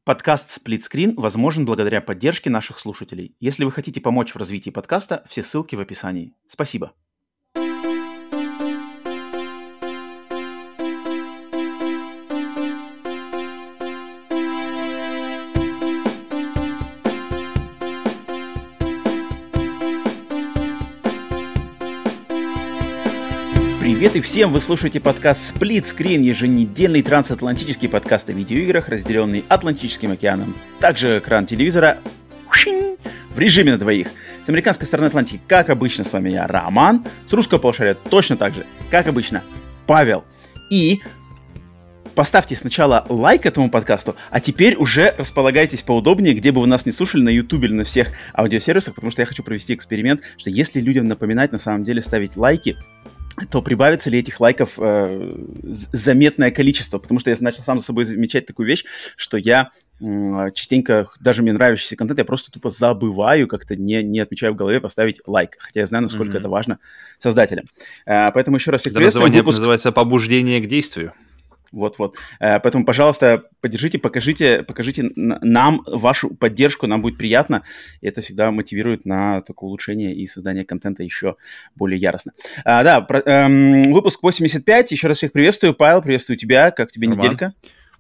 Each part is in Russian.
Подкаст «Сплитскрин» возможен благодаря поддержке наших слушателей. Если вы хотите помочь в развитии подкаста, все ссылки в описании. Спасибо. Привет и всем! Вы слушаете подкаст Split Screen, еженедельный трансатлантический подкаст о видеоиграх, разделенный Атлантическим океаном. Также экран телевизора в режиме на двоих. С американской стороны Атлантики, как обычно, с вами я, Роман. С русского полушария точно так же, как обычно, Павел. И поставьте сначала лайк этому подкасту, а теперь уже располагайтесь поудобнее, где бы вы нас не слушали, на YouTube или на всех аудиосервисах, потому что я хочу провести эксперимент, что если людям напоминать на самом деле ставить лайки, то прибавится ли этих лайков заметное количество, потому что я начал сам за собой замечать такую вещь, что я частенько, даже мне нравящийся контент, я просто тупо забываю, как-то не отмечаю в голове поставить лайк, хотя я знаю, насколько это важно создателям. Поэтому еще раз всех приветствую. Это называется побуждение к действию. Вот-вот. Поэтому, пожалуйста, поддержите, покажите нам вашу поддержку, нам будет приятно. И это всегда мотивирует на такое улучшение и создание контента еще более яростно. Выпуск 85. Еще раз всех приветствую. Павел, приветствую тебя. Как тебе неделька?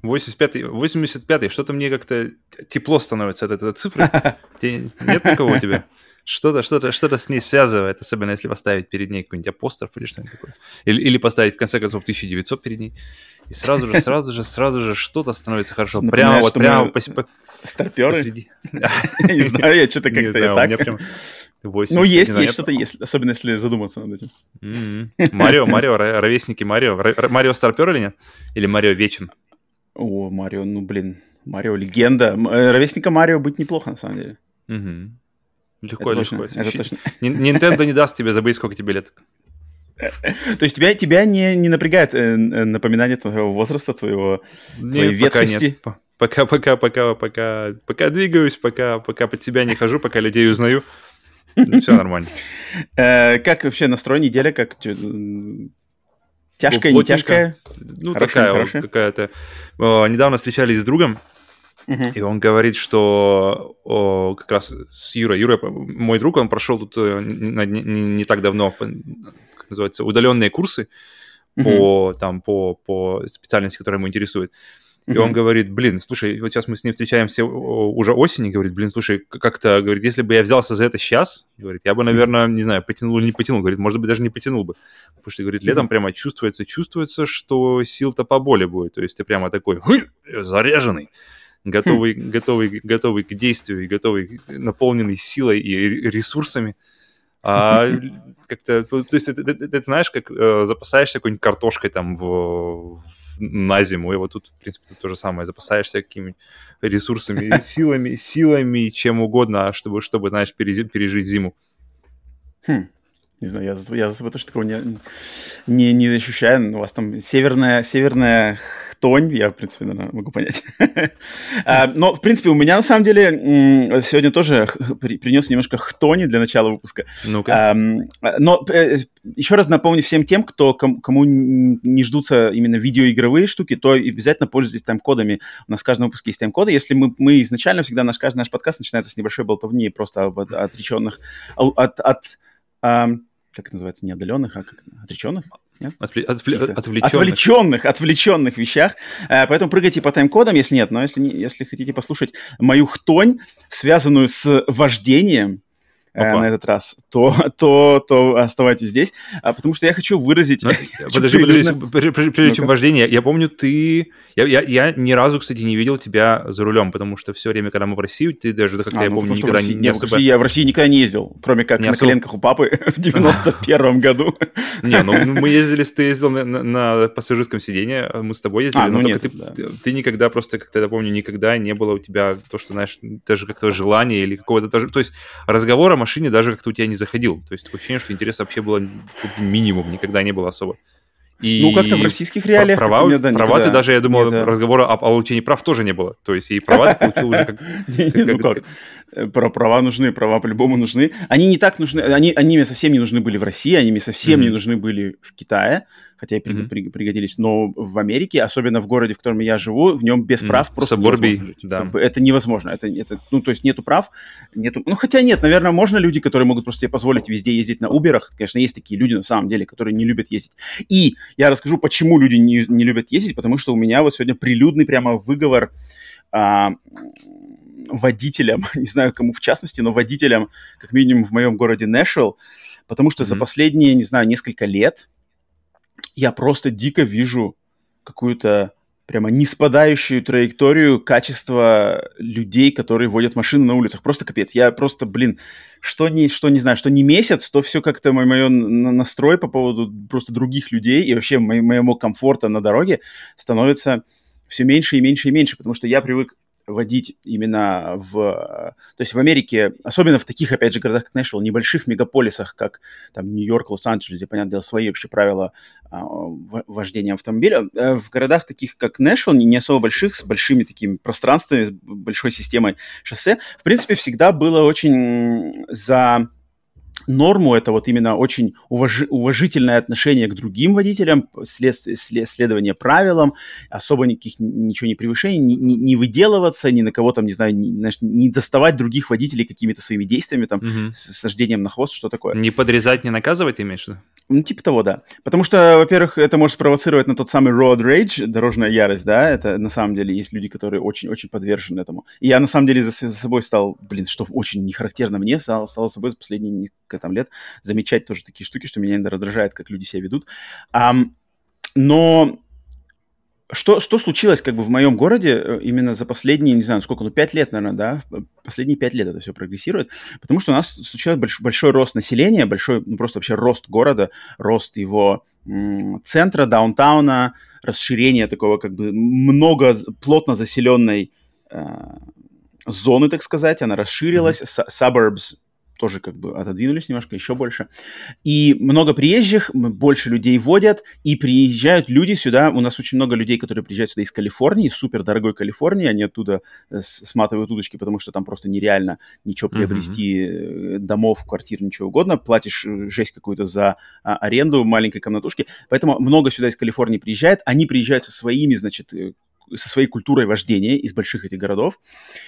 85-й. Что-то мне как-то тепло становится от этой цифры. Нет такого у тебя? Что-то с ней связывает, особенно если поставить перед ней какой-нибудь апостроф или что-нибудь такое. Или поставить, в конце концов, 1900 перед ней. И сразу же что-то становится хорошо. Прямо старпёры? Посреди. Не знаю, я что-то как-то я так. 80, ну, есть что-то есть, особенно если задуматься над этим. Марио, ровесники Марио. Марио старпёр или нет? Или Марио вечен? О, Марио, Марио легенда. Ровесника Марио быть неплохо, на самом деле. Легко. Это точно. Nintendo не даст тебе забыть, сколько тебе лет. То есть тебя не напрягает напоминание твоего возраста, твоей ветхости? Пока двигаюсь, пока под себя не хожу, пока людей узнаю. Все нормально. Как вообще настрой неделя? Как тяжкая, не тяжкая? Ну, такая какая-то. Недавно встречались с другом, и он говорит, что как раз с Юрой. Юра, мой друг, он прошел тут не так давно, как называется, удаленные курсы по специальности, которая ему интересует. И он говорит, слушай, вот сейчас мы с ним встречаемся уже осенью, говорит, слушай, как-то, говорит, если бы я взялся за это сейчас, говорит, я бы, наверное, не знаю, потянул или не потянул, говорит, может быть, даже не потянул бы. Потому что, говорит, летом прямо чувствуется, что сил-то поболее будет, то есть ты прямо такой заряженный, готовый к действию и готовый, наполненный силой и ресурсами. Как-то, то есть ты знаешь, как запасаешься какой-нибудь картошкой там на зиму, и вот тут, в принципе, то же самое, запасаешься какими-нибудь ресурсами, силами, чем угодно, чтобы, знаешь, пережить зиму. Не знаю, я за собой тоже такого не ощущаю. У вас там северная хтонь, я, в принципе, наверное, могу понять. Но, в принципе, у меня, на самом деле, сегодня тоже принес немножко хтони для начала выпуска. Ну-ка. Но еще раз напомню всем тем, кому не ждутся именно видеоигровые штуки, то обязательно пользуйтесь тайм-кодами. У нас в каждом выпуске есть тайм-коды. Если мы изначально всегда, каждый наш подкаст начинается с небольшой болтовни, просто отреченных, как это называется, не отдаленных, а как отреченных? Нет? Отвлеченных вещах. Поэтому прыгайте по тайм-кодам, если нет. Но если хотите послушать мою хтонь, связанную с вождением, на этот раз, то оставайтесь здесь, потому что я хочу выразить... Подожди, прежде чем вождение, я помню, я ни разу, кстати, не видел тебя за рулем, потому что все время, когда мы в России, ты даже, как я помню, никогда не особо... Я в России никогда не ездил, кроме как на коленках у папы в 91-м году. Не, ну мы ездили, ты ездил на пассажирском сиденье, мы с тобой ездили, но ты никогда просто, как-то, я помню, никогда не было у тебя то, что, знаешь, даже как-то желания или какого-то... То есть разговор о машине даже как-то у тебя не заходил. То есть такое ощущение, что интереса вообще было минимум, никогда не было особо. И как-то в российских реалиях... Права ты даже, я думал, разговора о получении прав тоже не было. То есть и права ты получил уже как... Права нужны, права по-любому нужны. Они не так нужны, они мне совсем не нужны были в России, они мне совсем не нужны были в Китае, хотя и пригодились. Но в Америке, особенно в городе, в котором я живу, в нем без прав просто невозможно жить. Да. Как бы это невозможно. Это, ну, то есть нету прав, нету... Ну, хотя нет, наверное, можно люди, которые могут просто себе позволить везде ездить на Уберах. Конечно, есть такие люди на самом деле, которые не любят ездить. И я расскажу, почему люди не любят ездить, потому что у меня вот сегодня прилюдный прямо выговор водителям, не знаю, кому в частности, но водителям, как минимум в моем городе Нэшвилл, потому что за последние, не знаю, несколько лет я просто дико вижу какую-то прямо неспадающую траекторию качества людей, которые водят машины на улицах. Просто капец. Я просто, что не знаю, что не месяц, то все как-то мой настрой по поводу просто других людей и вообще моему комфорта на дороге становится все меньше и меньше и меньше, потому что я привык водить именно То есть в Америке, особенно в таких, опять же, городах, как Нэшвилл, небольших мегаполисах, как там Нью-Йорк, Лос-Анджелес, где, понятное дело, свои вообще правила вождения автомобиля. В городах таких, как Нэшвилл, не особо больших, с большими такими пространствами, с большой системой шоссе, в принципе, всегда было очень за норму, это вот именно очень уважительное отношение к другим водителям, следование правилам, особо ничего не превышений, не выделываться, ни на кого там, не знаю, не доставать других водителей какими-то своими действиями, там, с сождением на хвост, что такое. Не подрезать, не наказывать, ты имеешь в виду? Ну, типа того, да. Потому что, во-первых, это может спровоцировать на тот самый road rage, дорожная ярость, да, это на самом деле есть люди, которые очень-очень подвержены этому. И я на самом деле за собой стал, что очень не характерно мне, стал за собой за последние несколько там лет замечать тоже такие штуки, что меня иногда раздражает, как люди себя ведут. Но что случилось как бы в моем городе именно за последние, не знаю, сколько, 5 лет, наверное, да, последние 5 лет это все прогрессирует, потому что у нас случился большой рост населения, большой, просто вообще рост города, рост его центра, даунтауна, расширение такого как бы плотно заселенной зоны, так сказать, она расширилась, suburbs тоже как бы отодвинулись немножко, еще больше. И много приезжих, больше людей водят, и приезжают люди сюда. У нас очень много людей, которые приезжают сюда из Калифорнии, из супердорогой Калифорнии. Они оттуда сматывают удочки, потому что там просто нереально ничего приобрести, домов, квартир, ничего угодно. Платишь жесть какую-то за аренду маленькой комнатушки. Поэтому много сюда из Калифорнии приезжает. Они приезжают со своими, значит, со своей культурой вождения из больших этих городов.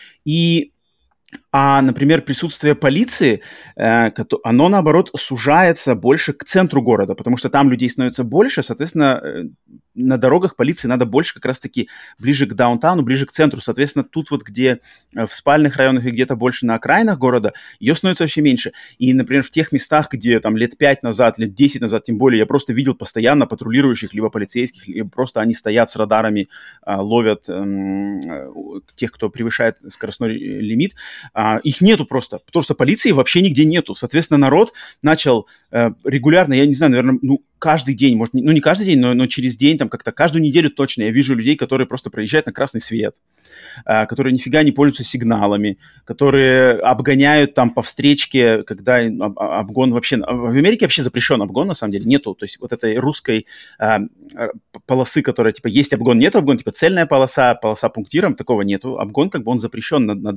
Например, присутствие полиции, оно, наоборот, сужается больше к центру города, потому что там людей становится больше, соответственно, на дорогах полиции надо больше как раз-таки ближе к даунтауну, ближе к центру. Соответственно, тут вот где в спальных районах и где-то больше на окраинах города, ее становится вообще меньше. И, например, в тех местах, где там лет 5 назад, лет 10 назад, тем более, я просто видел постоянно патрулирующих, либо полицейских, либо просто они стоят с радарами, ловят тех, кто превышает скоростной лимит. Их нету просто, потому что полиции вообще нигде нету. Соответственно, народ начал регулярно, я не знаю, наверное, каждый день, может, не каждый день, но через день, там как-то каждую неделю точно я вижу людей, которые просто проезжают на красный свет, которые нифига не пользуются сигналами, которые обгоняют там по встречке, когда обгон вообще... В Америке вообще запрещен обгон, на самом деле, нету. То есть вот этой русской полосы, которая, типа, есть обгон, нет обгон, типа, цельная полоса пунктиром, такого нету. Обгон, как бы, он запрещен на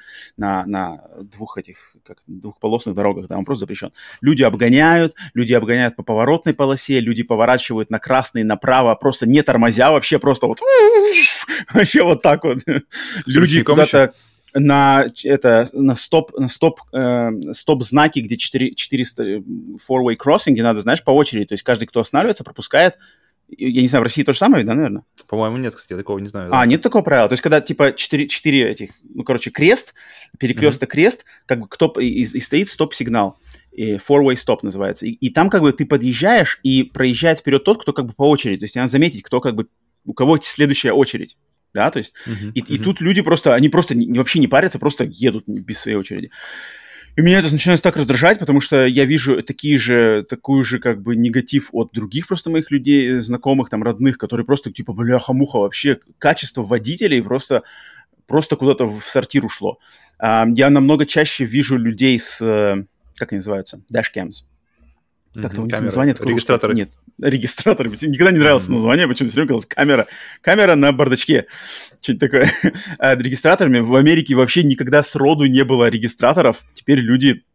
двухполосных дорогах, да, он просто запрещен. Люди обгоняют по поворотной полосе, люди поворачивают на красный, направо, просто не тормозя, вообще просто вот вообще вот так вот. Люди куда-то на стоп-знаки, где 400 four-way crossing, где надо, знаешь, по очереди, то есть каждый, кто останавливается, пропускает. Я не знаю, в России то же самое, да, наверное? По-моему, нет, кстати, я такого не знаю. Да? Нет такого правила? То есть, когда, типа, 4 этих, крест, перекресток крест, как бы, и стоит стоп-сигнал. Four-way stop называется. И там, как бы, ты подъезжаешь, и проезжает вперед тот, кто, как бы, по очереди. То есть, надо заметить, кто, как бы, у кого следующая очередь. Да, то есть, и тут люди они просто вообще не парятся, просто едут без своей очереди. И меня это начинает так раздражать, потому что я вижу такую же как бы негатив от других просто моих людей, знакомых, там, родных, которые просто типа, бляха-муха, вообще качество водителей просто куда-то в сортир ушло. Я намного чаще вижу людей с, как они называются, dashcams. Как-то у них название такое. Регистраторы. Нет, регистраторы. Мне никогда не нравилось название, почему все время говорилось камера. Камера на бардачке. Что-нибудь такое. Регистраторами в Америке вообще никогда сроду не было регистраторов. Теперь люди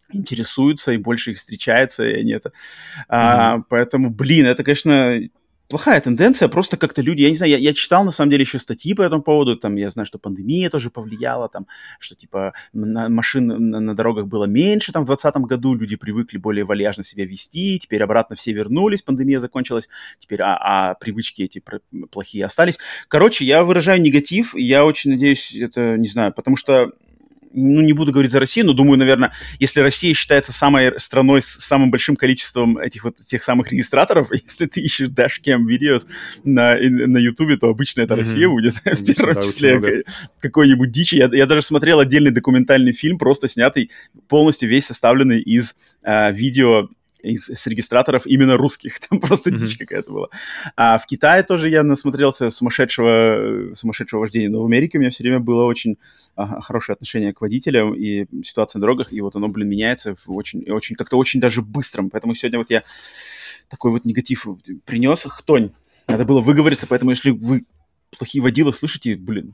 интересуются, и больше их встречается, и они это... Поэтому, блин, это, конечно... Плохая тенденция, просто как-то люди, я не знаю, я читал, на самом деле, еще статьи по этому поводу, там, я знаю, что пандемия тоже повлияла, там, что, типа, машин на дорогах было меньше, там, в 2020 году люди привыкли более вальяжно себя вести, теперь обратно все вернулись, пандемия закончилась, теперь, привычки эти плохие остались. Короче, я выражаю негатив, и я очень надеюсь, это, не знаю, потому что не буду говорить за Россию, но думаю, наверное, если Россия считается самой страной с самым большим количеством этих вот тех самых регистраторов, если ты ищешь dashcam videos на YouTube, то обычно это Россия будет в первом числе какой-нибудь дичи. Я даже смотрел отдельный документальный фильм, просто снятый, полностью весь составленный из видео с регистраторов именно русских. Там просто дичь какая-то была. А в Китае тоже я насмотрелся сумасшедшего вождения. Но в Америке у меня все время было очень хорошее отношение к водителям и ситуации на дорогах. И вот оно, блин, меняется очень как-то очень даже быстрым. Поэтому сегодня вот я такой вот негатив принес. Хтонь. Надо было выговориться. Поэтому если вы плохие водилы слышите, блин,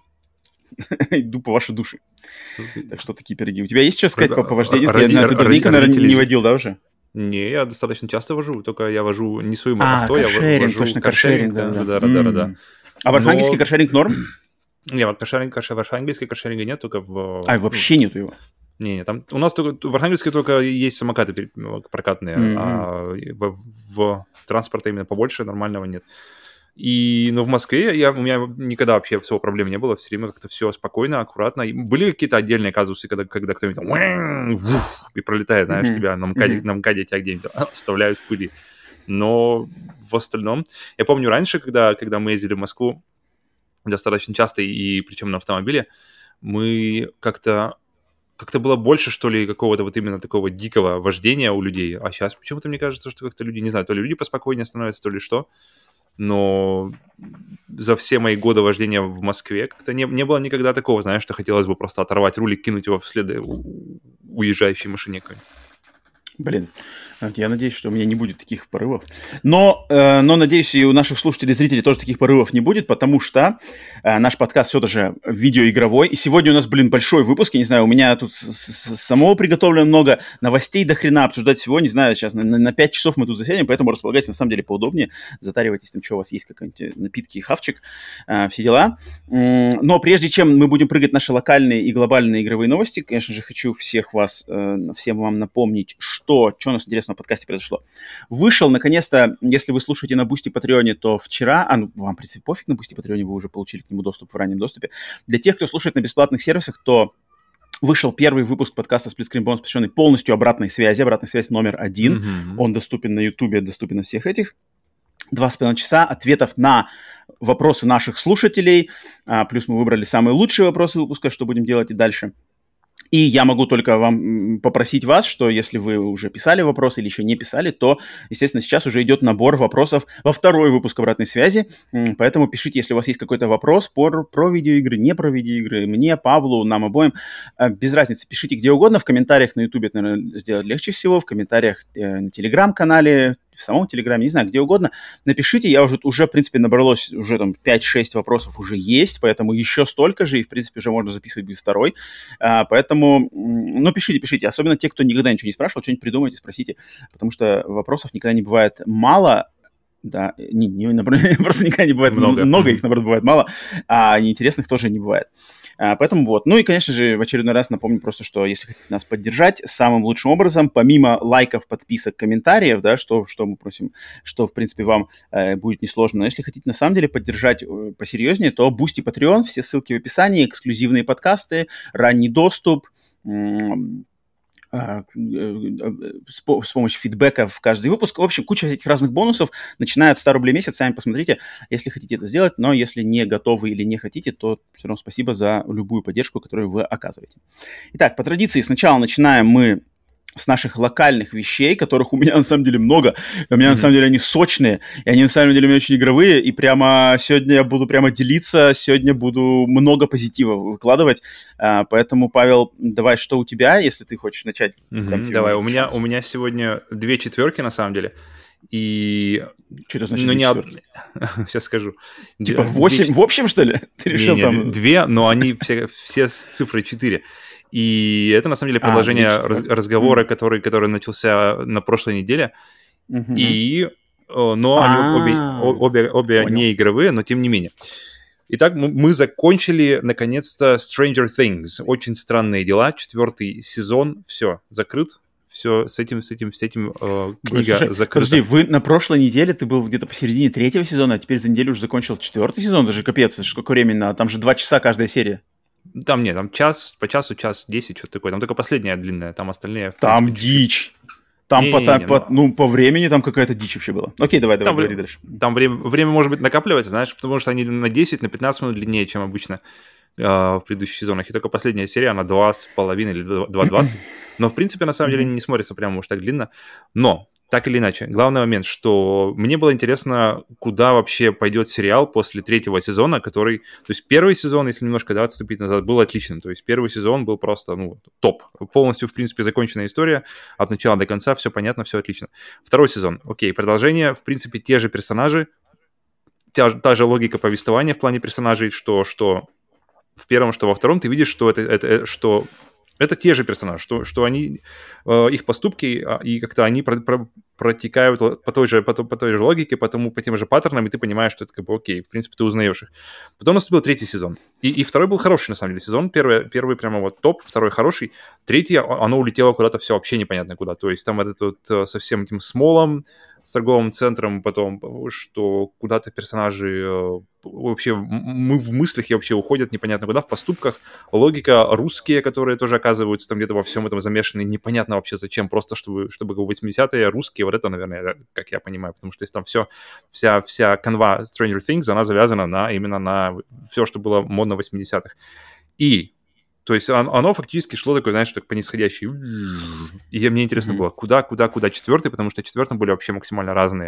иду по вашей душе. Так что такие пироги. У тебя есть что сказать по вождению? Ты давненько, наверное, не водил, да, уже? Не, я достаточно часто вожу, только я вожу не своим авто, я вожу точно, каршеринг, да. А в Архангельске каршеринг норм? Не, вот в Архангельске каршеринга нет, только в... вообще нету его? Не, там у нас только в Архангельске только есть самокаты прокатные, а в транспорте именно побольше нормального нет. Но в Москве у меня никогда вообще всего проблем не было, все время как-то все спокойно, аккуратно. И были какие-то отдельные казусы, когда кто-нибудь там и пролетает, знаешь, тебя на МКАДе тебя где-нибудь оставляют в пыли. Но в остальном... Я помню раньше, когда мы ездили в Москву достаточно часто, и причем на автомобиле, мы как-то было больше, что ли, какого-то вот именно такого дикого вождения у людей. А сейчас почему-то мне кажется, что как-то люди, не знаю, то ли люди поспокойнее становятся, то ли что. Но за все мои годы вождения в Москве как-то не было никогда такого, знаешь, что хотелось бы просто оторвать руль и кинуть его вслед уезжающей машине какой-нибудь. Блин, я надеюсь, что у меня не будет таких порывов. Но надеюсь, и у наших слушателей и зрителей тоже таких порывов не будет, потому что наш подкаст все же видеоигровой. И сегодня у нас, большой выпуск. Я не знаю, у меня тут самого приготовлено много новостей до хрена, обсуждать всего. Не знаю, сейчас на 5 часов мы тут засядем, поэтому располагайтесь на самом деле поудобнее. Затаривайтесь там, что у вас есть, какие-нибудь напитки и хавчик, все дела. Но прежде чем мы будем прыгать наши локальные и глобальные игровые новости, конечно же, хочу всем вам напомнить, что у нас интересного в подкасте произошло. Вышел, наконец-то, если вы слушаете на Бусти Патреоне, то вчера, вам, в принципе, пофиг, на Бусти Патреоне вы уже получили к нему доступ в раннем доступе. Для тех, кто слушает на бесплатных сервисах, то вышел первый выпуск подкаста Split Screen Bonus, посвященный полностью обратной связи номер 1. Он доступен на Ютубе, доступен на всех этих. 2,5 часа ответов на вопросы наших слушателей. Плюс мы выбрали самые лучшие вопросы выпуска, что будем делать и дальше. И я могу только вам попросить вас, что если вы уже писали вопросы или еще не писали, то, естественно, сейчас уже идет набор вопросов во второй выпуск обратной связи. Поэтому пишите, если у вас есть какой-то вопрос про видеоигры, не про видеоигры, мне, Павлу, нам обоим. Без разницы, пишите где угодно. В комментариях на YouTube это, наверное, сделать легче всего. В комментариях на Телеграм-канале, в самом Телеграме, не знаю, где угодно. Напишите, я уже в принципе, набралось уже там 5-6 вопросов уже есть, поэтому еще столько же, и, в принципе, уже можно записывать будет второй. Поэтому, пишите. Особенно те, кто никогда ничего не спрашивал, что-нибудь придумайте, спросите, потому что вопросов никогда не бывает мало. Да, просто никогда не бывает много, их, наоборот, бывает мало, а неинтересных тоже не бывает. Поэтому вот. Ну и, конечно же, в очередной раз напомню просто, что если хотите нас поддержать самым лучшим образом, помимо лайков, подписок, комментариев, да, что мы просим, что, в принципе, вам будет несложно. Но если хотите на самом деле поддержать посерьезнее, то Boosty Patreon, все ссылки в описании, эксклюзивные подкасты, ранний доступ, с помощью фидбэка в каждый выпуск. В общем, куча этих разных бонусов, начиная от 100 рублей в месяц. Сами посмотрите, если хотите это сделать. Но если не готовы или не хотите, то все равно спасибо за любую поддержку, которую вы оказываете. Итак, по традиции сначала начинаем мы с наших локальных вещей, которых у меня на самом деле много. У меня на самом деле они сочные, и они на самом деле у меня очень игровые. И прямо сегодня я буду прямо делиться, сегодня буду много позитива выкладывать. Поэтому, Павел, давай, что у тебя, если ты хочешь начать? Давай, у меня сегодня 2 четверки на самом деле. И... Что это значит 2 четверти? Сейчас скажу. Типа 8 в общем, что ли? Ты решил там... 2, но они все с цифрой 4. И это, на самом деле, продолжение разговора, который начался на прошлой неделе. Но они обе не игровые, но тем не менее. Итак, мы закончили, наконец-то, Stranger Things. Очень странные дела. 4-й сезон. Все, закрыт. Все, с этим книга закрыта. Подожди, вы на прошлой неделе, ты был где-то посередине 3-го сезона, а теперь за неделю уже закончил 4-й сезон? Даже капец, сколько времени? Там же 2 часа каждая серия. Там нет, там по часу, час 10, что-то такое. Там только последняя длинная, там остальные... Там дичь. Там по времени там какая-то дичь вообще была. Окей, давай, говори дальше. Там время может быть накапливается, знаешь, потому что они на 10, на 15 минут длиннее, чем обычно в предыдущих сезонах. И только последняя серия, она 2,5 или 2,20. Но, в принципе, на самом деле не смотрится прямо уж так длинно. Но, так или иначе, главный момент, что мне было интересно, куда вообще пойдет сериал после 3-го сезона, который... То есть первый сезон, если немножко отступить назад, был отличным. То есть первый сезон был просто, топ. Полностью, в принципе, законченная история. От начала до конца все понятно, все отлично. Второй сезон. Окей, продолжение. В принципе, те же персонажи. Та же логика повествования в плане персонажей, что в первом, что во втором, ты видишь, что это те же персонажи, что они, их поступки, и как-то они протекают по той же логике, по тем же паттернам, и ты понимаешь, что это как бы окей, в принципе, ты узнаешь их. Потом наступил 3-й сезон. И второй был хороший, на самом деле, сезон. Первый прямо вот топ, второй хороший. 3-й, оно улетело куда-то все вообще непонятно куда. То есть там этот вот со всем этим смолом, с торговым центром, потом, что куда-то персонажи вообще в мыслях вообще уходят непонятно куда, в поступках. Логика русские, которые тоже оказываются там где-то во всем этом замешаны, непонятно вообще зачем, просто чтобы 80-е русские, вот это, наверное, как я понимаю, потому что если там вся канва Stranger Things, она завязана именно на все, что было модно в 80-х. То есть оно фактически шло такое, знаешь, так по нисходящей. И мне интересно было, куда 4-й, потому что 4-м были вообще максимально разные.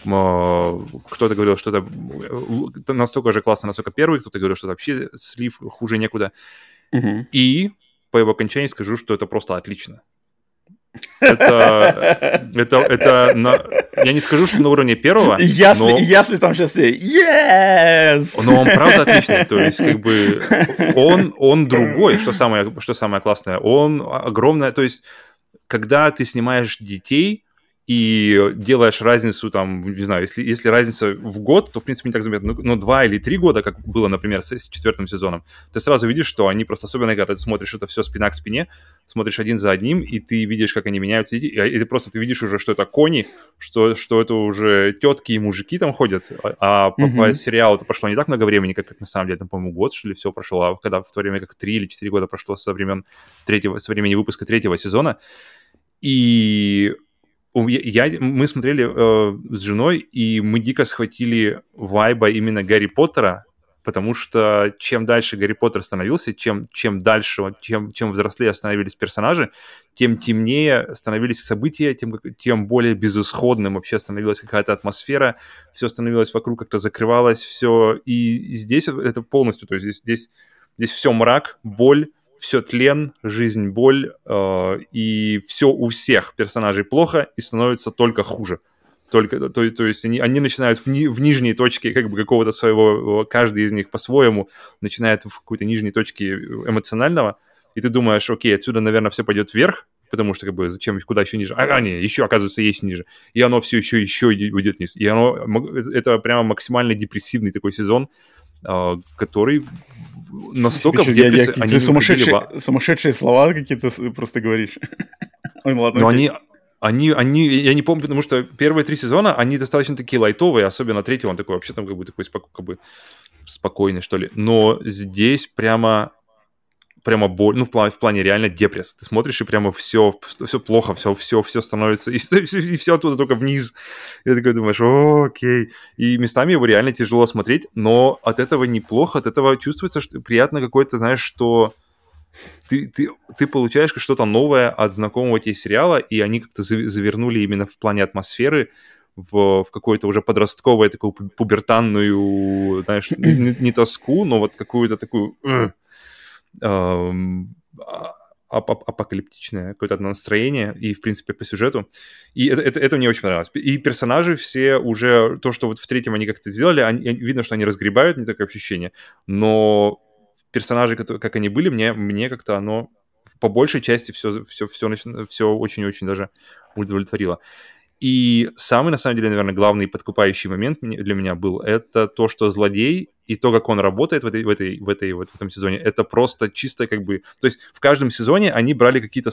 Кто-то говорил, что это настолько же классно, насколько 1-й, кто-то говорил, что это вообще слив, хуже некуда. И по его окончании скажу, что это просто отлично. Это я не скажу, что на уровне 1-го, Если там сейчас все yes! Но он правда отличный, то есть как бы он другой, что самое классное, он огромное, то есть когда ты снимаешь детей и делаешь разницу там, не знаю, если разница в год, то в принципе не так заметно, но 2 или 3 года, как было, например, с 4-м сезоном, ты сразу видишь, что они просто, особенно когда ты смотришь это все спина к спине, смотришь один за одним, и ты видишь, как они меняются, и ты видишь уже, что это кони, что это уже тетки и мужики там ходят, по сериалу это прошло не так много времени, как на самом деле, там, по-моему, год, что ли, все прошло, а когда в то время как 3 или 4 года прошло со времени выпуска 3-го сезона, и мы смотрели с женой, и мы дико схватили вайба именно Гарри Поттера, потому что чем дальше Гарри Поттер становился, чем дальше, чем взрослее становились персонажи, тем темнее становились события, тем более безысходным вообще становилась какая-то атмосфера, все становилось вокруг, как-то закрывалось, все. И здесь это полностью, то есть здесь все мрак, боль, все тлен, жизнь, боль, и все у всех персонажей плохо и становится только хуже. То есть они начинают в нижней точке как бы какого-то своего, каждый из них по-своему начинает в какой-то нижней точке эмоционального, и ты думаешь, окей, отсюда, наверное, все пойдет вверх, потому что как бы зачем, куда еще ниже? Не, еще, оказывается, есть ниже. И оно все еще уйдет вниз. И это прямо максимально депрессивный такой сезон, который... Настолько в депрессе... Ты сумасшедшие слова какие-то просто говоришь. Ой, ну ладно. Но они, я не помню, потому что первые 3 сезона, они достаточно такие лайтовые, особенно 3-й, он такой вообще там как бы такой спокойный, что ли. Но здесь прямо боль, в плане реально депресс. Ты смотришь, и прямо все плохо, все становится, и все оттуда только вниз. И ты такой думаешь, окей. И местами его реально тяжело смотреть, но от этого неплохо, от этого чувствуется, что приятно какое-то, знаешь, что ты получаешь что-то новое от знакомого тебе сериала, и они как-то завернули именно в плане атмосферы в какую-то уже подростковую, такую пубертанную, знаешь, не тоску, но вот какую-то такую... апокалиптичное какое-то настроение и, в принципе, по сюжету. И это мне очень понравилось. И персонажи все уже... То, что вот в третьем они как-то сделали, видно, что они разгребают, не такое ощущение. Но персонажи, как они были, мне как-то оно по большей части все очень-очень даже удовлетворило. И самый, на самом деле, наверное, главный подкупающий момент для меня был, это то, что злодей и то, как он работает в этом сезоне, это просто чисто как бы... То есть в каждом сезоне они брали какие-то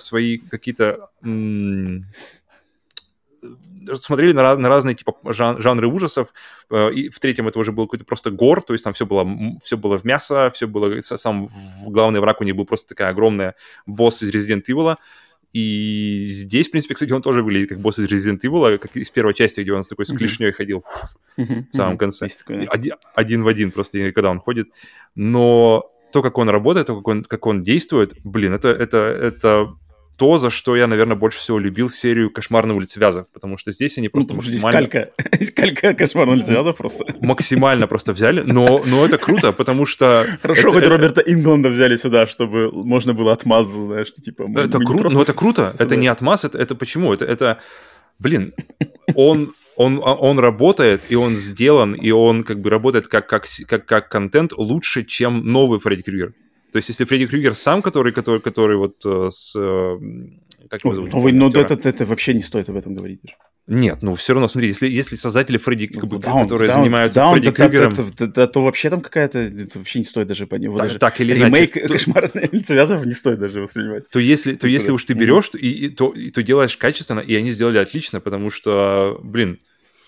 смотрели на разные типа жанры ужасов, и в третьем это уже был какой-то просто гор, то есть там все было в мясо, все было... Сам главный враг у них был просто такая огромная босс из Resident Evil. И здесь, в принципе, кстати, он тоже выглядит как босс из Resident Evil, как из первой части, где он с такой с клешней ходил в самом конце. Один в один просто, когда он ходит. Но то, как он работает, то, как он действует, блин, это то, за что я, наверное, больше всего любил серию «Кошмар на улице Вязов», потому что здесь они просто максимально... Калька «Кошмар на улице Вязов» просто. Максимально просто взяли, но это круто, потому что... Хорошо, хоть Роберта Ингланда взяли сюда, чтобы можно было отмазаться, знаешь, типа... Это круто, но это круто, это не отмаз, это почему? Это блин, он работает, и он сделан, и он как бы работает как контент лучше, чем новый Фредди Крюгер. То есть, если Фредди Крюгер сам, который вот с... Как его зовут? Новый, но это вообще не стоит об этом говорить даже. Нет, ну все равно, смотри, если создатели Фредди, которые занимаются Фредди Крюгером... То вообще там какая-то... Это вообще не стоит даже по нему. Так или иначе... Ремейк «Кошмар на улице Вязов» не стоит даже воспринимать. То если уж ты берешь, то делаешь качественно, и они сделали отлично, потому что, блин...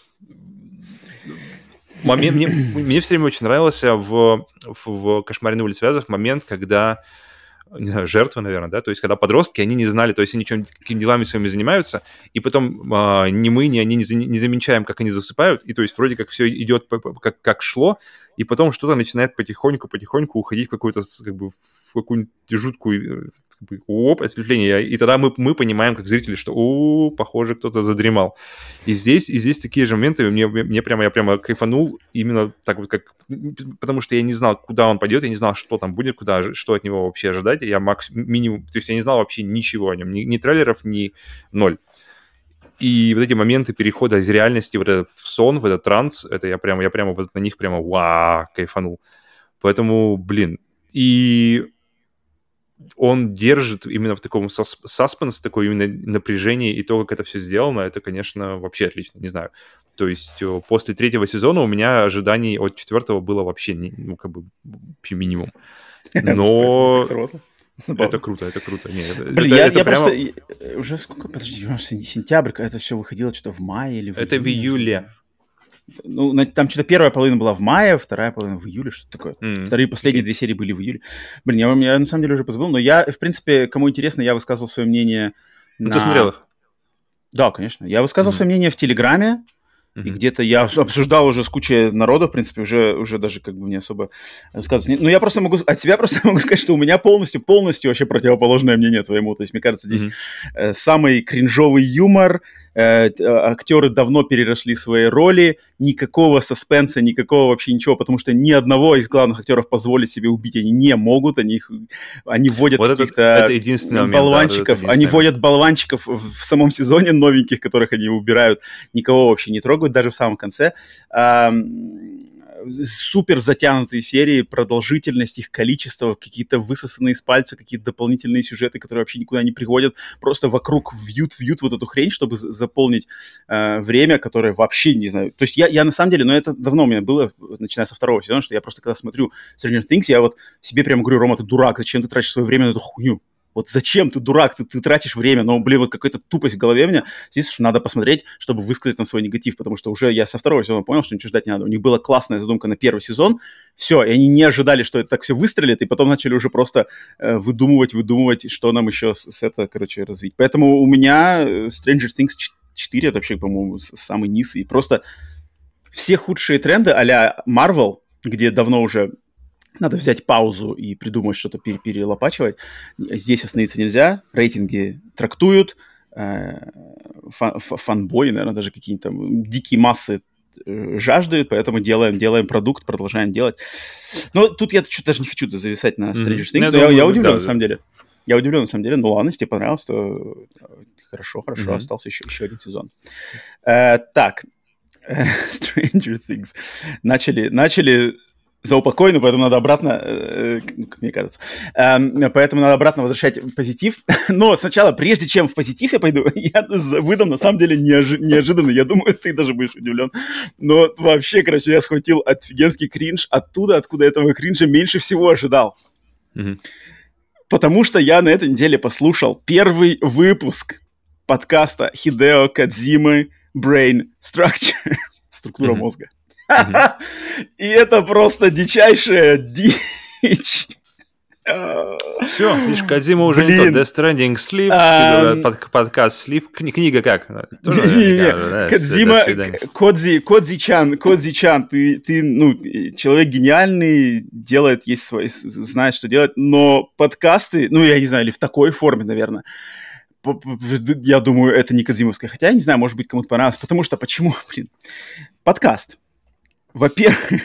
Мне все время очень нравился в «Кошмаре на улице Вязов» момент, когда, не знаю, жертвы, наверное, да, то есть когда подростки, они не знали, то есть они какими делами своими занимаются, и потом ни мы, ни они не замечаем, как они засыпают, и то есть вроде как все идет как шло, и потом что-то начинает потихоньку уходить в какую-то, как бы, в какую-нибудь жуткую ответвление, и тогда мы понимаем, как зрители, что, похоже, кто-то задремал. И здесь такие же моменты, я прямо кайфанул, именно так вот как... Потому что я не знал, куда он пойдет, я не знал, что там будет, что от него вообще ожидать, я минимум... То есть я не знал вообще ничего о нем, ни трейлеров, ни ноль. И вот эти моменты перехода из реальности в сон, в этот транс, это я прямо вот на них кайфанул. Поэтому, блин, и он держит именно в таком саспенс, такое именно напряжение, и то, как это все сделано, это, конечно, вообще отлично, не знаю. То есть после третьего сезона у меня ожиданий от четвертого было вообще, вообще минимум. Но... Это круто. Блин, я просто... Уже сколько, подожди, сентябрь, это все выходило что-то в мае или в июле? Это в июле. Ну, там что-то первая половина была в мае, вторая половина в июле, что-то такое. Вторые последние две серии были в июле. Блин, я на самом деле уже позабыл, но я, в принципе, кому интересно, я высказывал свое мнение на... Ты смотрел их? Да, конечно. Я высказывал свое мнение в Телеграме, и где-то я обсуждал уже с кучей народа, в принципе, уже даже как бы не особо сказать. Ну, я просто могу от себя могу сказать, что у меня полностью вообще противоположное мнение твоему. То есть, мне кажется, здесь самый кринжовый юмор, актеры давно переросли свои роли, никакого саспенса, никакого вообще ничего, потому что ни одного из главных актеров позволить себе убить они не могут, они вводят вот каких-то болванчиков, они вводят болванчиков в самом сезоне новеньких, которых они убирают, никого вообще не трогают, даже в самом конце. Супер затянутые серии, продолжительность, их количество, какие-то высосанные из пальца, какие-то дополнительные сюжеты, которые вообще никуда не приходят, просто вокруг вьют вот эту хрень, чтобы заполнить время, которое вообще, не знаю, то есть я на самом деле, но это давно у меня было, начиная со второго сезона, что я просто когда смотрю Stranger Things, я вот себе прямо говорю: Рома, ты дурак, зачем ты тратишь свое время на эту хуйню? Вот зачем ты, дурак, ты тратишь время, но, блин, вот какая-то тупость в голове у меня. Здесь уж надо посмотреть, чтобы высказать на свой негатив, потому что уже я со второго сезона понял, что ничего ждать не надо. У них была классная задумка на первый сезон, все, и они не ожидали, что это так все выстрелит, и потом начали уже просто выдумывать, что нам еще с этого, короче, развить. Поэтому у меня Stranger Things 4, это вообще, по-моему, самый низ, и просто все худшие тренды а-ля Marvel, где давно уже... Надо взять паузу и придумать что-то перелопачивать. Здесь остановиться нельзя. Рейтинги трактуют. Фанбои, наверное, даже какие-то там дикие массы жаждают, поэтому делаем продукт, продолжаем делать. Но тут я чуть даже не хочу зависать на Stranger Things, но я удивлен, на самом деле. Я удивлен, на самом деле. Ну ладно, если тебе понравилось, то хорошо, остался еще один сезон. Так, Stranger Things. Начали заупокойно, поэтому надо обратно, как мне кажется, поэтому надо обратно возвращать позитив. Но сначала, прежде чем в позитив я пойду, я выдам, на самом деле, неожиданно. Я думаю, ты даже будешь удивлен. Но вообще, короче, я схватил офигенский кринж оттуда, откуда этого кринжа меньше всего ожидал. Потому что я на этой неделе послушал первый выпуск подкаста Хидео Кодзимы Brain Structure. Структура мозга. И это просто дичайшая дичь. Все, видишь, Кодзима уже не тот. Death Stranding слив, подкаст слив, книга как? Кодзима, Кодзи-чан, ты, человек гениальный, делает, знает, что делать, но подкасты, я не знаю, или в такой форме, наверное, я думаю, это не кодзимовская. Хотя, я не знаю, может быть, кому-то понравилось. Потому что, почему, подкаст. Во-первых,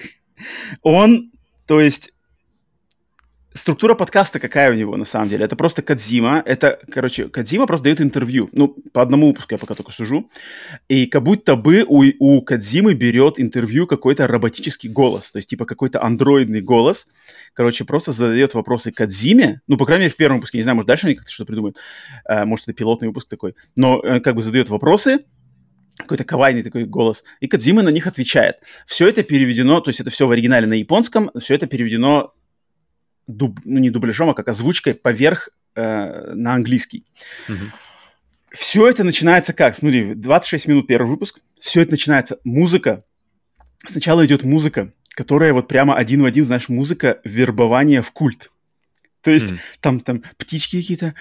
структура подкаста какая у него на самом деле? Это просто Кодзима. Кодзима просто дает интервью. По одному выпуску я пока только сужу. И как будто бы у Кодзимы берет интервью какой-то роботический голос. То есть, типа, какой-то андроидный голос. Просто задает вопросы Кодзиме. По крайней мере, в первом выпуске. Не знаю, может, дальше они как-то что-то придумают. Может, это пилотный выпуск такой. Но как бы задает вопросы. Какой-то кавайный такой голос. И Кодзима на них отвечает. Все это переведено, то есть это все в оригинале на японском. Все это переведено не дубляжом, а как озвучкой поверх на английский. Все это начинается как? Смотри, 26 минут первый выпуск. Все это начинается. Музыка. Сначала идет музыка, которая вот прямо один в один, знаешь, музыка вербования в культ. То есть там птички какие-то.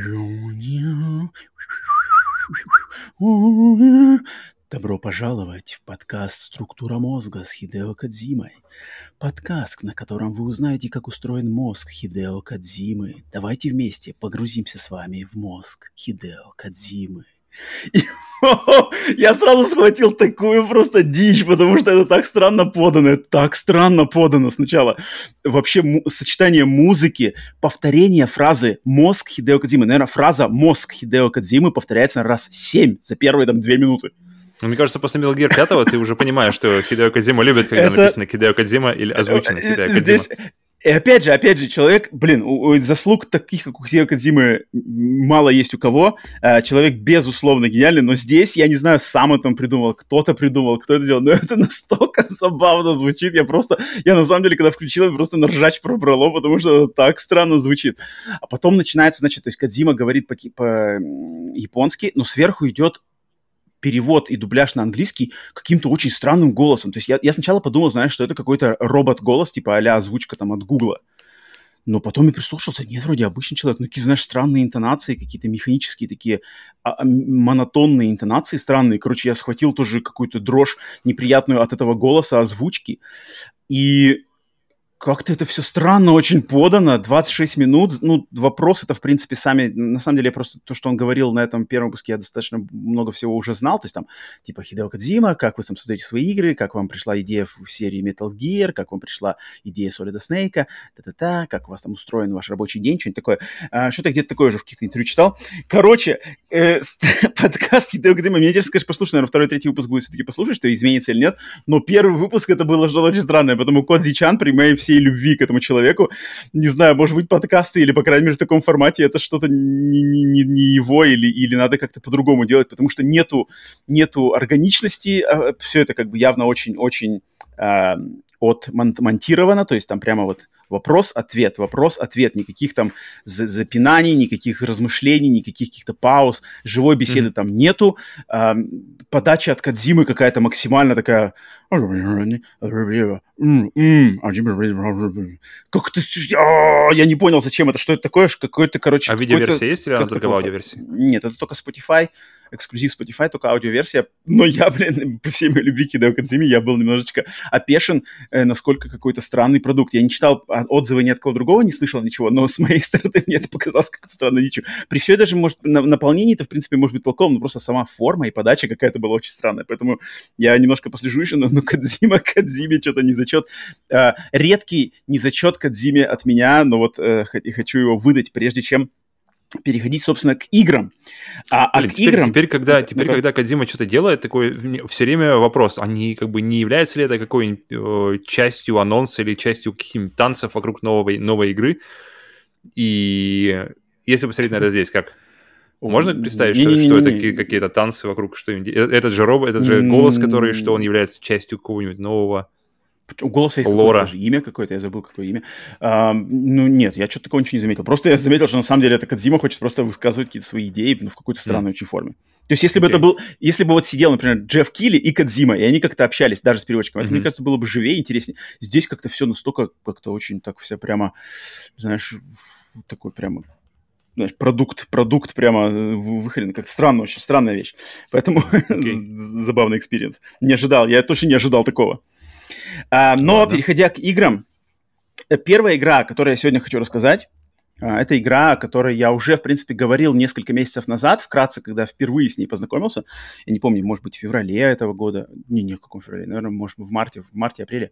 Добро пожаловать в подкаст «Структура мозга» с Хидео Кодзимой. Подкаст, на котором вы узнаете, как устроен мозг Хидео Кодзимы. Давайте вместе погрузимся с вами в мозг Хидео Кодзимы. Я сразу схватил такую просто дичь, потому что это так странно подано. Сначала вообще сочетание музыки, повторение фразы «мозг Хидео Кодзимы». Наверное, фраза «мозг Хидео Кодзимы» повторяется раз 7 за первые 2 минуты. Мне кажется, после Metal Gear 5 ты уже понимаешь, что Хидео Кодзима любит, когда написано Хидео Кодзима или озвучено Хидео Кодзима. И опять же, человек, заслуг таких, как у Хидео Кодзимы, мало есть у кого. Человек, безусловно, гениальный, но здесь, я не знаю, сам это придумал, кто это делал, но это настолько забавно звучит. Я на самом деле, когда включил, просто на ржач пробрало, потому что это так странно звучит. А потом начинается, то есть Кодзима говорит по-японски, но сверху идет перевод и дубляж на английский каким-то очень странным голосом. То есть я сначала подумал, знаешь, что это какой-то робот-голос, типа а-ля озвучка там от Гугла. Но потом я прислушался, нет, вроде обычный человек, но какие, знаешь, странные интонации, какие-то механические такие монотонные интонации странные. Короче, я схватил тоже какую-то дрожь неприятную от этого голоса, озвучки. И как-то это все странно очень подано, 26 минут, вопросы-то, в принципе, сами, на самом деле, просто то, что он говорил на этом первом выпуске, я достаточно много всего уже знал, то есть там, типа, Хидео Кодзима, как вы там создаете свои игры, как вам пришла идея в серии Metal Gear, как вам пришла идея Solid Snake, как у вас там устроен ваш рабочий день, что-нибудь такое. Что-то где-то такое уже в каких-то интервью читал. Короче, подкаст Хидео Кодзима, мне интересно, конечно, послушать, наверное, второй, третий выпуск будет все-таки послушать, что изменится или нет, но первый выпуск это было что-то очень странное, потому Кодзи-чан, при моей всей любви к этому человеку, не знаю, может быть, подкасты или, по крайней мере, в таком формате это что-то не его или надо как-то по-другому делать, потому что нету органичности, все это как бы явно очень-очень отмонтировано, то есть там прямо вот вопрос-ответ, никаких там запинаний, никаких размышлений, никаких каких-то пауз, живой беседы там нету, подача от Кодзимы какая-то максимально такая... Как-то... Я не понял, зачем это, что это такое, какой-то, короче... А видеоверсия есть или она только в аудиоверсии? Нет, это только Spotify, эксклюзив Spotify, только аудиоверсия. Но я, по всей моей любви к Хидео Кодзиме, я был немножечко опешен, насколько какой-то странный продукт. Я не читал отзывы ни от кого другого, не слышал ничего, но с моей стороны мне это показалось как-то странной дичью. При всей даже, может, наполнении-то, в принципе, может быть толковым, но просто сама форма и подача какая-то была очень странная. Поэтому я немножко послежу еще, но Кодзиме что-то не зачет. Редкий не зачет Кодзиме от меня, но вот хочу его выдать, прежде чем переходить, собственно, к играм. К играм... Теперь, когда Кодзима что-то делает, такой все время вопрос, не является ли это какой-нибудь частью анонса или частью каких-нибудь танцев вокруг новой игры? И если посмотреть на это здесь, как? Можно представить, что это какие-то танцы вокруг что-нибудь? Этот же голос, который, что он является частью какого-нибудь нового... У голоса есть какое-то даже имя какое-то, я забыл, какое имя. Нет, я что-то такого ничего не заметил. Просто я заметил, что на самом деле это Кодзима хочет просто высказывать какие-то свои идеи, в какой-то странной очень форме. То есть если бы это был, если бы вот сидел, например, Джефф Килли и Кодзима, и они как-то общались, даже с переводчиком, это, мне кажется, было бы живее, интереснее. Здесь как-то все настолько, как-то очень так все прямо, знаешь, такой прямо... Знаешь, продукт прямо выхолен, как очень странная вещь. Поэтому забавный экспириенс. Не ожидал, я точно не ожидал такого. Но, переходя к играм, первая игра, о которой я сегодня хочу рассказать, это игра, о которой я уже, в принципе, говорил несколько месяцев назад, вкратце, когда впервые с ней познакомился. Я не помню, может быть, в феврале этого года. Не, в каком феврале, наверное, может, в марте-апреле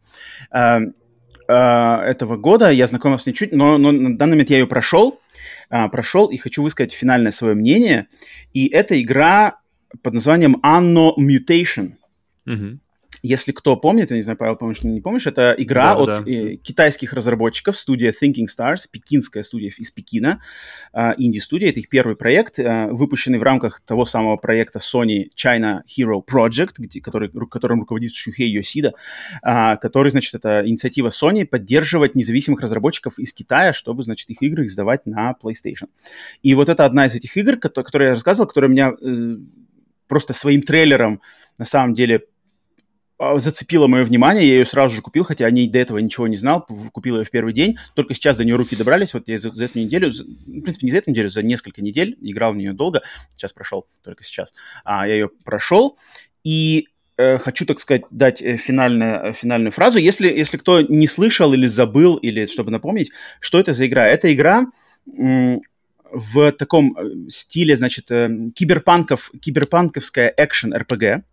этого года. Я знакомился с ней чуть, но на данный момент я ее прошел и хочу высказать финальное свое мнение. И это игра под названием Anno Mutation. Если кто помнит, я не знаю, Павел, помнишь, не помнишь, это игра от китайских разработчиков, студия Thinking Stars, пекинская студия из Пекина, инди-студия, это их первый проект, выпущенный в рамках того самого проекта Sony China Hero Project, которым руководит Шухей Йосида, который, значит, это инициатива Sony поддерживать независимых разработчиков из Китая, чтобы, значит, их игры издавать на PlayStation. И вот это одна из этих игр, которые я рассказывал, которая меня просто своим трейлером, на самом деле, зацепила мое внимание, я ее сразу же купил, хотя о ней до этого ничего не знал, купил ее в первый день, только сейчас до нее руки добрались, вот я за эту неделю, в принципе, не за эту неделю, за несколько недель, играл в нее долго, сейчас прошел, только сейчас, я ее прошел, и хочу, так сказать, дать финальную фразу, если кто не слышал или забыл, или чтобы напомнить, что это за игра, это игра в таком стиле, значит, киберпанковская экшен-РПГ.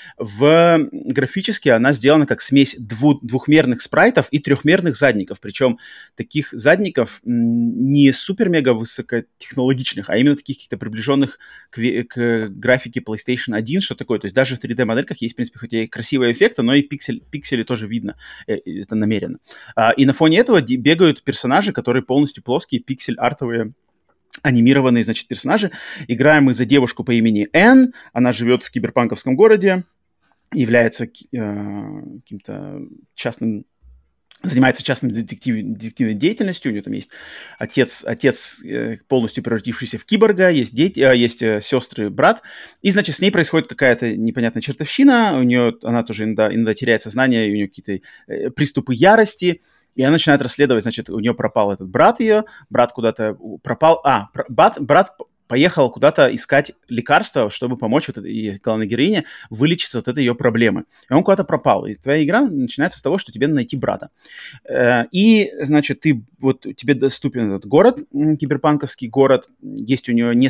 Графически она сделана как смесь двухмерных спрайтов и трехмерных задников. Причем таких задников не супер-мега высокотехнологичных, а именно таких каких-то приближенных к графике PlayStation 1, что такое. То есть даже в 3D-модельках есть, в принципе, хоть и красивые эффекты, но и пиксели тоже видно. Это намеренно. И на фоне этого бегают персонажи, которые полностью плоские, пиксель-артовые, анимированные, значит, персонажи. Играем мы за девушку по имени Энн. Она живет в киберпанковском городе, является каким-то занимается частной детективной деятельностью. У нее там есть отец полностью превратившийся в киборга, есть сестры, брат. И, значит, с ней происходит какая-то непонятная чертовщина. Она тоже иногда теряет сознание, и у нее какие-то приступы ярости. И она начинает расследовать, значит, у нее пропал этот брат куда-то пропал. Брат поехал куда-то искать лекарства, чтобы помочь вот этой главной героине вылечиться от этой ее проблемы. И он куда-то пропал. И твоя игра начинается с того, что тебе надо найти брата. И, значит, тебе доступен этот город, киберпанковский город. Есть у нее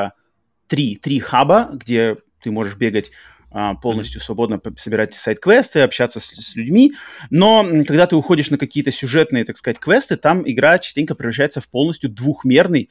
три хаба, где ты можешь бегать полностью свободно собирать сайд-квесты, общаться с людьми. Но когда ты уходишь на какие-то сюжетные, так сказать, квесты, там игра частенько превращается в полностью двухмерный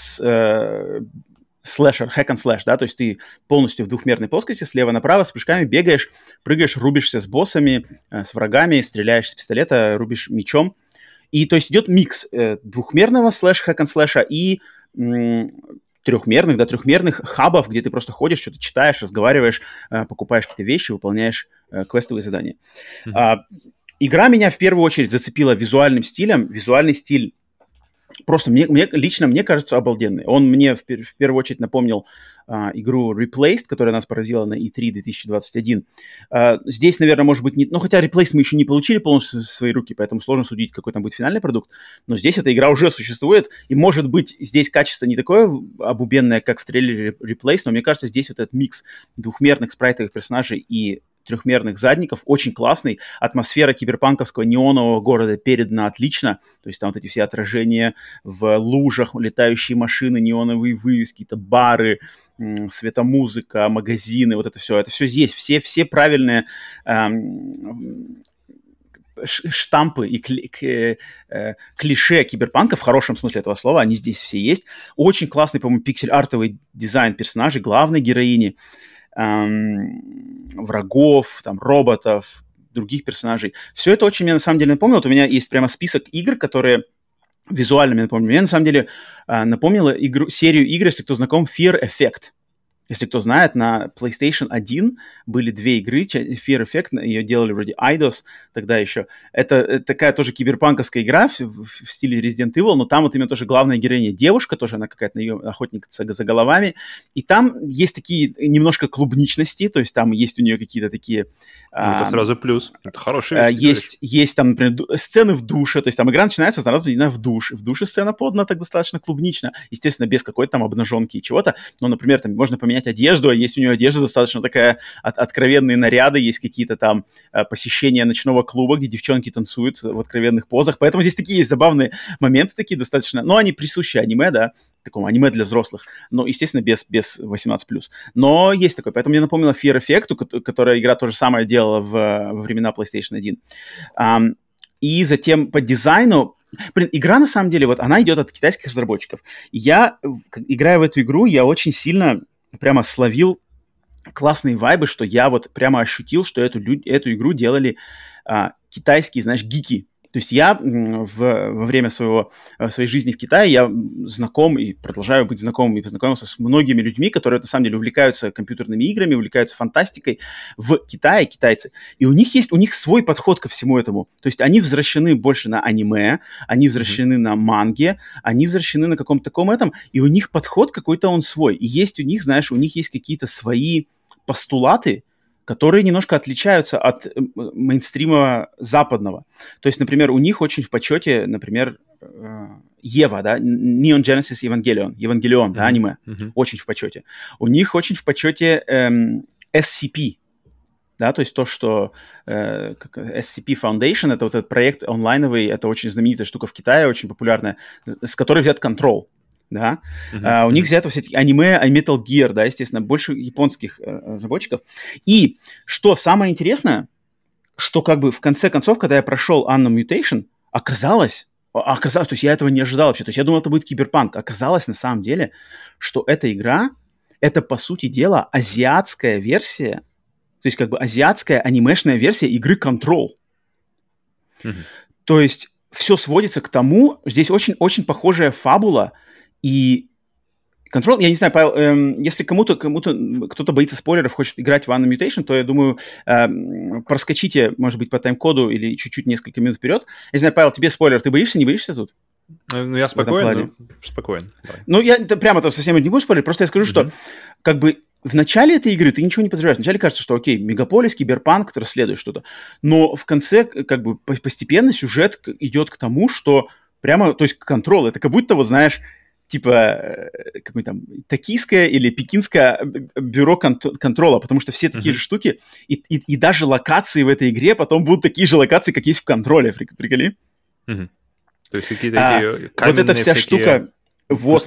слэшер, hack and slash, да, то есть ты полностью в двухмерной плоскости, слева направо, с прыжками бегаешь, прыгаешь, рубишься с боссами, с врагами, стреляешь с пистолета, рубишь мечом. И то есть идет микс двухмерного hack and slash и трехмерных хабов, где ты просто ходишь, что-то читаешь, разговариваешь, покупаешь какие-то вещи, выполняешь квестовые задания. Игра меня в первую очередь зацепила визуальным стилем. Визуальный стиль просто мне кажется обалденный. Он мне в первую очередь напомнил игру Replaced, которая нас поразила на E3 2021. Здесь, наверное, может быть, хотя Replaced мы еще не получили полностью в свои руки, поэтому сложно судить, какой там будет финальный продукт. Но здесь эта игра уже существует, и, может быть, здесь качество не такое обубенное, как в трейлере Replaced, но мне кажется, здесь вот этот микс двухмерных спрайтовых персонажей и трехмерных задников, очень классный. Атмосфера киберпанковского неонового города передана отлично. То есть там вот эти все отражения в лужах, летающие машины, неоновые вывески, какие-то бары, светомузыка, магазины, вот это все здесь. Все правильные штампы и клише киберпанка в хорошем смысле этого слова, они здесь все есть. Очень классный, по-моему, пиксель-артовый дизайн персонажей, главной героини, врагов, там, роботов, других персонажей. Все это очень мне на самом деле напомнило. Вот у меня есть прямо список игр, которые визуально мне напомнили. Мне на самом деле напомнила серию игр, если кто знаком, Fear Effect. Если кто знает, на PlayStation 1 были две игры, Fear Effect, ее делали вроде Eidos тогда еще. Это такая тоже киберпанковская игра в стиле Resident Evil, но там вот именно тоже главная героиня девушка, тоже она какая-то охотница за головами. И там есть такие немножко клубничности, то есть там есть у нее какие-то такие... это сразу плюс. Это хорошая вещь. Есть там, например, сцены в душе, то есть там игра начинается сразу в душе. В душе сцена подана так достаточно клубнично, естественно, без какой-то там обнаженки и чего-то. Но, например, там можно поменять одежду, а есть у нее одежда достаточно такая откровенные наряды, есть какие-то там посещения ночного клуба, где девчонки танцуют в откровенных позах. Поэтому здесь такие есть забавные моменты такие достаточно. Но они присущи аниме, да, такому аниме для взрослых. Но, естественно, без 18+. Но есть такое. Поэтому мне напомнило Fear Effect, которая игра то же самое делала во времена PlayStation 1. И затем по дизайну... Блин, игра, на самом деле, вот она идет от китайских разработчиков. Я, играя в эту игру, я очень сильно прямо словил классные вайбы, что я вот прямо ощутил, что эту игру делали китайские, знаешь, гики. То есть я во время своей жизни в Китае я знаком и продолжаю быть знакомым и познакомился с многими людьми, которые на самом деле увлекаются компьютерными играми, увлекаются фантастикой в Китае, китайцы. И у них свой подход ко всему этому. То есть они возвращены больше на аниме, они возвращены на манге, они возвращены на каком-то таком этом, и у них подход какой-то он свой. И есть у них, знаешь, у них есть какие-то свои постулаты, которые немножко отличаются от мейнстрима западного. То есть, например, у них очень в почете, например, Ева, да, Neon Genesis Evangelion, да, аниме, очень в почете. У них очень в почете SCP, да, то есть то, что SCP Foundation, это вот этот проект онлайновый, это очень знаменитая штука в Китае, очень популярная, с которой взят Control. Да, у них взято все-таки аниме, Metal Gear, да, естественно, больше японских разработчиков. И что самое интересное, что как бы в конце концов, когда я прошел Anno Mutation, оказалось, то есть я этого не ожидал вообще, то есть я думал, это будет киберпанк. Оказалось на самом деле, что эта игра, это по сути дела азиатская версия, то есть как бы азиатская анимешная версия игры Control. То есть все сводится к тому, здесь очень-очень похожая фабула. И Control, я не знаю, Павел, если кто-то боится спойлеров, хочет играть в Anno Mutation, то, я думаю, проскочите, может быть, по тайм-коду или чуть-чуть несколько минут вперед. Я не знаю, Павел, тебе спойлер, ты боишься, не боишься тут? Ну, я спокоен. Давай. Ну, я прямо-то совсем не буду спойлерить, просто я скажу, что как бы в начале этой игры ты ничего не подозреваешь. Вначале кажется, что окей, мегаполис, киберпанк, расследует что-то. Но в конце как бы постепенно сюжет идет к тому, что прямо, то есть Control, это как будто, вот знаешь, типа, какое там, токийское или пекинское бюро контрола, потому что все такие же штуки, и даже локации в этой игре потом будут такие же локации, как есть в Контроле, приколи? То есть какие-то такие вот эта вся штука, вот,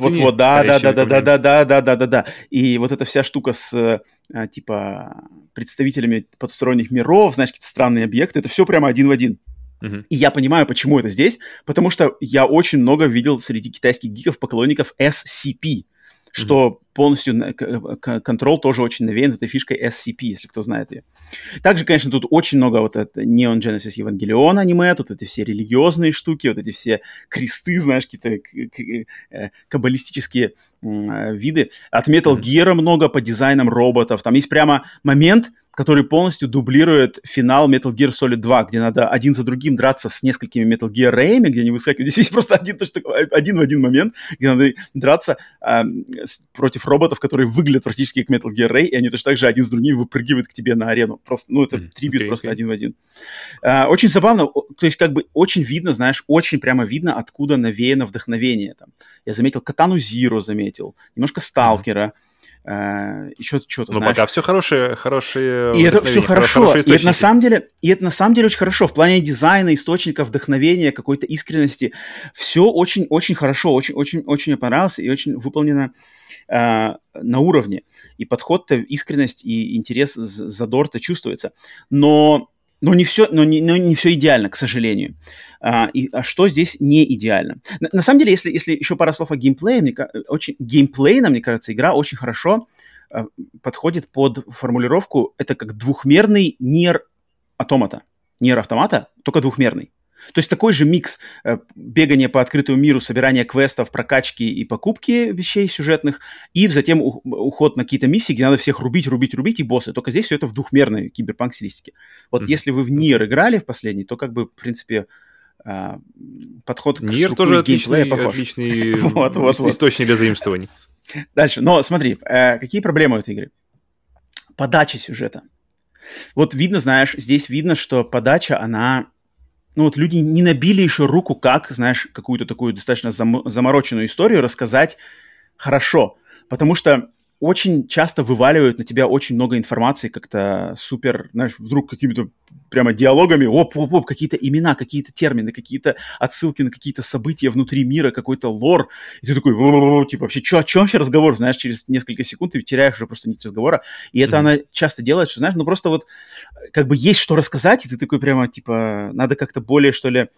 да. И вот эта вся штука с, типа, представителями потусторонних миров, знаешь, какие-то странные объекты, это все прямо один в один. И я понимаю, почему это здесь, потому что я очень много видел среди китайских гиков поклонников SCP, что полностью Control тоже очень навеян этой фишкой SCP, если кто знает ее. Также, конечно, тут очень много вот это Neon Genesis Evangelion аниме, тут эти все религиозные штуки, вот эти все кресты, знаешь, какие-то каббалистические виды. От Metal Gear много по дизайнам роботов. Там есть прямо момент, который полностью дублирует финал Metal Gear Solid 2, где надо один за другим драться с несколькими Metal Gear Ray'ами, где они выскакивают. Здесь есть просто один в один момент, где надо драться против роботов, которые выглядят практически как Metal Gear Ray, и они точно так же один с другим выпрыгивают к тебе на арену. Просто, ну, это трибют просто один в один. Очень забавно, то есть как бы очень видно, знаешь, очень прямо видно, откуда навеяно вдохновение. Там. Я заметил Катану Зиро, немножко Сталкера, еще что-то, но знаешь. пока все хорошие и это все хорошо, и это на самом деле очень хорошо в плане дизайна, источника вдохновения, какой-то искренности. Все очень хорошо, очень мне понравилось и очень выполнено на уровне. И подход-то, искренность и интерес, задор-то чувствуется. Но Но не все идеально, к сожалению. А что здесь не идеально? На самом деле, если еще пара слов о геймплее, геймплейно, мне кажется, игра очень хорошо подходит под формулировку, это как двухмерный Nier Automata, только двухмерный. То есть такой же микс бегания по открытому миру, собирания квестов, прокачки и покупки вещей сюжетных, и затем уход на какие-то миссии, где надо всех рубить, и боссы. Только здесь все это в двухмерной киберпанк-стилистике. Вот если вы в Nier играли в последний, то как бы, в принципе, подход к структуре геймплея похож. Отличный источник для заимствований. Дальше. Но смотри, какие проблемы у этой игры? Подача сюжета. Вот видно, знаешь, здесь видно, что подача, она... Ну вот люди не набили еще руку, как, знаешь, какую-то такую достаточно замороченную историю рассказать хорошо. Потому что очень часто вываливают на тебя очень много информации, как-то супер, знаешь, вдруг какими-то прямо диалогами, какие-то имена, какие-то термины, какие-то отсылки на какие-то события внутри мира, какой-то лор. И ты такой, типа, вообще, о чем вообще разговор? Знаешь, через несколько секунд ты теряешь уже просто нить разговора. И это она часто делает, что, знаешь, ну просто вот как бы есть что рассказать, и ты такой прямо, типа, надо как-то более, что ли,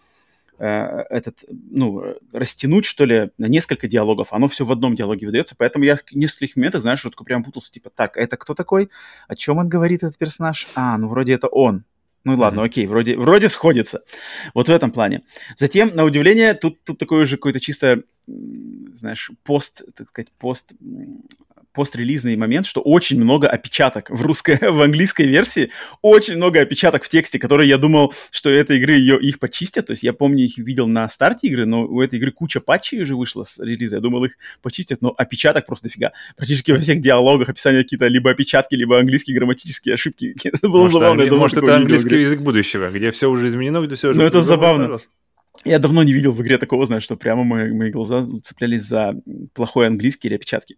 растянуть, что ли, на несколько диалогов. Оно все в одном диалоге выдается, поэтому я в нескольких моментах, знаешь, вот прям путался, типа, так, это кто такой? О чем он говорит, этот персонаж? Ну, вроде это он. Ну, ладно, окей, вроде сходится. Вот в этом плане. Затем, на удивление, тут такой уже какой-то чисто, знаешь, пострелизный момент, что очень много опечаток в английской версии, очень много опечаток в тексте, которые я думал, что этой игры их почистят. То есть я помню, их видел на старте игры, но у этой игры куча патчей уже вышла с релиза. Я думал, их почистят, но опечаток просто дофига. Практически во всех диалогах описания какие-то либо опечатки, либо английские грамматические ошибки. Это было забавно. Может, это английский язык будущего, где все уже изменено, где все уже... Ну, это забавно. Я давно не видел в игре такого, знаешь, что прямо мои глаза цеплялись за плохой английский или опечатки.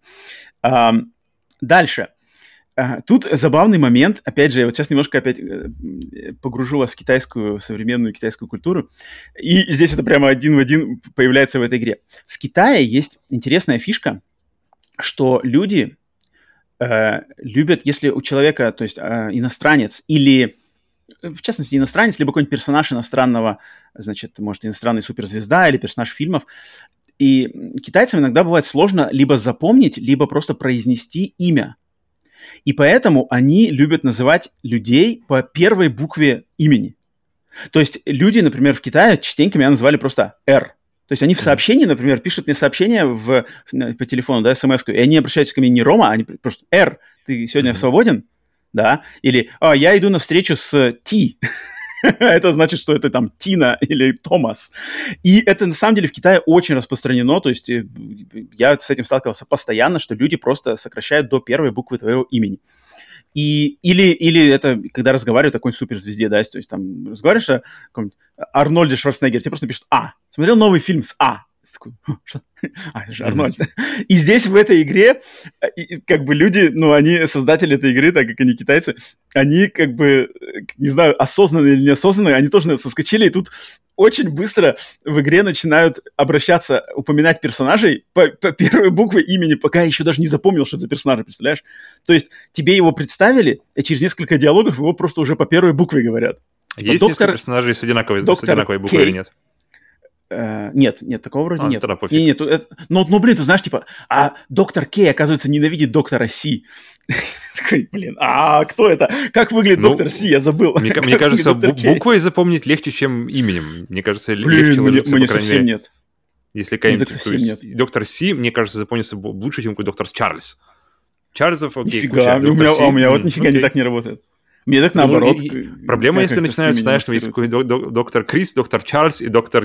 Дальше. Тут забавный момент. Опять же, я вот сейчас немножко опять погружу вас в современную китайскую культуру. И здесь это прямо один в один появляется в этой игре. В Китае есть интересная фишка, что люди любят, если у человека, то есть иностранец или... В частности, иностранец, либо какой-нибудь персонаж иностранного, значит, может, иностранная суперзвезда или персонаж фильмов. И китайцам иногда бывает сложно либо запомнить, либо просто произнести имя. И поэтому они любят называть людей по первой букве имени. То есть люди, например, в Китае частенько меня называли просто «Р». То есть они в сообщении, например, пишут мне сообщение по телефону, да, смс-ку, и они обращаются ко мне не Рома, они просто «Р, ты сегодня свободен?» Да, или я иду на встречу с Ти. Это значит, что это там Тина или Томас. И это на самом деле в Китае очень распространено. То есть я с этим сталкивался постоянно, что люди просто сокращают до первой буквы твоего имени. Или это когда разговаривают о какой-нибудь суперзвезде, да, то есть там разговариваешь о каком-нибудь Арнольде Шварценеггере, тебе просто пишут Смотрел новый фильм с Такой, что? Это же Арнольд. И здесь в этой игре как бы люди, они создатели этой игры, так как они китайцы, они как бы, не знаю, осознанно или неосознанно, они тоже соскочили, и тут очень быстро в игре начинают упоминать персонажей по первой букве имени, пока я еще даже не запомнил, что это за персонажи, представляешь? То есть тебе его представили, и через несколько диалогов его просто уже по первой букве говорят. Есть несколько персонажей с одинаковой буквой или нет? Нет, такого вроде нет. Тогда пофиг. Нет, блин, ты знаешь, типа, доктор Кей, оказывается, ненавидит доктора Си. Такой, блин, кто это? Как выглядит доктор Си? Я забыл. Мне кажется, буквой запомнить легче, чем именем. Мне кажется, легче ложиться, мне совсем нет. Если какой-нибудь доктор Си, мне кажется, запомнится лучше, чем какой доктор Чарльз. Чарльзов, окей, куча. У меня вот нифига не так не работает. Мне так наоборот. Проблема, если начинают, знаешь, есть какой доктор Крис, доктор Чарльз и доктор...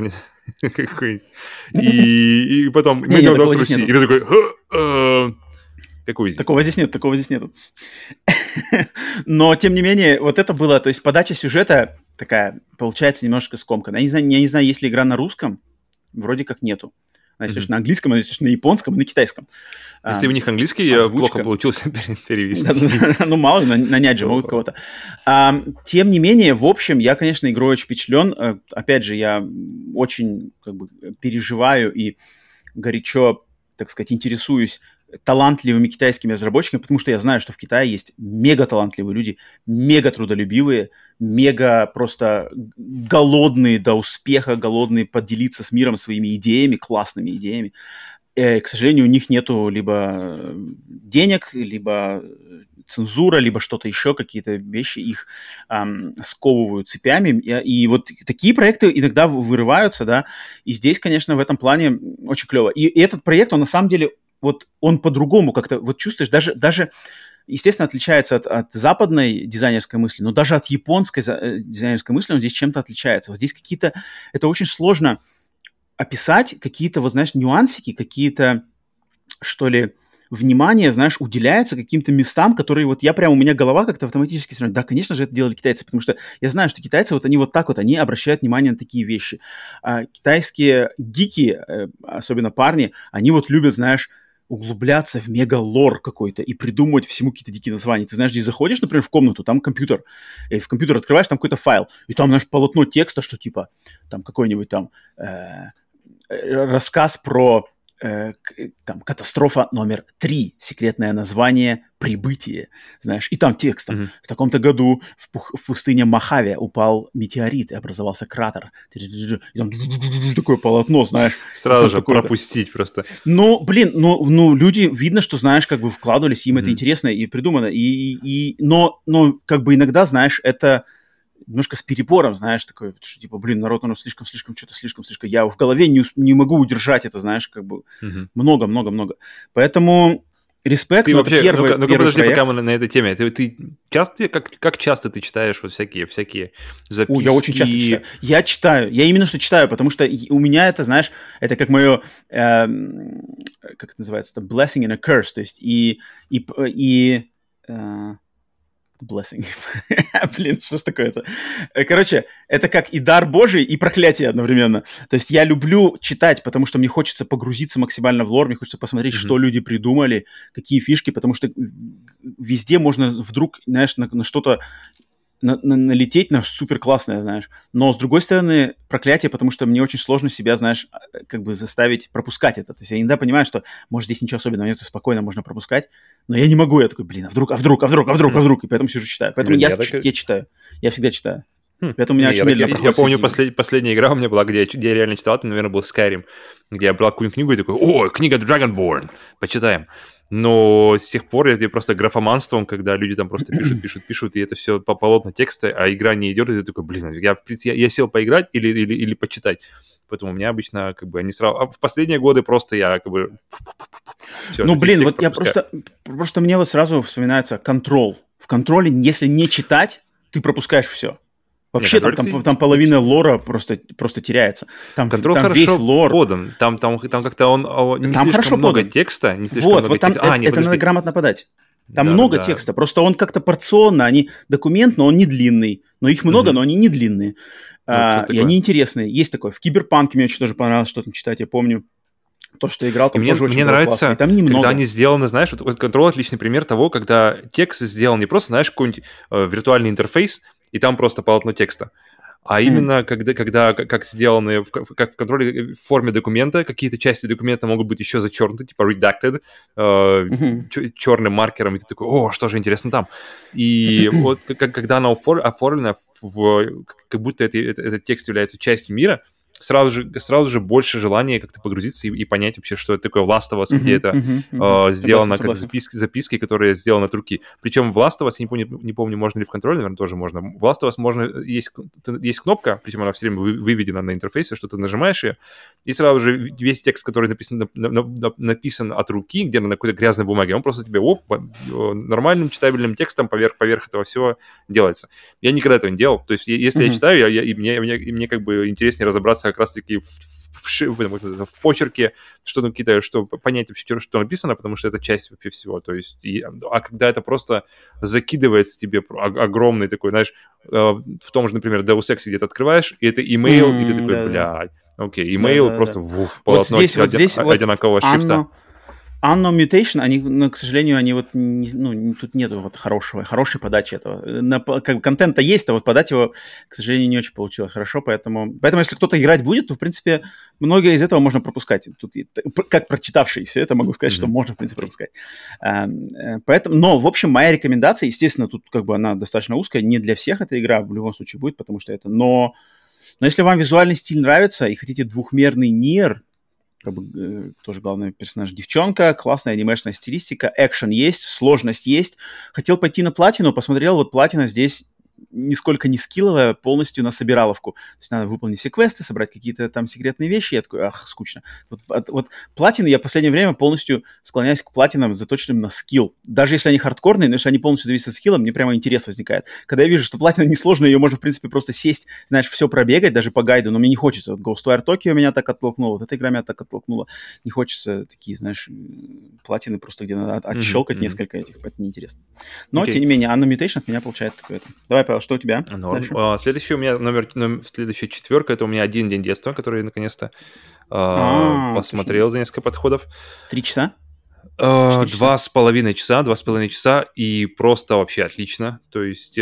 И потом доктор Си. И ты такой... Какой здесь? Такого здесь нету. Но, тем не менее, вот это было... То есть подача сюжета такая, получается, немножко скомканная. Я не знаю, есть ли игра на русском. Вроде как нету. Она есть на английском, она есть на японском и на китайском. Если у них английский, я плохо получился перевести. Ну, мало ли, нанять же могут кого-то. Тем не менее, в общем, я, конечно, игрой очень впечатлен. Опять же, я очень переживаю и горячо, так сказать, интересуюсь талантливыми китайскими разработчиками, потому что я знаю, что в Китае есть мега талантливые люди, мега трудолюбивые, мега просто голодные до успеха, голодные поделиться с миром своими идеями, классными идеями. К сожалению, у них нету либо денег, либо цензура, либо что-то еще, какие-то вещи их сковывают цепями. И вот такие проекты иногда вырываются, да, и здесь, конечно, в этом плане очень клево. И этот проект, он на самом деле, вот он по-другому как-то, вот чувствуешь, даже естественно, отличается от западной дизайнерской мысли, но даже от японской дизайнерской мысли он здесь чем-то отличается. Вот здесь какие-то, это очень сложно описать, какие-то, вот знаешь, нюансики, какие-то, что ли, внимание, знаешь, уделяется каким-то местам, которые вот у меня голова как-то автоматически сравнивает. Да, конечно же, это делали китайцы, потому что я знаю, что китайцы вот они вот так вот, они обращают внимание на такие вещи. А китайские гики, особенно парни, они вот любят, знаешь, углубляться в мега-лор какой-то и придумывать всему какие-то дикие названия. Ты знаешь, здесь заходишь, например, в комнату, там компьютер, и в компьютер открываешь, там какой-то файл, и там, знаешь, полотно текста, что типа, там какой-нибудь там рассказ про там катастрофа номер 3, секретное название «Прибытие», знаешь, и там текст, там, в таком-то году в пустыне Мохаве упал метеорит и образовался кратер. И там такое полотно, знаешь. Сразу же пропустить просто. Ну, блин, люди, видно, что, знаешь, как бы вкладывались, им это интересно и придумано, но как бы иногда, знаешь, это немножко с перебором, знаешь, такое, что, типа, блин, народ, оно слишком, я в голове не могу удержать это, знаешь, как бы много. Поэтому респект, ты вообще, первый подожди, проект. пока мы на этой теме. Ты часто, как часто ты читаешь вот всякие записки? Я очень часто читаю. Я читаю, я именно что читаю, потому что у меня это, знаешь, это как мое, как это называется, blessing and a curse, то есть blessing. Блин, что ж такое-то? Короче, это как и дар Божий, и проклятие одновременно. То есть я люблю читать, потому что мне хочется погрузиться максимально в лор, мне хочется посмотреть, что люди придумали, какие фишки, потому что везде можно вдруг, знаешь, на что-то налететь на супер классное, знаешь. Но, с другой стороны, проклятие, потому что мне очень сложно себя, знаешь, как бы заставить пропускать это. То есть я иногда понимаю, что, может, здесь ничего особенного нет, спокойно можно пропускать, но я не могу. Я такой, блин, а вдруг, и поэтому сижу читаю. Поэтому я читаю. Я всегда читаю. Поэтому у меня очень медленно проходит. Я помню, последняя игра у меня была, где я реально читал, это, наверное, был Skyrim, где я брал какую-нибудь книгу и такой, о, книга Dragonborn, почитаем. Но с тех пор я просто графоманством, когда люди там просто пишут, и это все по полотна текста, а игра не идет, и ты такой, блин, я сел поиграть или почитать. Поэтому у меня обычно как бы они сразу... А в последние годы просто я как бы... Все, ну, блин, вот я просто мне вот сразу вспоминается контрол. В контроле, если не читать, ты пропускаешь все. Вообще там половина лора просто теряется. Там хорошо весь лор подан. Там как-то он не там слишком много подан. Текста. Не слишком много там текста. Это надо грамотно подать. Там много текста. Просто он как-то порционно. Они документ, но он не длинный. Но их много, но они не длинные. И они интересные. Есть такое. В Киберпанке мне очень тоже понравилось, что там читать, я помню. То, что играл, там тоже очень нравится, там когда они сделаны, знаешь, вот Control отличный пример того, когда текст сделан не просто, знаешь, какой-нибудь виртуальный интерфейс, и там просто полотно текста. А именно, когда как сделаны, как в контроле в форме документа, какие-то части документа могут быть еще зачеркнуты, типа redacted, черным маркером, и ты такой, о, что же интересно там. И вот когда она оформлена, как будто этот текст является частью мира, сразу же больше желания как-то погрузиться и понять вообще, что это такое Last of Us, где это сделано как записки, которые сделаны от руки. Причем в Last of Us, я не помню, можно ли в контроле, наверное, тоже можно. В Last of Us есть кнопка, причем она все время выведена на интерфейсе, что ты нажимаешь ее, и сразу же весь текст, который написан от руки, где на какой-то грязной бумаге, он просто тебе нормальным читабельным текстом поверх этого всего делается. Я никогда этого не делал. То есть если я читаю, и мне как бы интереснее разобраться как раз-таки в почерке, что понять вообще, что написано, потому что это часть вообще всего. То есть, а когда это просто закидывается тебе огромный такой, знаешь, в том же, например, Deus Ex где-то открываешь, и это имейл, и ты такой, блядь, окей, имейл просто полотно одинакового шрифта. Anno Mutation, они, ну, к сожалению, они вот, тут нету вот хорошей подачи этого. Как бы контента есть, а вот подать его, к сожалению, не очень получилось хорошо, поэтому если кто-то играть будет, то, в принципе, многое из этого можно пропускать. Тут, как прочитавший все это, могу сказать, что можно, в принципе, пропускать. Поэтому, но, в общем, моя рекомендация, естественно, тут как бы она достаточно узкая, не для всех эта игра в любом случае будет, потому что это, но если вам визуальный стиль нравится и хотите двухмерный Нир, как бы, тоже главный персонаж девчонка, классная анимешная стилистика, экшен есть, сложность есть. Хотел пойти на платину, посмотрел, вот платина здесь нисколько не скилловая, полностью на собираловку. То есть надо выполнить все квесты, собрать какие-то там секретные вещи. Я такой, скучно. Вот платины я в последнее время полностью склоняюсь к платинам, заточенным на скилл. Даже если они хардкорные, но если они полностью зависят от скилла, мне прямо интерес возникает. Когда я вижу, что платина несложная, ее можно, в принципе, просто сесть, знаешь, все пробегать, даже по гайду, но мне не хочется. Вот Ghostwire Tokyo меня так оттолкнуло, вот эта игра меня так оттолкнула. Не хочется такие, знаешь, платины просто где надо отщелкать несколько этих, это неинтересно. Но, тем не менее, Anno Mutation от меня получает такое. Давай, Павел, что у тебя? Следующий у меня следующая четверка, это у меня «Один день детства», который наконец-то посмотрел за несколько подходов. 3 часа? 2,5 часа, и просто вообще отлично. То есть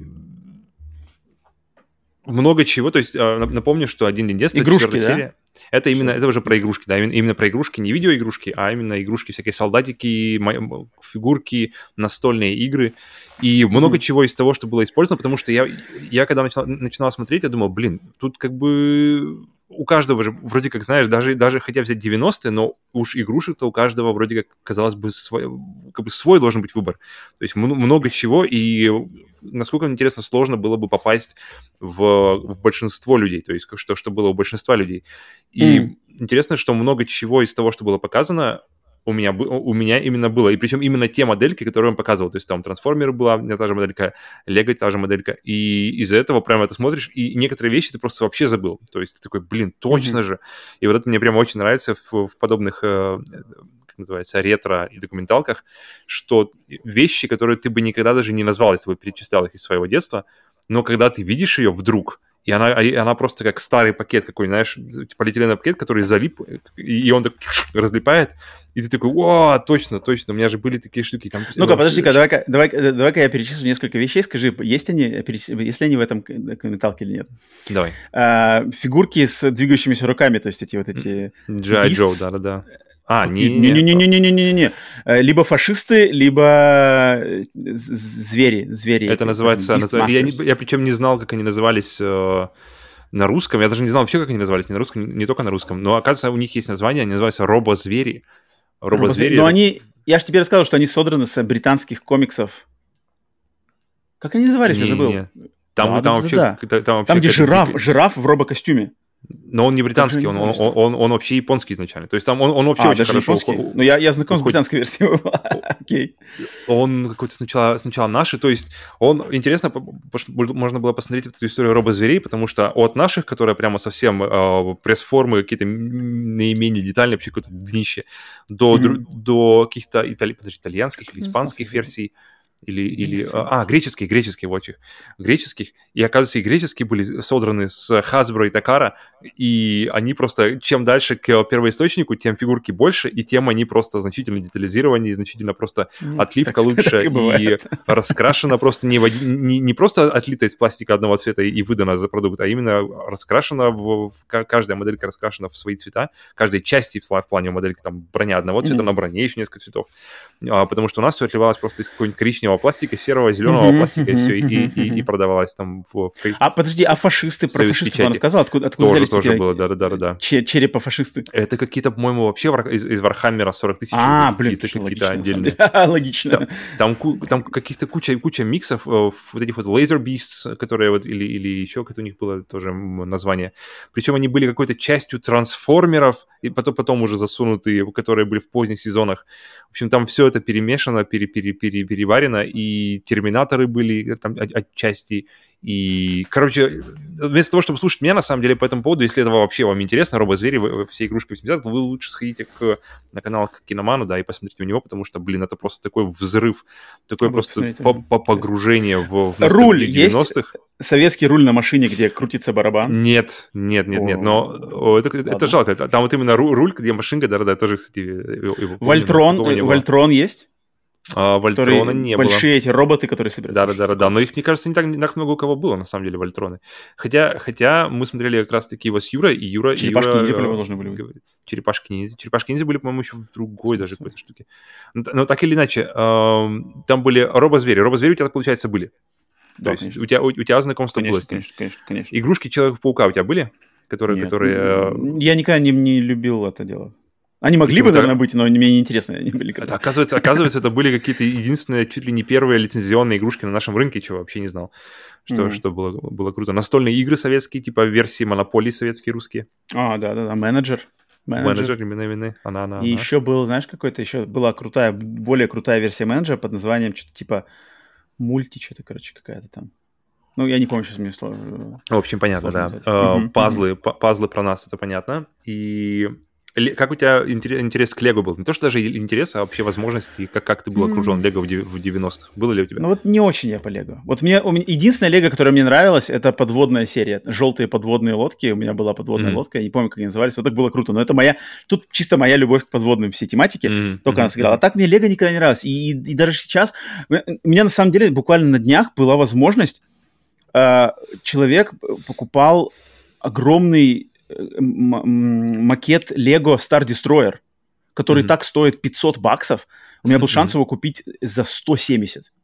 много чего. То есть напомню, что «Один день детства», игрушки, да? серия. Это уже про игрушки, да, именно про игрушки, не видеоигрушки, а именно игрушки, всякие солдатики, фигурки, настольные игры. И много чего из того, что было использовано, потому что я когда начинал смотреть, я думал, тут как бы у каждого же, вроде как, знаешь, даже хотя взять 90-е, но уж игрушек-то у каждого вроде как, казалось бы, свой должен быть выбор. То есть много чего, и насколько, интересно, сложно было бы попасть в большинство людей, то есть что было у большинства людей. И интересно, что много чего из того, что было показано, у меня именно было. И причем именно те модельки, которые он показывал. То есть там трансформеры была, у меня та же моделька, Лего та же моделька. И из-за этого прямо ты смотришь, и некоторые вещи ты просто вообще забыл. То есть ты такой, точно же. И вот это мне прямо очень нравится в подобных, как называется, ретро и документалках, что вещи, которые ты бы никогда даже не назвал, если бы перечислял их из своего детства, но когда ты видишь ее вдруг, и она просто как старый пакет какой, знаешь, полиэтиленовый пакет, который залип, и он так разлипает, и ты такой, точно, у меня же были такие штуки. Там, ну-ка, подожди-ка, давай-ка я перечислю несколько вещей, скажи, есть ли они в этом документалке или нет? Давай. Фигурки с двигающимися руками, то есть эти G.I. Joe, да-да-да. Не. Либо фашисты, либо звери. Это называется... Я причем не знал, как они назывались на русском. Я даже не знал вообще, как они назывались. Не на русском, не только на русском. Но, оказывается, у них есть название. Они называются робозвери. Но они... Я же тебе рассказывал, что они содраны с британских комиксов. Как они назывались, я забыл. Там вообще... Там, где жираф в робокостюме. Но он не британский, он вообще японский изначально. То есть там он вообще очень хорошо... Но я знаком с британской версией. Окей. Он какой-то сначала наши, то есть он... Интересно, можно было посмотреть эту историю робозверей, потому что от наших, которые прямо совсем пресс-формы, какие-то наименее детальные, вообще какое-то днище, до каких-то итальянских или испанских версий, греческих вочих. Греческих. И, оказывается, и греческие были содраны с Hasbro и Takara, и они просто, чем дальше к первоисточнику, тем фигурки больше, и тем они просто значительно детализированы, значительно просто отливка лучше, и раскрашена просто не просто отлита из пластика одного цвета и выдана за продукт, а именно раскрашена, каждая моделька раскрашена в свои цвета, каждой части в плане модельки, там броня одного цвета, на броне еще несколько цветов, потому что у нас все отливалось просто из какого-нибудь коричневого пластика, серого, зеленого пластика, и все, и продавалась там подожди, фашисты, про фашистов он рассказал? Откуда тоже было, да. Черепа фашисты. Это какие-то, по-моему, вообще из Вархаммера 40 тысяч. Какие-то отдельные. Логично. Там каких-то куча миксов, вот этих вот Laser Beasts, которые вот, или еще какое-то у них было тоже название. Причем они были какой-то частью трансформеров, и потом уже засунутые, которые были в поздних сезонах. В общем, там все это перемешано, переварено, и терминаторы были там отчасти. И, короче, вместо того, чтобы слушать меня, на самом деле, по этому поводу, если это вообще вам интересно, робозвери, все игрушки 80-х, вы лучше сходите на канал к Киноману, да, и посмотрите у него, потому что, это просто такой взрыв, такое просто погружение в руль 90-х. советский руль на машине, где крутится барабан? Нет. Но это жалко. Там вот именно руль, где машинка, да, тоже, кстати, его помню, Вольтрон есть? Вольтрона не было. Большие эти роботы, которые собирают. Да. Но их, мне кажется, не так много у кого было, на самом деле, Вольтроны. Хотя мы смотрели как раз-таки его с Юрой, и Юра... Черепашки-ниндзя, по-моему, должны были быть. Черепашки-ниндзя были, по-моему, еще в другой даже какой-то штуке. Но так или иначе, там были робозвери. Робозвери у тебя, получается, были. Да, то есть у тебя знакомство было с ним. Конечно. Игрушки Человека-паука у тебя были? Которые... Я никогда не любил это дело. Они могли бы, наверное, быть, но мне неинтересно они были. Оказывается, это были какие-то единственные, чуть ли не первые лицензионные игрушки на нашем рынке, чего вообще не знал, что было круто. Настольные игры советские, типа версии Монополии советские, русские. Да. Менеджер, именно. Она. И еще был, знаешь, была более крутая версия менеджера под названием что-то типа что-то, короче, какая-то там. Ну, я не помню, сейчас мне сложно. В общем, понятно, да. Пазлы про нас, это понятно. И... Как у тебя интерес к Лего был? Не то, что даже интерес, а вообще возможности, как ты был окружен Лего в 90-х? Было ли у тебя? Ну вот не очень я по Лего. Вот у меня единственная Лего, которая мне нравилась, это подводная серия. Желтые подводные лодки. У меня была подводная лодка, я не помню, как они назывались. Вот так было круто. Но это тут чисто моя любовь к подводным всей тематике. Только она сыграла. А так мне Лего никогда не нравилось. И даже сейчас... У меня на самом деле буквально на днях была возможность... Человек покупал огромный... макет Lego Star Destroyer, который так стоит $500. У меня был шанс его купить за 170.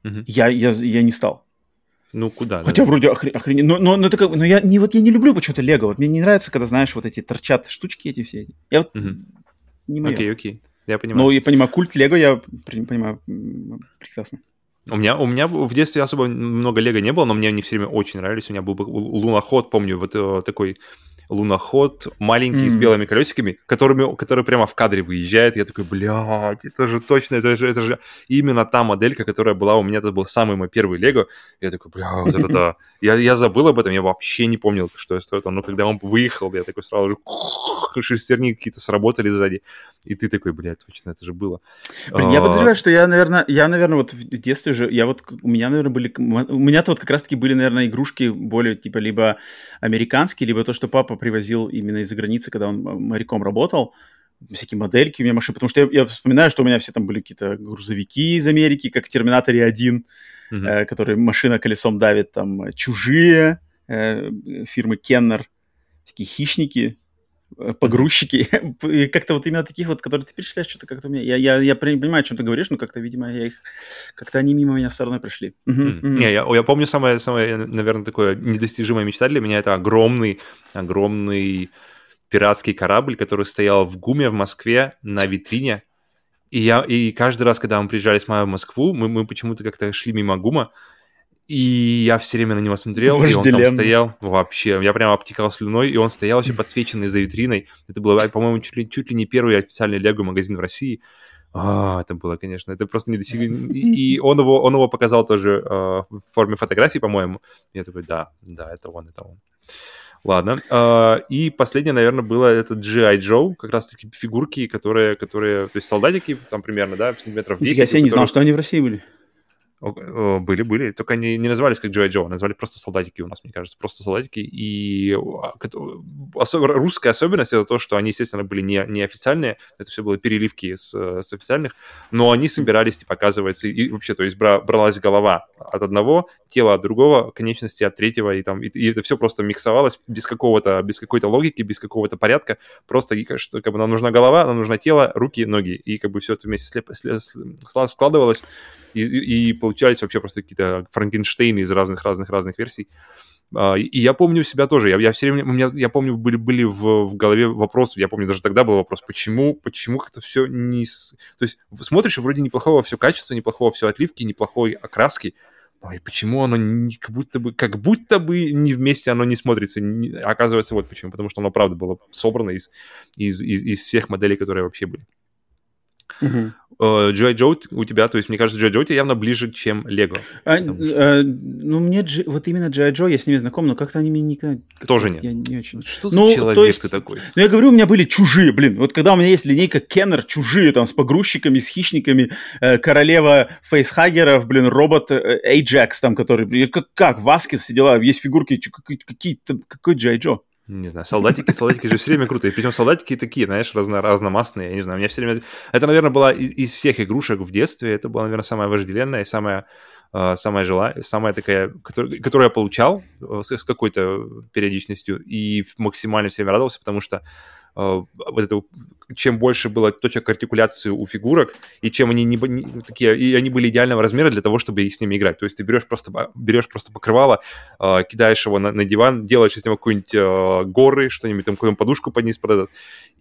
Я не стал. Ну, куда? Хотя вроде охрененно. Но я не люблю почему-то Lego. Вот мне не нравится, когда, знаешь, вот эти торчат штучки эти все. Я вот не моё. Окей. Я понимаю. Но я понимаю, культ Lego я понимаю прекрасно. У меня в детстве особо много Лего не было, но мне они все время очень нравились. У меня был луноход, помню, вот такой луноход маленький с белыми колесиками, который прямо в кадре выезжает. Я такой, блядь, это же точно, это же именно та моделька, которая была у меня, это был самый мой первый Лего. Я такой, блядь, вот это да. Я забыл об этом, я вообще не помнил, что это стоит. Но когда он выехал, я такой сразу же, шестерни какие-то сработали сзади. И ты такой, блядь, точно, это же было. Блин, я подозреваю, что я, наверное, вот в детстве же, у меня-то вот как раз-таки были, наверное, игрушки более, типа, либо американские, либо то, что папа привозил именно из-за границы, когда он моряком работал, всякие модельки у меня машин, потому что я вспоминаю, что у меня все там были какие-то грузовики из Америки, как в «Терминаторе 1», которые машина колесом давит, там, «Чужие», фирмы Kenner, такие хищники, погрузчики, и как-то вот именно таких вот, которые ты перечисляешь, что-то как-то у меня... Я понимаю, о чем ты говоришь, но как-то, видимо, как-то они мимо меня стороной прошли. Не, я помню самое, наверное, такое недостижимая мечта для меня, это огромный пиратский корабль, который стоял в ГУМе в Москве на витрине, и каждый раз, когда мы приезжали с мамой в Москву, мы почему-то как-то шли мимо ГУМа, и я все время на него смотрел, и он там стоял вообще. Я прямо обтекал слюной, и он стоял вообще подсвеченный за витриной. Это было, по-моему, чуть ли не первый официальный Лего-магазин в России. Это было, конечно, это просто недосягаемо. И он его показал тоже в форме фотографии, по-моему. Я такой, да, это он. Ладно. И последнее, наверное, было это G.I. Joe, как раз-таки фигурки, которые, то есть солдатики, там примерно, да, сантиметров 10. Я не знал, что они в России были. Были, только они не назывались как Джо, назвали просто солдатики у нас, мне кажется, просто солдатики. И русская особенность — это то, что они, естественно, были не официальные, это все было переливки с официальных, но они собирались, типа, оказывается, и вообще, то есть бралась голова от одного, тело от другого, конечности от третьего, и это все просто миксовалось без какой-то логики, без какого-то порядка, просто что, как бы, нам нужна голова, нам нужно тело, руки, ноги, и как бы все это вместе складывалось. И получались вообще просто какие-то Франкенштейны из разных версий. И я помню себя тоже. Я все время, я помню, были в голове вопросы. Я помню, даже тогда был вопрос, почему как-то все не... То есть смотришь, и вроде неплохого все качества, неплохого все отливки, неплохой окраски. И почему оно как будто бы не вместе оно не смотрится. Оказывается, вот почему. Потому что оно, правда, было собрано из всех моделей, которые вообще были. G.I. Joe у тебя, то есть, мне кажется, G.I. Joe тебе явно ближе, чем Лего. Мне вот именно G.I. Joe, я с ними знаком, но как-то они мне никогда... Тоже нет. Я не очень... Что за человек ты такой? Ну, я говорю, у меня были чужие, вот когда у меня есть линейка Kenner, чужие, там, с погрузчиками, с хищниками, королева фейсхаггеров, робот Ajax, там, который... Как? Васкес, все дела, есть фигурки, какой G.I. Joe? Не знаю, солдатики же все время крутые. Причем солдатики такие, знаешь, разномастные, я не знаю. У меня все время... Это, наверное, была из всех игрушек в детстве, это была, наверное, самая вожделенная и самая такая, которую я получал с какой-то периодичностью и максимально всем радовался, потому что вот это, чем больше было точек артикуляции у фигурок, и чем они такие, и они были идеального размера для того, чтобы с ними играть. То есть ты берешь просто покрывало, кидаешь его на диван, делаешь из него какую-нибудь горы, что-нибудь там, какую-нибудь подушку под низ продадут,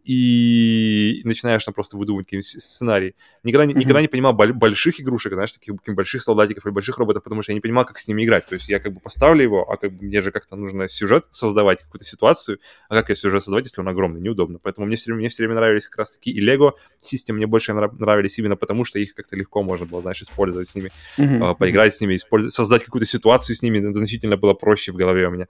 и начинаешь там просто выдумывать какие-нибудь сценарии. Никогда не понимал больших игрушек, знаешь, таких больших солдатиков или больших роботов, потому что я не понимал, как с ними играть. То есть я как бы поставлю его, а как бы мне же как-то нужно сюжет создавать, какую-то ситуацию, а как я сюжет создавать, если он огромный, неудобно. Поэтому мне все время нравились как раз-таки и Lego System, мне больше нравились именно потому, что их как-то легко можно было, знаешь, использовать с ними, поиграть с ними, создать какую-то ситуацию с ними значительно было проще в голове у меня.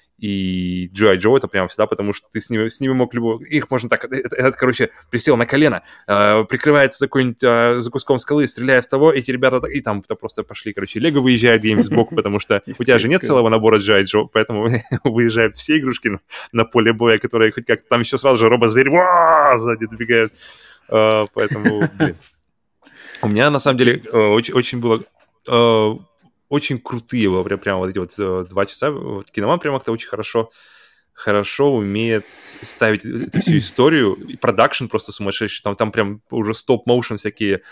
И G.I. Joe это прямо всегда, потому что ты с ними мог их можно так... Этот, короче, присел на колено, прикрывается за какой-нибудь за куском скалы, стреляет в того, эти ребята... И там просто пошли, короче, Лего выезжает где-нибудь сбоку, потому что у тебя же нет целого набора G.I. Joe, поэтому выезжают все игрушки на поле боя, которые хоть как-то... Там еще сразу же робот-зверь сзади добегает. Поэтому, блин. У меня, на самом деле, очень было... Очень крутые были прям вот эти вот 2 часа. Киноман прям как-то очень хорошо умеет ставить эту всю историю. И продакшн просто сумасшедший. Там прям уже стоп-моушен всякие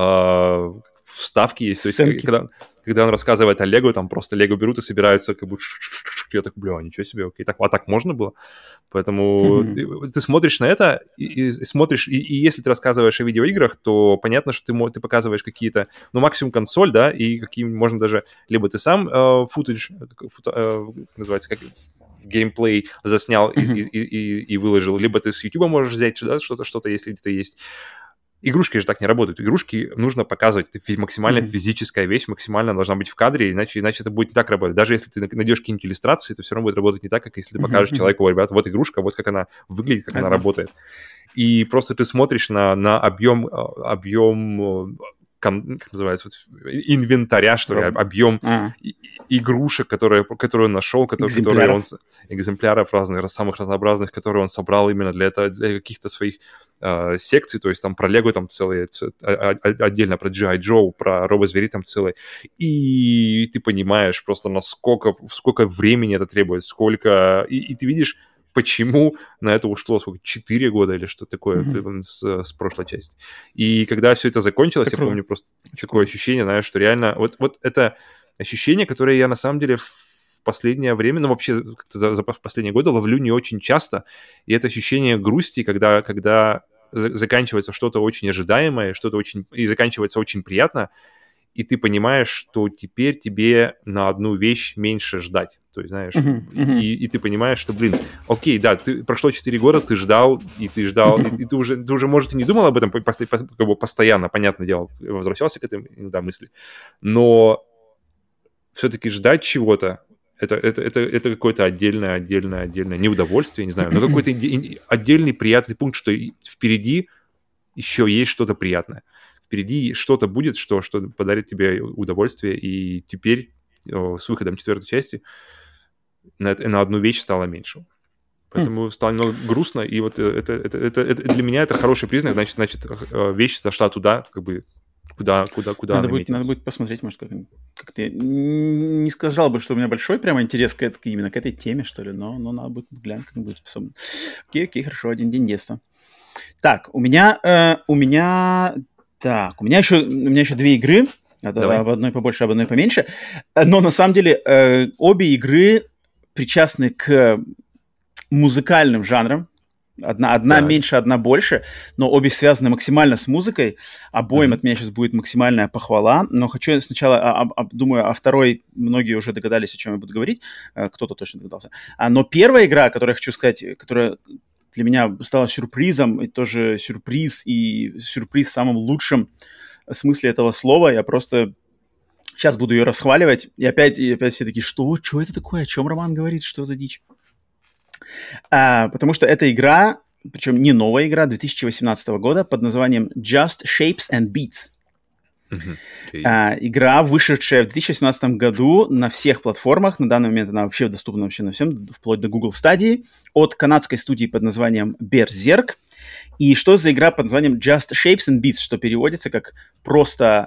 вставки есть. То есть когда он рассказывает о Лего, там просто Лего берут и собираются как бы... Я так, ничего себе, окей. Так можно было? Поэтому ты смотришь на это и смотришь... И если ты рассказываешь о видеоиграх, то понятно, что ты показываешь какие-то... максимум консоль, да, и какие можно даже... Либо ты сам футаж, называется, как геймплей заснял и выложил, либо ты с YouTube можешь взять, да, что-то, если где-то есть. Игрушки же так не работают. Игрушки нужно показывать. Это максимально физическая вещь, максимально должна быть в кадре, иначе это будет не так работать. Даже если ты найдешь какие-нибудь иллюстрации, это все равно будет работать не так, как если ты покажешь человеку, ребят, вот игрушка, вот как она выглядит, как она работает. И просто ты смотришь на объем как называется, инвентаря, что ли, объем игрушек, которые он нашел, которые он... Экземпляров разных, самых разнообразных, которые он собрал именно для каких-то своих секций, то есть там про Лего там целые, отдельно про G.I. Joe, про робо-звери там целые. И ты понимаешь просто, сколько времени это требует, сколько... И ты видишь, почему на это ушло 4 года или что такое с прошлой части. И когда все это закончилось, я помню просто такое ощущение, знаешь, что реально... Вот это ощущение, которое я на самом деле в последнее время, вообще как-то за последние годы ловлю не очень часто. И это ощущение грусти, когда заканчивается что-то очень ожидаемое, и заканчивается очень приятно, и ты понимаешь, что теперь тебе на одну вещь меньше ждать. То есть, знаешь, и ты понимаешь, что, окей, да, прошло 4 года, ты ждал, и ты уже, может, и не думал об этом как бы постоянно, понятное дело, возвращался к этой иногда мысли, но все-таки ждать чего-то, это какое-то отдельное неудовольствие, не знаю, но какой-то отдельный приятный пункт, что впереди еще есть что-то приятное. Впереди что-то будет, что подарит тебе удовольствие, и теперь с выходом 4-й части на одну вещь стало меньше. Поэтому стало немного грустно, и вот это для меня это хороший признак, значит вещь зашла туда, как бы куда надо будет посмотреть, может, как-то... Не сказал бы, что у меня большой прямо интерес именно к этой теме, что ли, но надо будет глянуть, как будет способен. Окей, хорошо, один день детства. Так, у меня еще 2 игры, об одной побольше, об одной поменьше, но на самом деле обе игры причастны к музыкальным жанрам. Одна меньше, одна больше, но обе связаны максимально с музыкой. Обоим от меня сейчас будет максимальная похвала, но хочу сначала, думаю, о второй многие уже догадались, о чем я буду говорить, кто-то точно догадался. Но первая игра, которую я хочу сказать, которая для меня стало сюрпризом, и тоже сюрприз в самом лучшем смысле этого слова. Я просто сейчас буду ее расхваливать, и опять все такие, что это такое, о чем Роман говорит, что за дичь? Потому что эта игра, причем не новая игра, 2018 года, под названием Just Shapes and Beats. Игра, вышедшая в 2018 году на всех платформах. На данный момент она вообще доступна вообще на всем, вплоть до Google Stadia, от канадской студии под названием Berserk. И что за игра под названием Just Shapes and Beats, что переводится как просто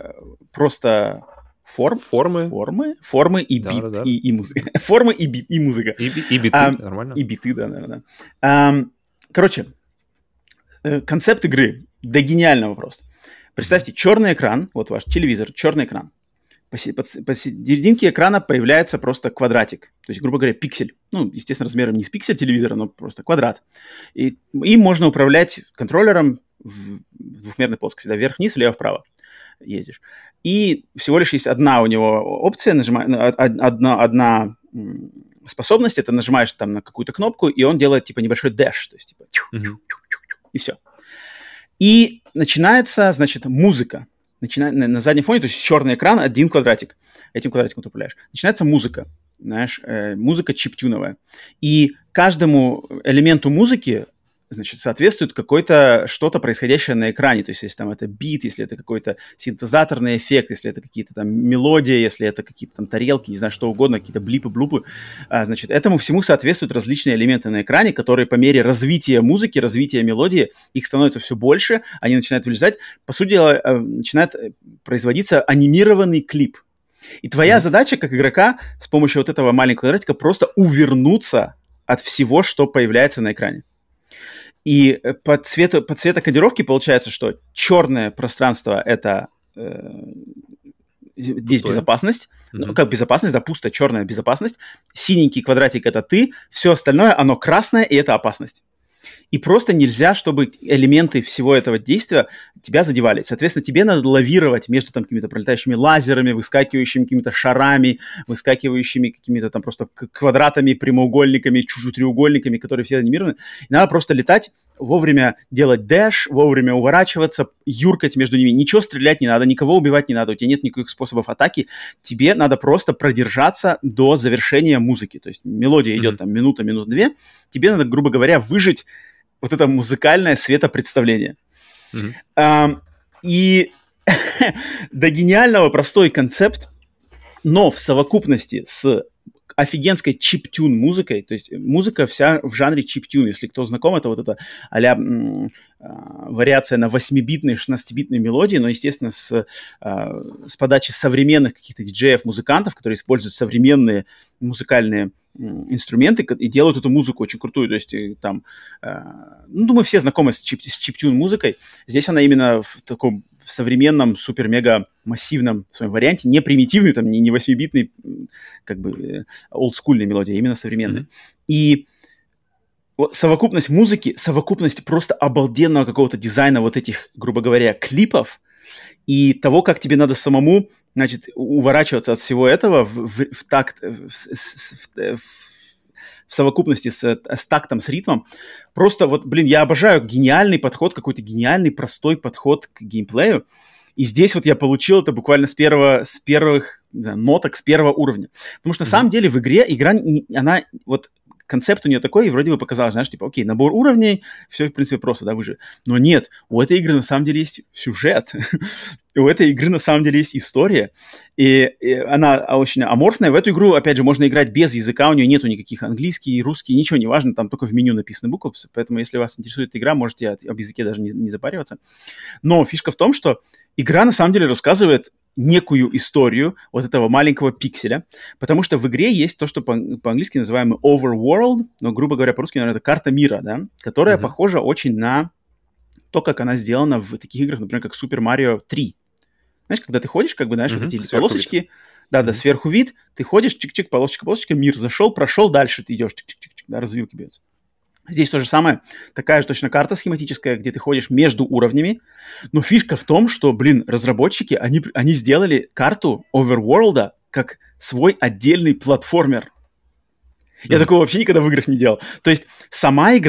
формы и бит, да. и музыка. Формы и бит, и музыка. И биты, нормально. И биты, да. Короче, концепт игры до гениального просто. Представьте, черный экран, вот ваш телевизор, черный экран. Посерединке экрана появляется просто квадратик, то есть, грубо говоря, пиксель. Ну, естественно, размером не с пиксель телевизора, но просто квадрат. И им можно управлять контроллером в двухмерной плоскости, да, вверх-вниз, влево-вправо ездишь. И всего лишь есть одна у него опция, одна способность, это нажимаешь там на какую-то кнопку, и он делает, типа, небольшой дэш, то есть, типа, и все. И начинается, значит, музыка. На заднем фоне, то есть черный экран, один квадратик. Этим квадратиком ты управляешь. Начинается музыка, знаешь, музыка чиптюновая. И каждому элементу музыки, значит, соответствует что-то происходящее на экране. То есть, если там это бит, если это какой-то синтезаторный эффект, если это какие-то там мелодии, если это какие-то там тарелки, не знаю, что угодно, какие-то блипы-блупы. Значит, этому всему соответствуют различные элементы на экране, которые по мере развития музыки, развития мелодии, их становится все больше, они начинают вылезать. По сути дела, начинает производиться анимированный клип. И твоя задача, как игрока, с помощью вот этого маленького квадратика просто увернуться от всего, что появляется на экране. И по цветокодировке получается, что черное пространство – это здесь безопасность. Ну, как безопасность, да, пусто, черная безопасность. Синенький квадратик – это ты. Все остальное, оно красное, и это опасность. И просто нельзя, чтобы элементы всего этого действия тебя задевали. Соответственно, тебе надо лавировать между там какими-то пролетающими лазерами, выскакивающими какими-то шарами, выскакивающими какими-то там просто квадратами, прямоугольниками, треугольниками, которые все анимированы. И надо просто летать, вовремя делать дэш, вовремя уворачиваться, юркать между ними. Ничего стрелять не надо, никого убивать не надо, у тебя нет никаких способов атаки. Тебе надо просто продержаться до завершения музыки. То есть мелодия идет там минута-две. Тебе надо, грубо говоря, выжить вот это музыкальное светопредставление. И до гениального простой концепт, но в совокупности с офигенской чиптюн музыкой, то есть музыка вся в жанре чиптюн. Если кто знаком, это вот эта а-ля вариация на 8-битные, 16-битные мелодии, но, естественно, с подачи современных каких-то диджеев, музыкантов, которые используют современные музыкальные инструменты и делают эту музыку очень крутую. То есть там, думаю, все знакомы с чиптюн музыкой. Здесь она именно в таком современном, супер-мега-массивном своем варианте, не примитивный, там, не 8-битный, как бы, олдскульной мелодии, а именно современной. И вот совокупность музыки, совокупность просто обалденного какого-то дизайна вот этих, грубо говоря, клипов и того, как тебе надо самому, значит, уворачиваться от всего этого в такт, в совокупности с тактом, с ритмом. Просто вот, блин, я обожаю гениальный подход, какой-то гениальный, простой подход к геймплею. И здесь вот я получил это буквально с первых ноток, с первого уровня. Потому что на самом деле в игре игра, она вот концепт у нее такой, и вроде бы показалось, знаешь, типа, окей, набор уровней, все, в принципе, просто, да, выживет. Но нет, у этой игры на самом деле есть сюжет, у этой игры на самом деле есть история, и она очень аморфная. В эту игру, опять же, можно играть без языка, у нее нету никаких английский, русский, ничего не важно, там только в меню написаны буквы, поэтому, если вас интересует игра, можете об языке даже не запариваться. Но фишка в том, что игра на самом деле рассказывает некую историю вот этого маленького пикселя, потому что в игре есть то, что по-английски называемый overworld, но, грубо говоря, по-русски, наверное, это карта мира, да, которая похожа очень на то, как она сделана в таких играх, например, как Super Mario 3. Знаешь, когда ты ходишь, как бы, знаешь, вот эти полосочки, да, сверху вид, ты ходишь, чик-чик, полосочка, мир зашел, прошел, дальше ты идешь, чик-чик-чик, да, развилки бьются. Здесь то же самое, такая же точно карта схематическая, где ты ходишь между уровнями, но фишка в том, что, блин, разработчики, они сделали карту Overworld как свой отдельный платформер. Я такого вообще никогда в играх не делал. То есть сама игра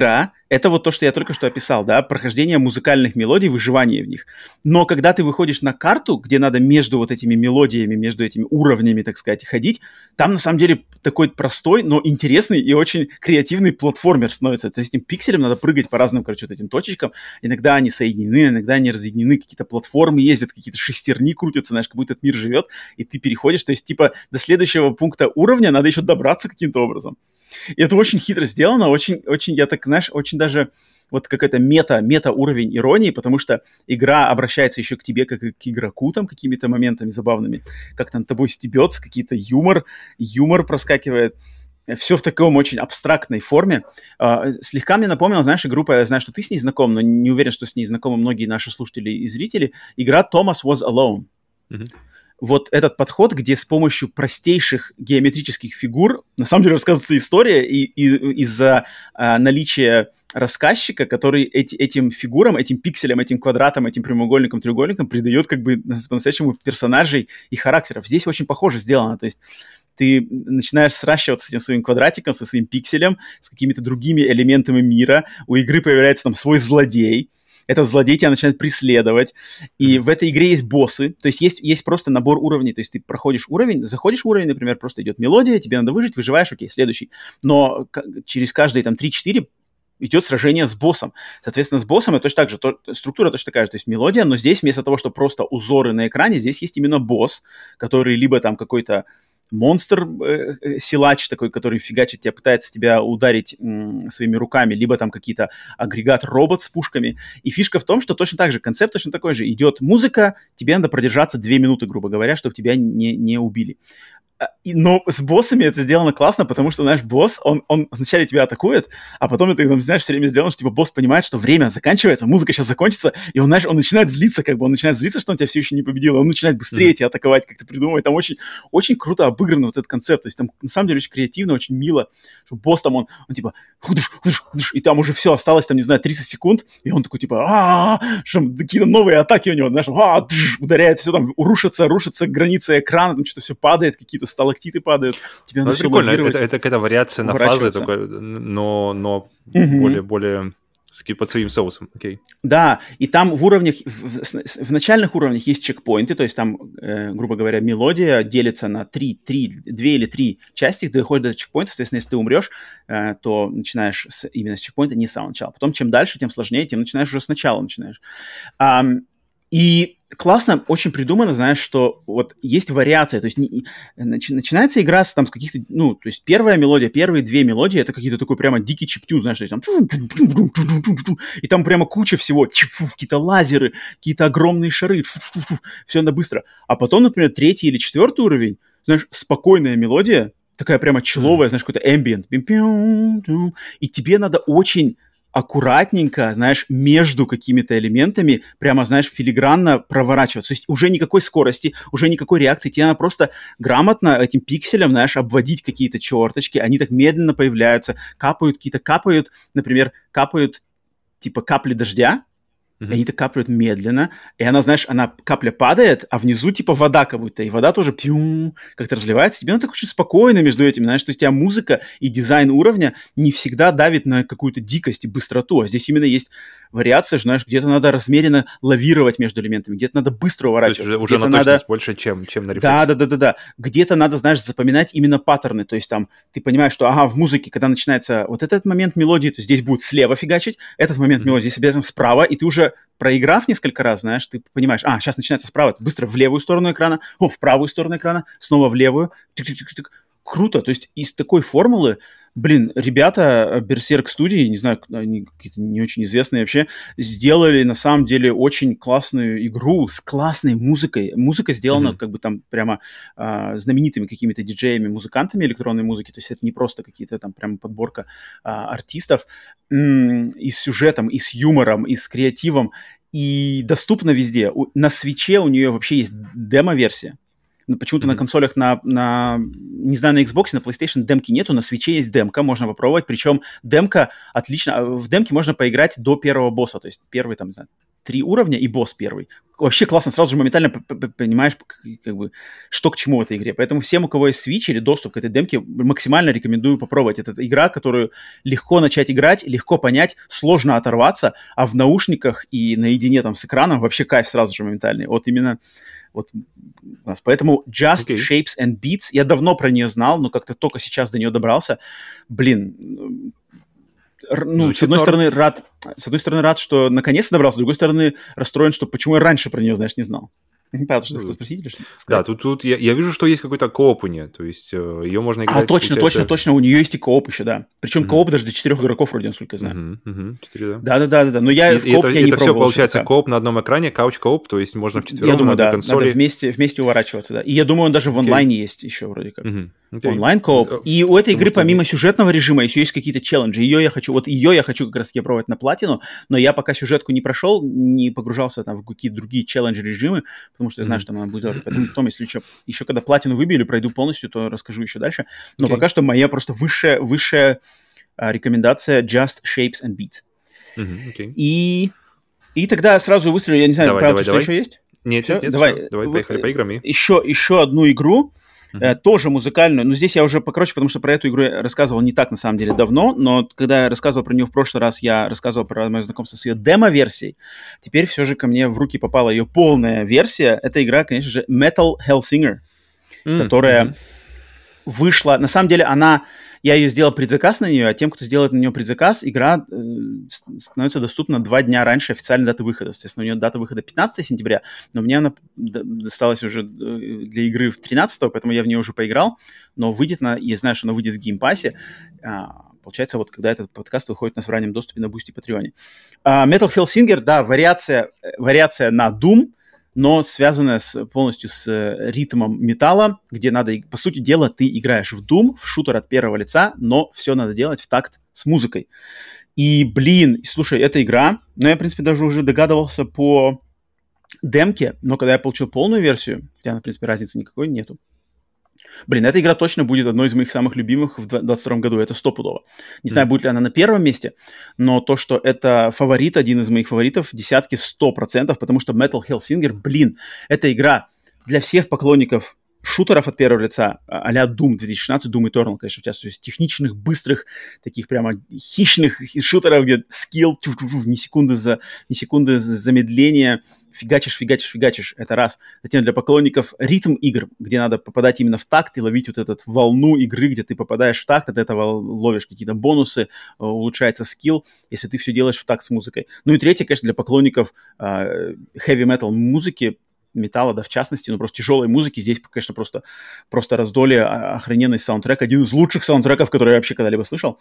это вот то, что я только что описал, да, прохождение музыкальных мелодий, выживание в них. Но когда ты выходишь на карту, где надо между вот этими мелодиями, между этими уровнями, так сказать, ходить, там на самом деле такой простой, но интересный и очень креативный платформер становится. То есть этим пикселям надо прыгать по разным, короче, вот этим точечкам. Иногда они соединены, иногда они разъединены, какие-то платформы ездят, какие-то шестерни крутятся, знаешь, как будто этот мир живет, и ты переходишь. То есть, типа, до следующего пункта уровня надо еще добраться каким-то образом. И это очень хитро сделано, очень, я так, знаешь, очень даже вот какая-то мета-уровень иронии, потому что игра обращается еще к тебе, как и к игроку, там, какими-то моментами забавными, как-то над тобой стебется, какие-то юмор проскакивает. Все в таком очень абстрактной форме. Слегка мне напомнила, знаешь, игру, я знаю, что ты с ней знаком, но не уверен, что с ней знакомы многие наши слушатели и зрители. Игра Thomas Was Alone. Mm-hmm. Вот этот подход, где с помощью простейших геометрических фигур на самом деле рассказывается история, и из-за наличия рассказчика, который этим фигурам, этим пикселям, этим квадратам, этим прямоугольникам, треугольникам придает как бы по-настоящему персонажей и характеров. Здесь очень похоже сделано, то есть ты начинаешь сращиваться с этим своим квадратиком, со своим пикселем, с какими-то другими элементами мира. У игры появляется там свой злодей. Этот злодей тебя начинает преследовать. И в этой игре есть боссы. То есть есть просто набор уровней. То есть ты проходишь уровень, заходишь в уровень, например, просто идет мелодия, тебе надо выжить, выживаешь, окей, следующий. Но через каждые там 3-4 идет сражение с боссом. Соответственно, с боссом это точно так же, структура точно такая же, то есть мелодия, но здесь вместо того, что просто узоры на экране, здесь есть именно босс, который либо там какой-то монстр, силач такой, который фигачит тебя, пытается тебя ударить своими руками, либо там какие-то агрегат-робот с пушками. И фишка в том, что точно так же, концепт точно такой же. Идет музыка, тебе надо продержаться 2 минуты, грубо говоря, чтобы тебя не убили. Но с боссами это сделано классно, потому что, знаешь, босс, он вначале тебя атакует, а потом это, знаешь, все время сделано, что типа босс понимает, что время заканчивается, музыка сейчас закончится, и он, знаешь, он начинает злиться, как бы, он начинает злиться, что он тебя все еще не победил, он начинает быстрее тебя атаковать, как-то придумывать. Там очень, очень круто обыгран вот этот концепт, то есть там на самом деле очень креативно, очень мило, что босс там, он типа, худуш, и там уже все, осталось там, не знаю, 30 секунд, и он такой типа, что какие-то новые атаки у него, знаешь, ударяет, все там, рушится границы экрана, там что-то все падает, какие-то сталактиты падают. Тебе надо прикольно, это какая-то вариация на фазы, такой, но более под своим соусом. Okay. Да, и там в уровнях, в начальных уровнях есть чекпоинты, то есть там, грубо говоря, мелодия делится на 2 или 3 части, ты доходишь до чекпоинта, соответственно, если ты умрешь, то начинаешь именно с чекпоинта, не с самого начала. Потом, чем дальше, тем сложнее, тем начинаешь уже сначала. И классно, очень придумано, знаешь, что вот есть вариация, то есть начинается игра с каких-то, то есть первая мелодия, первые 2 мелодии, это какие-то такой прямо дикий чиптюн, знаешь, то есть там и там прямо куча всего, какие-то лазеры, какие-то огромные шары, все надо быстро. А потом, например, 3-й или 4-й уровень, знаешь, спокойная мелодия, такая прямо человая, знаешь, какой-то ambient, и тебе надо очень аккуратненько, знаешь, между какими-то элементами, прямо, знаешь, филигранно проворачиваться. То есть уже никакой скорости, уже никакой реакции. Тебе надо просто грамотно этим пикселем, знаешь, обводить какие-то черточки. Они так медленно появляются, капают, например, типа капли дождя, и они так капают медленно, и она, знаешь, капля падает, а внизу типа вода как будто, и вода тоже как-то разливается. Тебе надо так очень спокойно между этим, знаешь, то есть у тебя музыка и дизайн уровня не всегда давит на какую-то дикость и быстроту, а здесь именно есть вариация, знаешь, где-то надо размеренно лавировать между элементами, где-то надо быстро уворачиваться. То есть уже на точность больше, чем на рефлекс. Да. Где-то надо, знаешь, запоминать именно паттерны, то есть там ты понимаешь, что, в музыке, когда начинается вот этот момент мелодии, то здесь будет слева фигачить, этот момент мелодии здесь обязательно справа, и ты уже проиграв несколько раз, знаешь, ты понимаешь, сейчас начинается справа, быстро в левую сторону экрана, в правую сторону экрана, снова в левую. Круто, то есть из такой формулы, ребята Berserk студии, не знаю, они какие-то не очень известные вообще, сделали на самом деле очень классную игру с классной музыкой. Музыка сделана как бы там прямо знаменитыми какими-то диджеями, музыкантами электронной музыки, то есть это не просто какие-то там прямо подборка артистов, и с сюжетом, и с юмором, и с креативом, и доступна везде. На Switch'е у нее вообще есть демо-версия. Почему-то на консолях, не знаю, на Xbox, на PlayStation демки нету, на Switch есть демка, можно попробовать. Причем демка отлично, в демке можно поиграть до первого босса, то есть первый, там, не знаю, 3 уровня и босс первый. Вообще классно, сразу же моментально понимаешь, как бы, что к чему в этой игре. Поэтому всем, у кого есть Switch или доступ к этой демке, максимально рекомендую попробовать. Это игра, которую легко начать играть, легко понять, сложно оторваться, а в наушниках и наедине там с экраном вообще кайф сразу же моментальный. Вот именно вот у нас. Поэтому Just Shapes and Beats, я давно про нее знал, но как-то только сейчас до нее добрался. Блин, ну, с одной стороны, рад, что наконец-то добрался, с другой стороны, расстроен, что почему я раньше про нее, знаешь, не знал. Не понятно, что хотел спросить или что? Да, тут я вижу, что есть какой-то кооп у нее, то есть ее можно играть... Точно, у нее есть и кооп еще, да. Причем кооп даже до 4 игроков, вроде, насколько я знаю. 4, да. Да, но я в кооп я не пробовал. Это все, получается, кооп на одном экране, кауч-кооп, то есть можно вчетвером я думаю, на одной консоли... надо вместе уворачиваться, да. И я думаю, он даже в онлайне есть еще вроде как. Онлайн-кооп. И у этой игры помимо сюжетного режима еще есть какие-то челленджи. Ее я хочу как раз-таки пробовать на платину, но я пока сюжетку не прошел, не погружался там в какие-то другие челлендж-режимы, потому что я знаю, что она будет делать. Поэтому потом, если еще когда платину выбью или пройду полностью, то расскажу еще дальше. Но пока что моя просто высшая рекомендация Just Shapes and Beats. И тогда сразу выстрелю, я не знаю, Павел, что еще есть? Нет, давай, поехали, поиграем. Еще одну игру, тоже музыкальную, но здесь я уже покороче, потому что про эту игру я рассказывал не так, на самом деле, давно, но когда я рассказывал про нее в прошлый раз, я рассказывал про мое знакомство с ее демо-версией. Теперь все же ко мне в руки попала ее полная версия. Эта игра, конечно же, Metal Hellsinger, которая вышла... На самом деле я ее сделал предзаказ на нее, а тем, кто сделает на нее предзаказ, игра становится доступна 2 дня раньше официальной даты выхода. Соответственно, у нее дата выхода 15 сентября, но мне она досталась уже для игры 13-го, поэтому я в нее уже поиграл, но я знаю, что она выйдет в геймпассе. Получается, вот когда этот подкаст выходит на раннем доступе на Boosty и Patreon. Metal Hellsinger, да, вариация на Doom, но связанная полностью с ритмом металла, где надо, по сути дела, ты играешь в Doom, в шутер от первого лица, но все надо делать в такт с музыкой. И, слушай, эта игра, я, в принципе, даже уже догадывался по демке, но когда я получил полную версию, хотя, в принципе, разницы никакой нету, эта игра точно будет одной из моих самых любимых в 2022 году, это стопудово. Не знаю, будет ли она на первом месте, но то, что это фаворит, один из моих фаворитов, десятки 100%, потому что Metal Hellsinger, эта игра для всех поклонников шутеров от первого лица, а-ля Doom 2016, Doom Eternal, конечно, в частности, то есть техничных, быстрых, таких прямо хищных шутеров, где скилл, ни секунды замедления, фигачишь, это раз. Затем для поклонников ритм игр, где надо попадать именно в такт и ловить вот эту волну игры, где ты попадаешь в такт, от этого ловишь какие-то бонусы, улучшается скилл, если ты все делаешь в такт с музыкой. Ну и третье, конечно, для поклонников heavy metal музыки, металла, да, в частности, просто тяжелой музыки. Здесь, конечно, просто раздолье, охрененный саундтрек. Один из лучших саундтреков, который я вообще когда-либо слышал.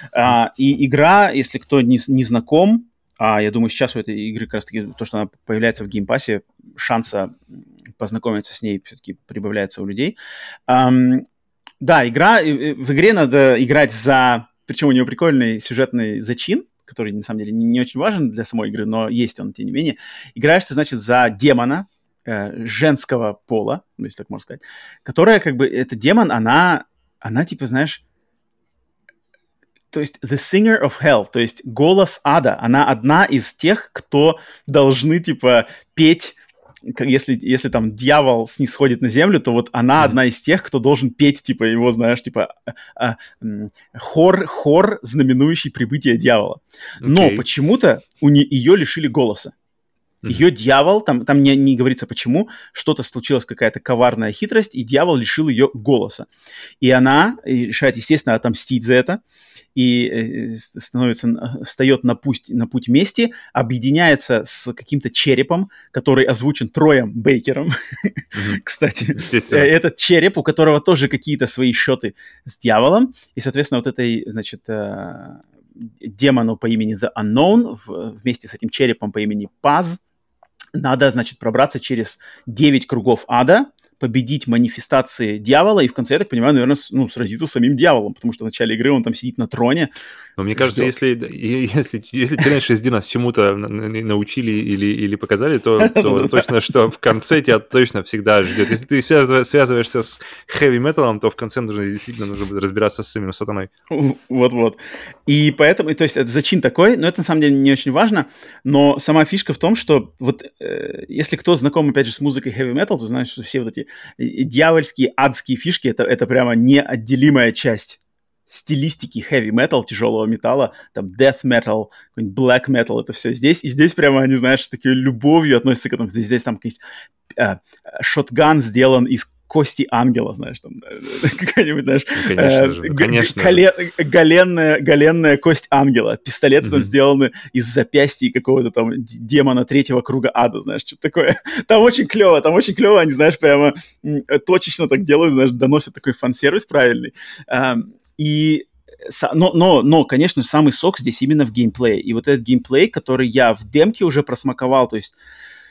И игра, если кто не знаком, я думаю, сейчас у этой игры как раз-таки то, что она появляется в геймпассе, шанса познакомиться с ней все-таки прибавляется у людей. Да, в игре надо играть причем у нее прикольный сюжетный зачин, который, на самом деле, не очень важен для самой игры, но есть он, тем не менее. Играешь ты, значит, за демона, женского пола, если так можно сказать, которая, это демон, она типа, знаешь, то есть the singer of hell, то есть голос ада, она одна из тех, кто должны, типа, петь, если там дьявол снисходит на землю, то вот она одна из тех, кто должен петь, типа, его, знаешь, типа, хор, знаменующий прибытие дьявола. Но почему-то ее лишили голоса. Ее дьявол, там не говорится почему, что-то случилось, какая-то коварная хитрость, и дьявол лишил ее голоса. И она решает, естественно, отомстить за это, и встает на путь мести, объединяется с каким-то черепом, который озвучен Троем Бейкером. Кстати, этот череп, у которого тоже какие-то свои счеты с дьяволом, и, соответственно, вот этой, значит, демону по имени The Unknown вместе с этим черепом по имени Паз надо, значит, пробраться через 9 кругов ада, победить манифестации дьявола, и в конце, я так понимаю, наверное, сразиться с самим дьяволом, потому что в начале игры он там сидит на троне. Но мне кажется, если Tenacious D нас чему-то научили или показали, то точно, что в конце тебя точно всегда ждет. Если ты связываешься с хэви-металом, то в конце действительно нужно будет разбираться с самим сатаной. Вот. И поэтому, то есть это зачин такой, но это на самом деле не очень важно, но сама фишка в том, что вот если кто знаком, опять же, с музыкой heavy metal, то знаешь, что все вот эти дьявольские, адские фишки, это прямо неотделимая часть стилистики heavy metal, тяжелого металла, там death metal, black metal, это все здесь. И здесь прямо они, знаешь, с такой любовью относятся к этому. Здесь там шотган сделан из кости ангела, знаешь, там какая-нибудь, знаешь, голенная кость ангела. Пистолеты там сделаны из запястья какого-то там демона третьего круга ада, знаешь, что-то такое. Там очень клево, они, знаешь, прямо точечно так делают, знаешь, доносят такой фан-сервис правильный. Но, конечно, самый сок здесь именно в геймплее. И вот этот геймплей, который я в демке уже просмаковал, то есть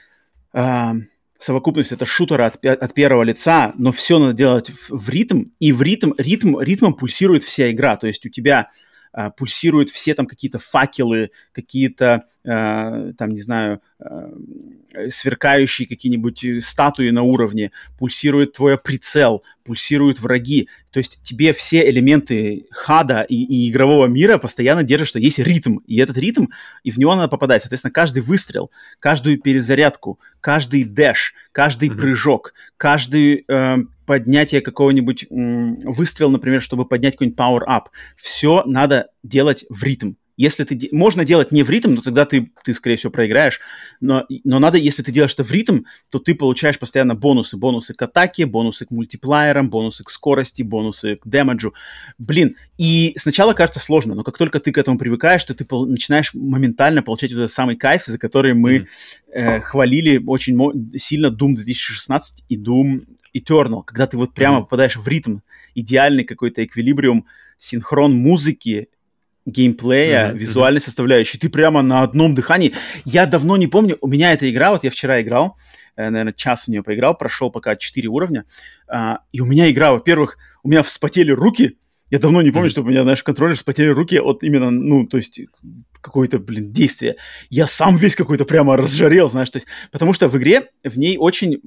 совокупность это шутера от первого лица, но все надо делать в ритм, и в ритмом пульсирует вся игра. То есть у тебя пульсируют все там какие-то факелы, какие-то, там, не знаю, сверкающие какие-нибудь статуи на уровне, пульсирует твой прицел, пульсируют враги. То есть тебе все элементы хада и игрового мира постоянно держат, что есть ритм. И этот ритм, и в него надо попадать. Соответственно, каждый выстрел, каждую перезарядку, каждый дэш, каждый прыжок, каждый поднятие какого-нибудь выстрел, например, чтобы поднять какой-нибудь power-up. Все надо делать в ритм. Если можно делать не в ритм, но тогда ты, скорее всего, проиграешь. Но надо, если ты делаешь это в ритм, то ты получаешь постоянно бонусы. Бонусы к атаке, бонусы к мультиплеерам, бонусы к скорости, бонусы к дэмэджу. Блин, и сначала кажется сложно, но как только ты к этому привыкаешь, то ты начинаешь моментально получать вот этот самый кайф, за который мы хвалили очень сильно Doom 2016 и Doom Eternal, когда ты вот прямо попадаешь в ритм, идеальный какой-то эквилибриум, синхрон музыки, геймплея, визуальной составляющей. Ты прямо на одном дыхании. Я давно не помню, у меня эта игра, вот я вчера играл, наверное, час в нее поиграл, прошел пока 4 уровня, и у меня игра, во-первых, у меня вспотели руки. Я давно не помню, чтобы у меня, знаешь, в контроллере вспотели руки от именно, то есть какое-то, действие. Я сам весь какой-то прямо разжарел, знаешь, то есть, потому что в игре, в ней очень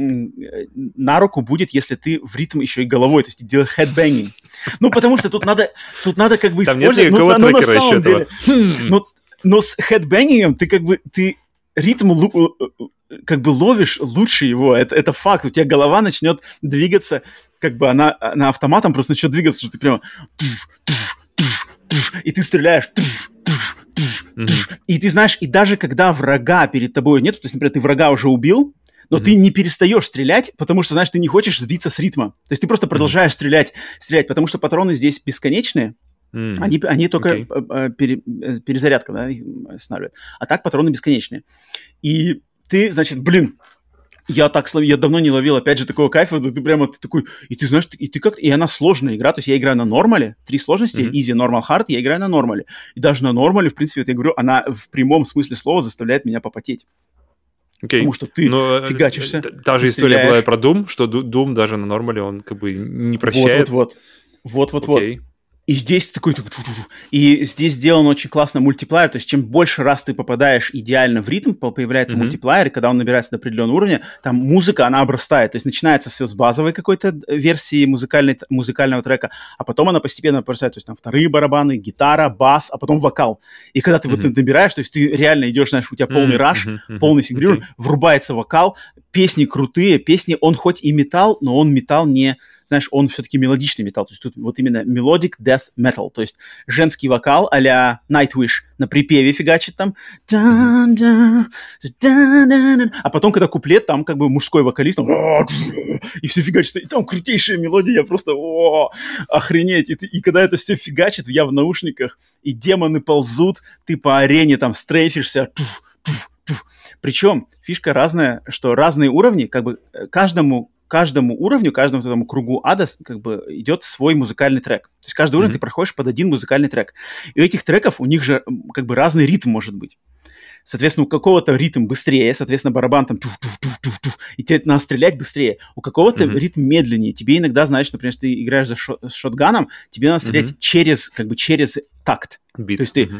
на руку будет, если ты в ритм еще и головой, то есть ты делаешь headbanging. Потому что тут надо как бы использовать... Там нет никакого трекера еще этого. Но с headbanging ты ритм как бы ловишь лучше его, это факт. У тебя голова начнет двигаться, как бы она автоматом просто начнет двигаться, что ты прямо... И ты стреляешь... И ты знаешь, и даже когда врага перед тобой нету, то есть, например, ты врага уже убил, но ты не перестаешь стрелять, потому что, знаешь, ты не хочешь сбиться с ритма. То есть ты просто продолжаешь стрелять, потому что патроны здесь бесконечные, они только перезарядка, да, останавливают. А так патроны бесконечные. И ты, значит, я давно не ловил, опять же, такого кайфа, ты такой, и ты знаешь, и она сложная игра, то есть я играю на нормале, 3 сложности, easy, normal, hard, я играю на нормале. И даже на нормале, в принципе, вот я говорю, она в прямом смысле слова заставляет меня попотеть. Потому что ты фигачишься. Та же история была про Doom, что Doom даже на нормале, он как бы не прощает. Вот. И здесь такой... И здесь сделан очень классно мультиплеер, то есть чем больше раз ты попадаешь идеально в ритм, появляется мультиплеер, и когда он набирается до определенного уровня, там музыка, она обрастает. То есть начинается все с базовой какой-то версии музыкального трека, а потом она постепенно обрастает. То есть там вторые барабаны, гитара, бас, а потом вокал. И когда ты вот набираешь, то есть ты реально идешь, знаешь, у тебя полный раш, полный синхрон, врубается вокал, песни крутые, он хоть и металл, но он металл не... Знаешь, он все-таки мелодичный металл, то есть тут вот именно melodic death metal, то есть женский вокал а-ля Nightwish на припеве фигачит там, а потом, когда куплет, там как бы мужской вокалист, и все фигачит, и там крутейшая мелодия, я просто охренеть, и когда это все фигачит, я в наушниках, и демоны ползут, ты по арене там стрейфишься, причем фишка разная, что разные уровни, как бы каждому уровню, каждому этому кругу ада как бы идет свой музыкальный трек. То есть каждый уровень ты проходишь под один музыкальный трек. И у этих треков у них же как бы разный ритм может быть. Соответственно, у какого-то ритм быстрее, соответственно, барабан там туф-туф-туф-туф-туф, и тебе надо стрелять быстрее. У какого-то ритм медленнее. Тебе иногда, знаешь, например, если ты играешь за шотганом, тебе надо стрелять через такт. Бит. То есть ты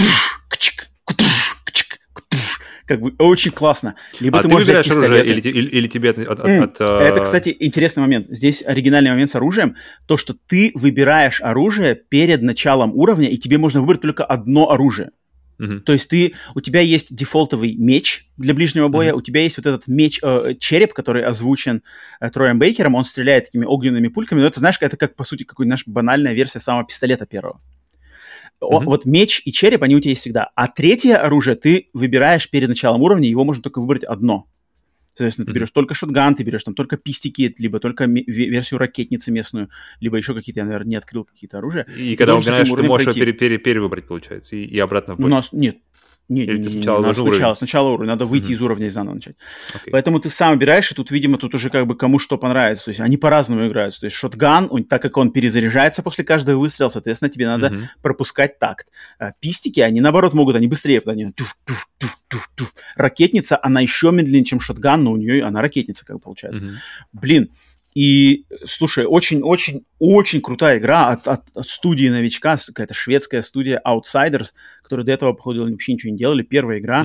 как бы очень классно. Либо ты можешь выбираешь оружие или тебе от... Это, кстати, интересный момент. Здесь оригинальный момент с оружием. То, что ты выбираешь оружие перед началом уровня, и тебе можно выбрать только одно оружие. То есть у тебя есть дефолтовый меч для ближнего боя, у тебя есть вот этот череп, который озвучен Троем Бейкером, он стреляет такими огненными пульками, но это, знаешь, это как, по сути, какая-то наша банальная версия самого пистолета первого. Вот меч и череп, они у тебя есть всегда. А третье оружие ты выбираешь перед началом уровня, его можно только выбрать одно. Соответственно, ты берешь только шотган, ты берешь там только пистики, либо только версию ракетницы местную, либо еще какие-то, я, наверное, не открыл какие-то оружия. И когда убираешь, ты можешь перевыбрать, получается, и обратно в бой. У нас нет. Нет, сначала уровень. Надо выйти из уровня и заново начать. Поэтому ты сам выбираешь, и тут, видимо, тут уже как бы кому что понравится. То есть они по-разному играют. То есть шотган, так как он перезаряжается после каждого выстрела, соответственно, тебе надо пропускать такт. Пистики, они наоборот могут, они быстрее. Они ракетница, она еще медленнее, чем шотган, но у нее она ракетница, как бы получается. Блин. И, слушай, очень-очень-очень крутая игра от студии новичка, какая-то шведская студия Outsiders, которая до этого, походу, вообще ничего не делали. Первая игра.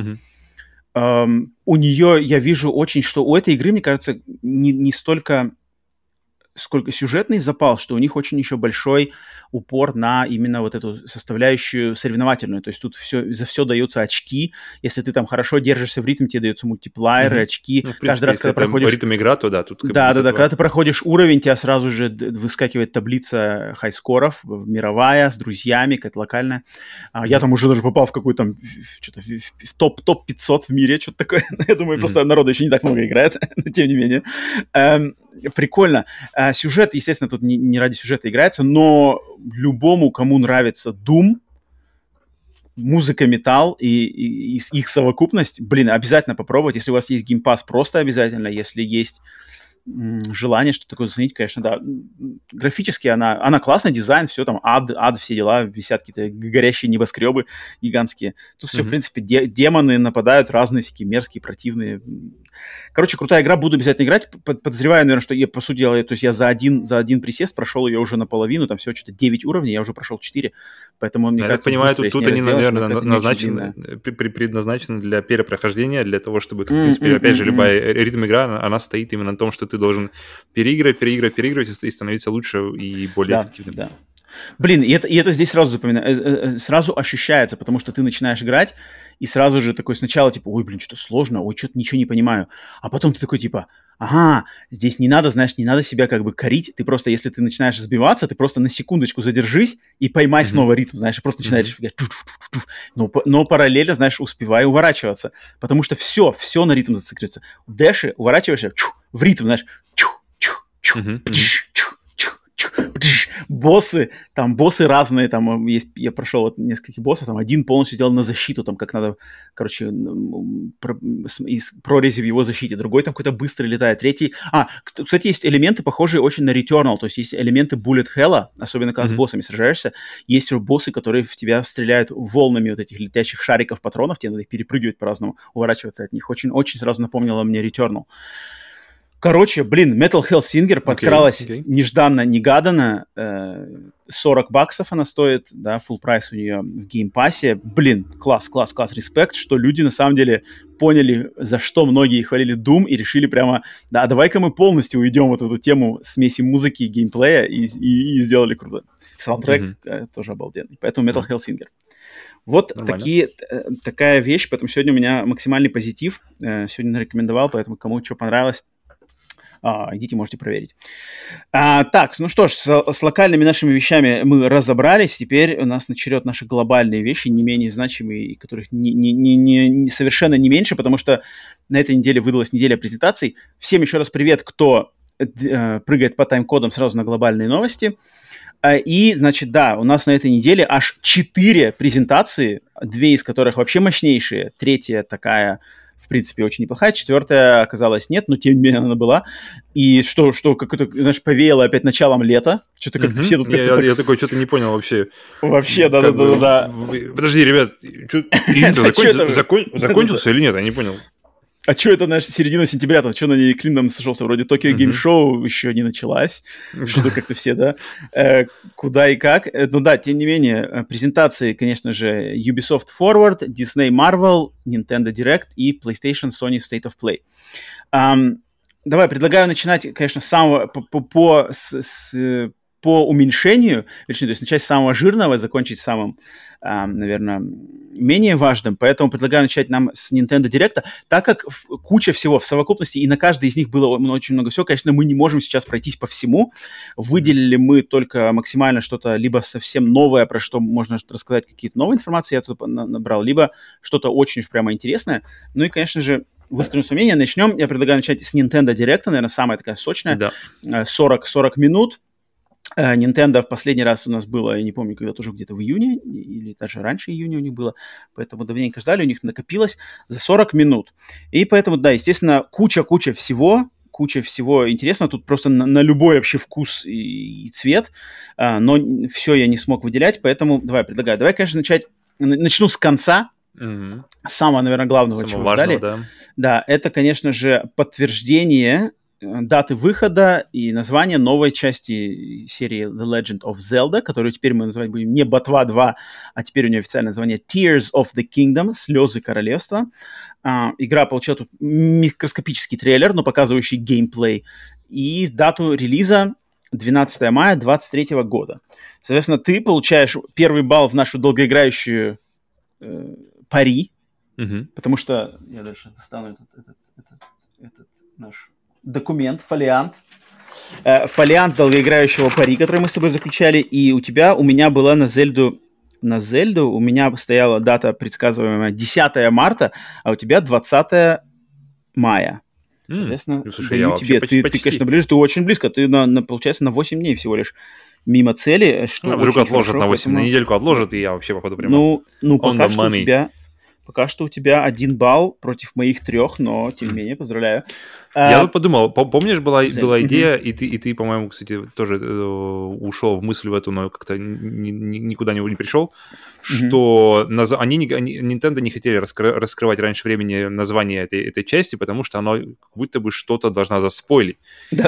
У нее, я вижу очень, что у этой игры, мне кажется, не столько сколько сюжетный запал, что у них очень еще большой упор на именно вот эту составляющую соревновательную. То есть тут за все даются очки. Если ты там хорошо держишься в ритме, тебе даются мультиплееры, очки. Ну, в принципе, каждый раз, когда проходишь... ритм игра, то да, тут... Да. Когда ты проходишь уровень, тебя сразу же выскакивает таблица хайскоров, мировая, с друзьями, какая-то локальная. Я там уже даже попал в какой-то что-то в топ-500 в мире, что-то такое. Я думаю, просто народа еще не так много играет, но тем не менее. Прикольно. Сюжет, естественно, тут не ради сюжета играется, но любому, кому нравится Doom, музыка, металл и их совокупность, обязательно попробовать. Если у вас есть Game Pass, просто обязательно. Если есть желание что-то такое заценить, конечно, да. Графически она классный дизайн, все там, ад, все дела, висят какие-то горящие небоскребы гигантские. Тут все, в принципе, демоны нападают, разные всякие мерзкие, противные. Короче, крутая игра, буду обязательно играть. Подозреваю, наверное, что я, по сути дела, то есть я за один присест прошел ее уже наполовину, там всего что-то 9 уровней, я уже прошел 4, поэтому, мне кажется, я понимаю, тут они, наверное, предназначены для перепрохождения, для того, чтобы, в принципе, опять же, любая ритм-игра, она стоит именно на том, что ты должен переигрывать и становиться лучше и более эффективным. Да. Блин, и это здесь сразу ощущается, потому что ты начинаешь играть, и сразу же такой сначала, типа, ой, блин, что-то сложно, ой, что-то ничего не понимаю. А потом ты такой, типа, ага, здесь не надо себя как бы корить. Ты просто, если ты начинаешь сбиваться, ты просто на секундочку задержись и поймай снова ритм, знаешь, и просто начинаешь фигать. Но параллельно, знаешь, успевай уворачиваться. Потому что все на ритм зацикливается. Дэши, уворачиваешься, в ритм, знаешь, боссы разные, там есть, я прошел вот нескольких боссов, там один полностью сделал на защиту, там как надо, короче, из прорези в его защите, другой там какой-то быстрый летает, третий... кстати, есть элементы, похожие очень на Returnal, то есть есть элементы Bullet Hell'а, особенно когда с боссами сражаешься, есть боссы, которые в тебя стреляют волнами вот этих летящих шариков патронов, тебе надо их перепрыгивать по-разному, уворачиваться от них, очень сразу напомнило мне Returnal. Короче, Metal Hellsinger подкралась нежданно-негаданно. $40 она стоит, да, full прайс у нее в геймпассе. Класс, респект, что люди на самом деле поняли, за что многие хвалили Doom и решили прямо, да, давай-ка мы полностью уйдем вот в эту тему смеси музыки и геймплея и сделали круто. Саундтрек тоже обалденный. Поэтому Metal Hellsinger. Вот такая вещь, поэтому сегодня у меня максимальный позитив. Сегодня нарекомендовал, поэтому кому что понравилось, идите, можете проверить. Так, ну что ж, с локальными нашими вещами мы разобрались. Теперь у нас начеред наши глобальные вещи, не менее значимые, и которых совершенно не меньше, потому что на этой неделе выдалась неделя презентаций. Всем еще раз привет, кто прыгает по тайм-кодам сразу на глобальные новости. И, значит, да, у нас на этой неделе аж 4 презентации, 2 из которых вообще мощнейшие, третья такая в принципе, очень неплохая. 4-я оказалась нет, но тем не менее она была. И что как-то, знаешь, повеяло опять началом лета. Что-то как-то все тут как-то Я такой что-то не понял вообще. Вообще, да. Подожди, ребят, закончился или нет? Я не понял. А что это, знаешь, середина сентября, там, что на ней клином сошелся? Вроде Tokyo Game Show еще не началась. Что-то как-то все, да? Куда и как. Ну да, тем не менее, презентации, конечно же, Ubisoft Forward, Disney Marvel, Nintendo Direct и PlayStation Sony State of Play. Давай, предлагаю начинать, конечно, с самого по уменьшению, то есть начать с самого жирного, закончить самым, наверное, менее важным. Поэтому предлагаю начать нам с Nintendo Direct, так как куча всего в совокупности, и на каждой из них было очень много всего. Конечно, мы не можем сейчас пройтись по всему. Выделили мы только максимально что-то либо совсем новое, про что можно рассказать, какие-то новые информации я тут набрал, либо что-то очень уж прямо интересное. Ну и, конечно же, выскажем свое мнение. Начнем. Я предлагаю начать с Nintendo Direct, наверное, самая такая сочная. Да. 40 минут. Nintendo в последний раз у нас было, я не помню, когда тоже где-то в июне, или даже раньше июня у них было, поэтому давненько ждали, у них накопилось за 40 минут. И поэтому, да, естественно, куча всего интересного, тут просто на любой вообще вкус и цвет, но все я не смог выделять, поэтому давай, конечно, начну с конца, самого, наверное, главного, чего важного, ждали. Да, это, конечно же, подтверждение даты выхода и название новой части серии The Legend of Zelda, которую теперь мы называть будем не Ботва 2, а теперь у нее официальное название Tears of the Kingdom, Слезы Королевства. Игра получила тут микроскопический трейлер, но показывающий геймплей, и дату релиза 12 мая 2023 года. Соответственно, ты получаешь первый балл в нашу долгоиграющую пари, потому что я дальше достану этот наш документ, фолиант долгоиграющего пари, который мы с тобой заключали, и у меня была на Зельду у меня стояла дата предсказываемая 10 марта, а у тебя 20 мая. Соответственно, слушай, даю тебе. Ты, конечно, ближе, ты очень близко. Ты, получается, на 8 дней всего лишь мимо цели. Что вдруг отложат на 8, на недельку отложат, и я вообще, походу, прямо пока что у тебя 1 балл против моих 3, но, тем не менее, поздравляю. Я вот подумал, помнишь, была идея, и ты, по-моему, кстати, тоже ушел в мысль в эту, но как-то никуда не пришел, что Nintendo не хотели раскрывать раньше времени название этой части, потому что оно как будто бы что-то должна заспойлить.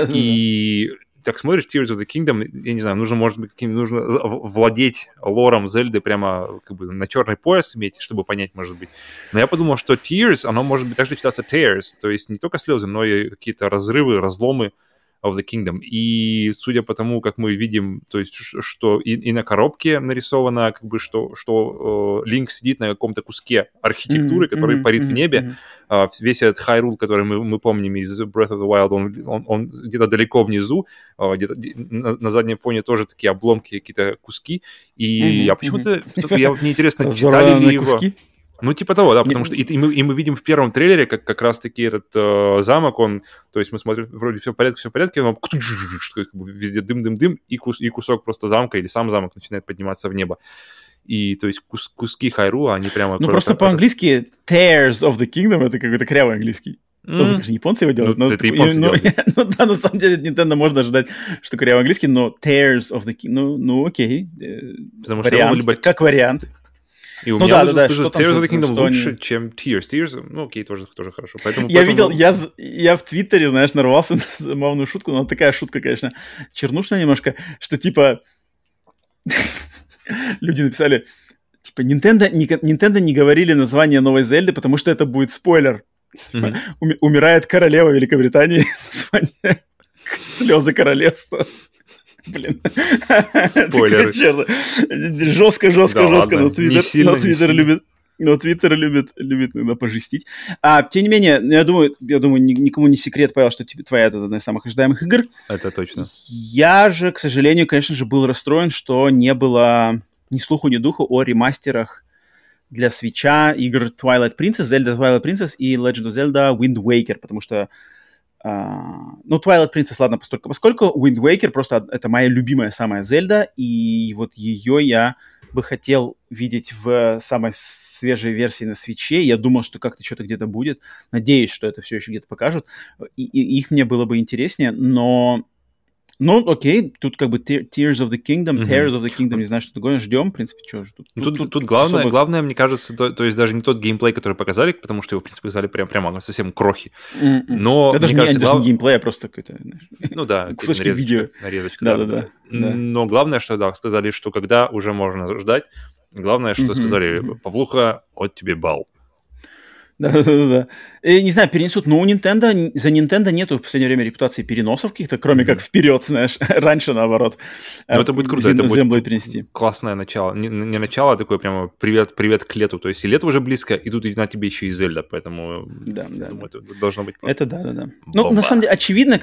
И так смотришь Tears of the Kingdom, я не знаю, нужно владеть лором Зельды прямо как бы на черный пояс иметь, чтобы понять, может быть. Но я подумал, что Tears, оно может быть также читаться Tears, то есть не только слезы, но и какие-то разрывы, разломы of the Kingdom. И судя по тому, как мы видим, то есть что и на коробке нарисовано, как бы что Линк сидит на каком-то куске архитектуры, который парит в небе. Весь этот Hyrule, который мы помним из Breath of the Wild, он где-то далеко внизу, где-то на заднем фоне тоже такие обломки, какие-то куски. И я почему-то, мне интересно, читали ли его... Куски? Ну, типа того, да, потому что и мы видим в первом трейлере как раз-таки этот замок, то есть мы смотрим, вроде все в порядке, но везде дым, и кусок просто замка или сам замок начинает подниматься в небо. И, то есть, куски Хайрула, они прямо... Ну, просто по-английски Tears of the Kingdom — это какой-то корявый английский. Ну, конечно, японцы его делают. Это японцы делают. Ну, да, на самом деле, Nintendo можно ожидать, что корявый английский, но Tears of the Kingdom, ну окей. Потому вариант, что как вариант. И у меня Tears of the Kingdom лучше, чем Tears. Ну, окей, тоже хорошо. Я видел, я в Твиттере, знаешь, нарвался на забавную шутку, но такая шутка, конечно, чернушная немножко, что типа люди написали, типа, Nintendo не говорили название новой Зельды, потому что это будет спойлер. Умирает королева Великобритании, название «Слезы королевства». Блин. Спойлеры. Жестко, но Твиттер любит иногда пожестить. Тем не менее, я думаю, никому не секрет, Павел, что твоя это одна из самых ожидаемых игр. Это точно. Я же, к сожалению, конечно же, был расстроен, что не было ни слуху, ни духу о ремастерах для Switch'а игр Twilight Princess, Zelda Twilight Princess и Legend of Zelda Wind Waker, потому что Twilight Princess, ладно, поскольку Wind Waker просто это моя любимая самая Зельда, и вот ее я бы хотел видеть в самой свежей версии на Свитче. Я думал, что как-то что-то где-то будет. Надеюсь, что это все еще где-то покажут. И их мне было бы интереснее, но... Ну, окей, тут как бы Tears of the Kingdom, Tears of the Kingdom, не знаю, что такое, ждем, в принципе, что же тут. Тут главное, мне кажется, то есть даже не тот геймплей, который показали, потому что его, в принципе, показали прямо совсем крохи. Но, это даже не геймплей, а просто какой-то, ну да, кусочки видео. Нарезочка. Да. Но главное, что, да, сказали, что когда уже можно ждать, главное, что сказали, Павлуха, вот тебе балл. Да. И, не знаю, перенесут, но за Nintendo нету в последнее время репутации переносов каких-то, кроме как вперед, знаешь, раньше наоборот. Но это будет круто, это будет перенести. Классное начало. Не начало, а такое прямо привет к лету. То есть и лето уже близко, и тут на тебе еще и Зельда, поэтому думаю, это должно быть просто. Это да. Ну, на самом деле, очевидно,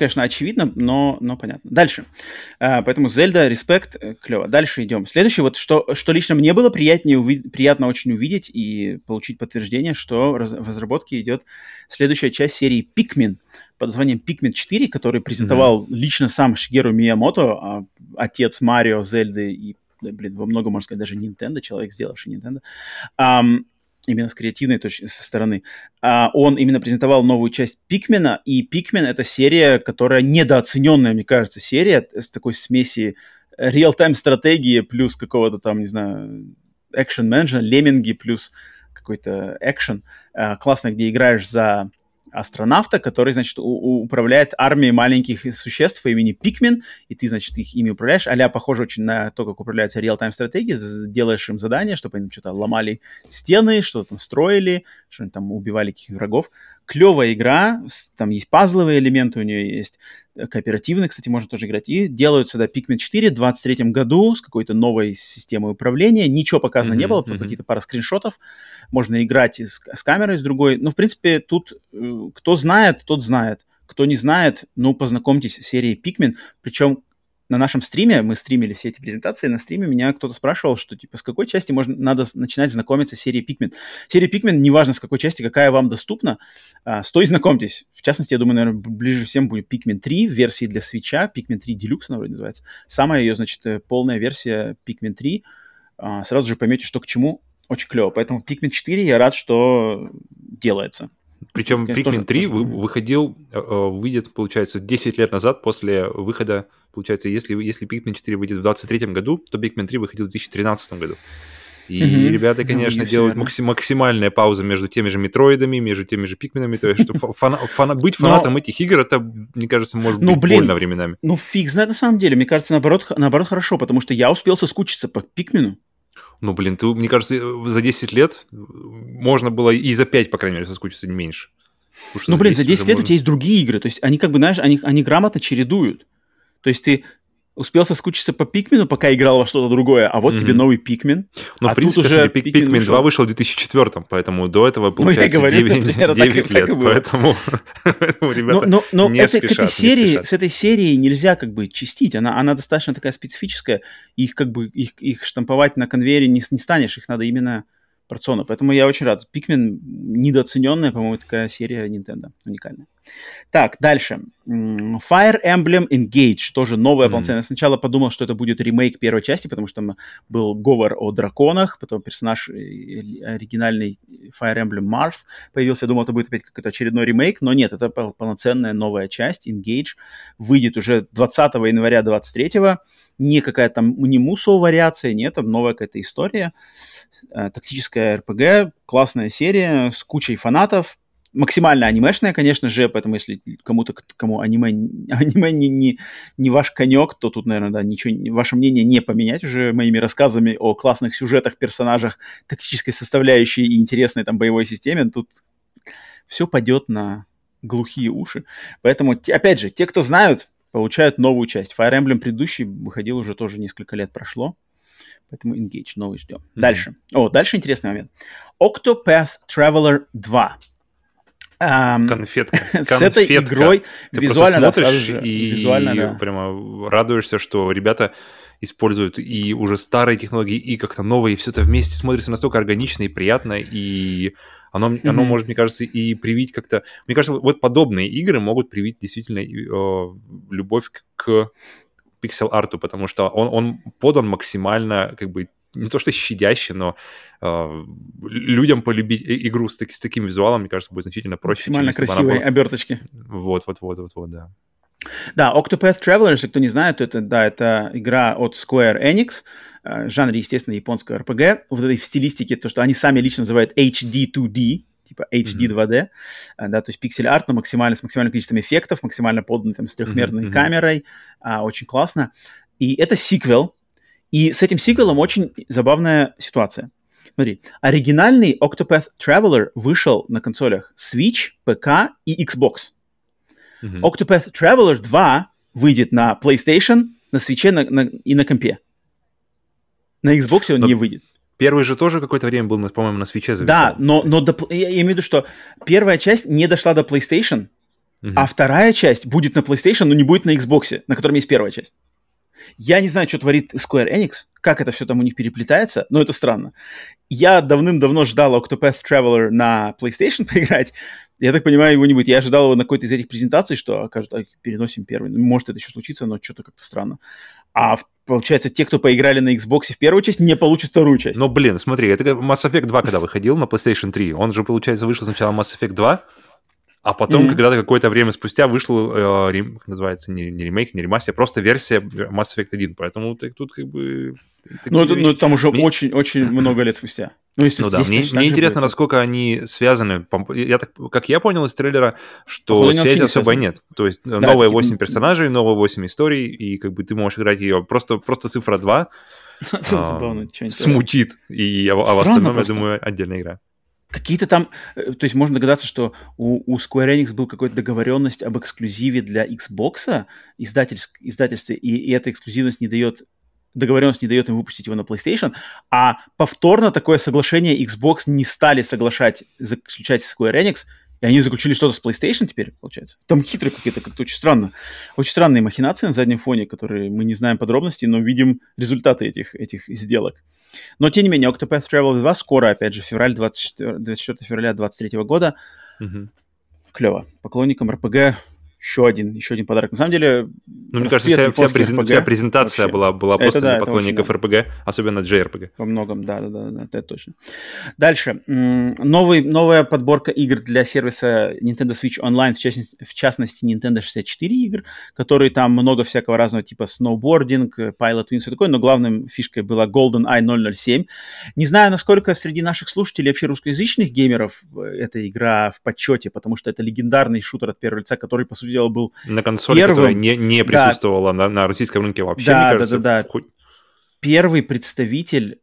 но понятно. Дальше. Поэтому Зельда, респект, клево. Дальше идем. Следующее, вот что лично мне было приятно очень увидеть и получить подтверждение, что в разработке идет следующая часть серии Pikmin под названием Pikmin 4, который презентовал лично сам Шигеру Миямото, отец Марио, Зельды и, во многом, можно сказать, даже Nintendo, человек, сделавший Nintendo, именно с креативной со стороны. Он именно презентовал новую часть Pikmin, и Pikmin — это серия, которая недооцененная, мне кажется, серия с такой смеси реал-тайм стратегии плюс какого-то там, не знаю, экшен-менеджера, лемминги плюс какой-то экшен, классно, где играешь за астронавта, который, значит, управляет армией маленьких существ по имени Пикмен, и ты, значит, ими управляешь. А-ля похоже очень на то, как управляются реал-тайм стратегии, делаешь им задания, чтобы они что-то ломали стены, что-то там строили, что-нибудь там убивали каких-то врагов. Клевая игра, там есть пазловые элементы, у нее есть кооперативные, кстати, можно тоже играть. И делают сюда Pikmin 4 в 23-м году с какой-то новой системой управления. Ничего показано не было, какие-то пара скриншотов. Можно играть с камерой, с другой. Но, в принципе, тут кто знает, тот знает. Кто не знает, ну, познакомьтесь с серией Pikmin. Причем на нашем стриме, мы стримили все эти презентации, на стриме меня кто-то спрашивал, что, типа, с какой части надо начинать знакомиться с серией Pikmin. Серия Pikmin, неважно с какой части, какая вам доступна, с той знакомьтесь. В частности, я думаю, наверное, ближе всем будет Pikmin 3 в версии для Switch'а, Pikmin 3 Deluxe, она вроде называется. Самая ее, значит, полная версия Pikmin 3. Сразу же поймете, что к чему. Очень клево. Поэтому Pikmin 4 я рад, что делается. Причем Pikmin 3 выйдет, получается, 10 лет назад после выхода. Получается, если Pikmin 4 выйдет в 2023 году, то Pikmin 3 выходил в 2013 году. И ребята, конечно, делают максимальные паузы между теми же Метроидами, между теми же Пикминами. То есть, что быть фанатом этих игр, это, мне кажется, может быть больно временами. Ну, фиг знает на самом деле. Мне кажется, наоборот хорошо, потому что я успел соскучиться по Пикмину. Ну, блин, мне кажется, за 10 лет можно было и за 5, по крайней мере, соскучиться не меньше. Ну, блин, за 10 лет у тебя есть другие игры. То есть они как бы, знаешь, они грамотно чередуют. То есть ты успел соскучиться по Пикмину, пока играл во что-то другое, а вот тебе новый Пикмин. Ну, в принципе, уже Пикмин 2 вышел в 2004, поэтому до этого, получается, 9 лет. Поэтому ребята не спешат. С этой серией нельзя как бы чистить. Она достаточно такая специфическая. Их как бы их штамповать на конвейере не станешь. Их надо именно порционно. Поэтому я очень рад. Пикмен недооцененная, по-моему, такая серия Nintendo. Уникальная. Так, дальше. Fire Emblem Engage. Тоже новая полноценная. Сначала подумал, что это будет ремейк первой части, потому что там был говор о драконах, потом персонаж оригинальный Fire Emblem Marth появился. Я думал, это будет опять какой-то очередной ремейк, но нет, это полноценная новая часть. Engage выйдет уже 20 января 23-го. Не какая-то не мусо-вариация, нет, там новая какая-то история. Тактическая RPG, классная серия с кучей фанатов. Максимально анимешная, конечно же, поэтому если кому аниме не ваш конек, то тут, наверное, да, ничего, ваше мнение не поменять уже моими рассказами о классных сюжетах, персонажах, тактической составляющей и интересной там боевой системе. Тут все падет на глухие уши. Поэтому, опять же, те, кто знают, получают новую часть. Fire Emblem предыдущий выходил уже тоже несколько лет прошло. Поэтому Engage новый ждем. Дальше. Дальше интересный момент. Octopath Traveler 2. Конфетка. С этой игрой ты визуально, смотришь и прямо радуешься, что ребята используют и уже старые технологии, и как-то новые, и все это вместе смотрится настолько органично и приятно, и оно может, мне кажется, и привить как-то... Мне кажется, вот подобные игры могут привить действительно любовь к пиксель-арту, потому что он подан максимально как бы не то что щадяще, но людям полюбить игру с таким визуалом, мне кажется, будет значительно проще. Максимально красивые оберточки. Вот, да. Да, Octopath Traveler, если кто не знает, то это игра от Square Enix, в жанре, естественно, японского RPG, вот этой в стилистике, то, что они сами лично называют HD 2D, типа HD 2D, да, то есть пиксель-арт, но с максимальным количеством эффектов, максимально поданный там с трехмерной камерой, очень классно. И это сиквел, и с этим сиквелом очень забавная ситуация. Смотри, оригинальный Octopath Traveler вышел на консолях Switch, ПК и Xbox. Octopath Traveler 2 выйдет на PlayStation, на Switch и на компе. На Xbox он не выйдет. Первый же тоже какое-то время был, по-моему, на Switch зависал. Да, но я имею в виду, что первая часть не дошла до PlayStation, а вторая часть будет на PlayStation, но не будет на Xbox, на котором есть первая часть. Я не знаю, что творит Square Enix, как это все там у них переплетается, но это странно. Я давным-давно ждал Octopath Traveler на PlayStation поиграть. Я так понимаю, его не будет. Я ожидал его на какой-то из этих презентаций, что окажут, переносим первый. Может, это еще случится, но что-то как-то странно. А получается, те, кто поиграли на Xbox в первую часть, не получат вторую часть. Но, блин, смотри, это Mass Effect 2, когда выходил на PlayStation 3, он же, получается, вышел сначала Mass Effect 2, а потом, когда-то какое-то время спустя вышел, называется, не ремейк, не ремастер, просто версия Mass Effect 1. Поэтому тут как бы... Ну, там уже очень много лет спустя. Ну да, мне интересно, насколько они связаны. Как я понял из трейлера, что связи особо нет. То есть новые 8 персонажей, новые 8 историй, и как бы ты можешь играть ее просто цифра 2 смутит, а в остальном, я думаю, отдельная игра. Какие-то там... То есть можно догадаться, что у Square Enix была какая-то договоренность об эксклюзиве для Xbox, издательстве, и эта эксклюзивность договоренность не дает им выпустить его на PlayStation, а повторно такое соглашение Xbox не стали заключать с Square Enix, и они заключили что-то с PlayStation теперь, получается. Там хитрые какие-то, как-то очень странно. Очень странные махинации на заднем фоне, которые мы не знаем подробностей, но видим результаты этих сделок. Но, тем не менее, Octopath Traveler 2 скоро, опять же, 24 февраля 2023 года. Клево. Поклонникам RPG еще один подарок. На самом деле, ну, мне кажется, вся презентация была просто для поклонников RPG, особенно JRPG. Во многом, да, это точно. Дальше. Новая подборка игр для сервиса Nintendo Switch Online, в частности, Nintendo 64 игр, которые там много всякого разного, типа Snowboarding, Pilot Wings, все такое, но главной фишкой была GoldenEye 007. Не знаю, насколько среди наших слушателей, вообще русскоязычных геймеров, эта игра в почете, потому что это легендарный шутер от первого лица, который, по сути дела, был на консоли, первым, которая не присутствовала на российском рынке вообще, мне кажется. Да. Первый представитель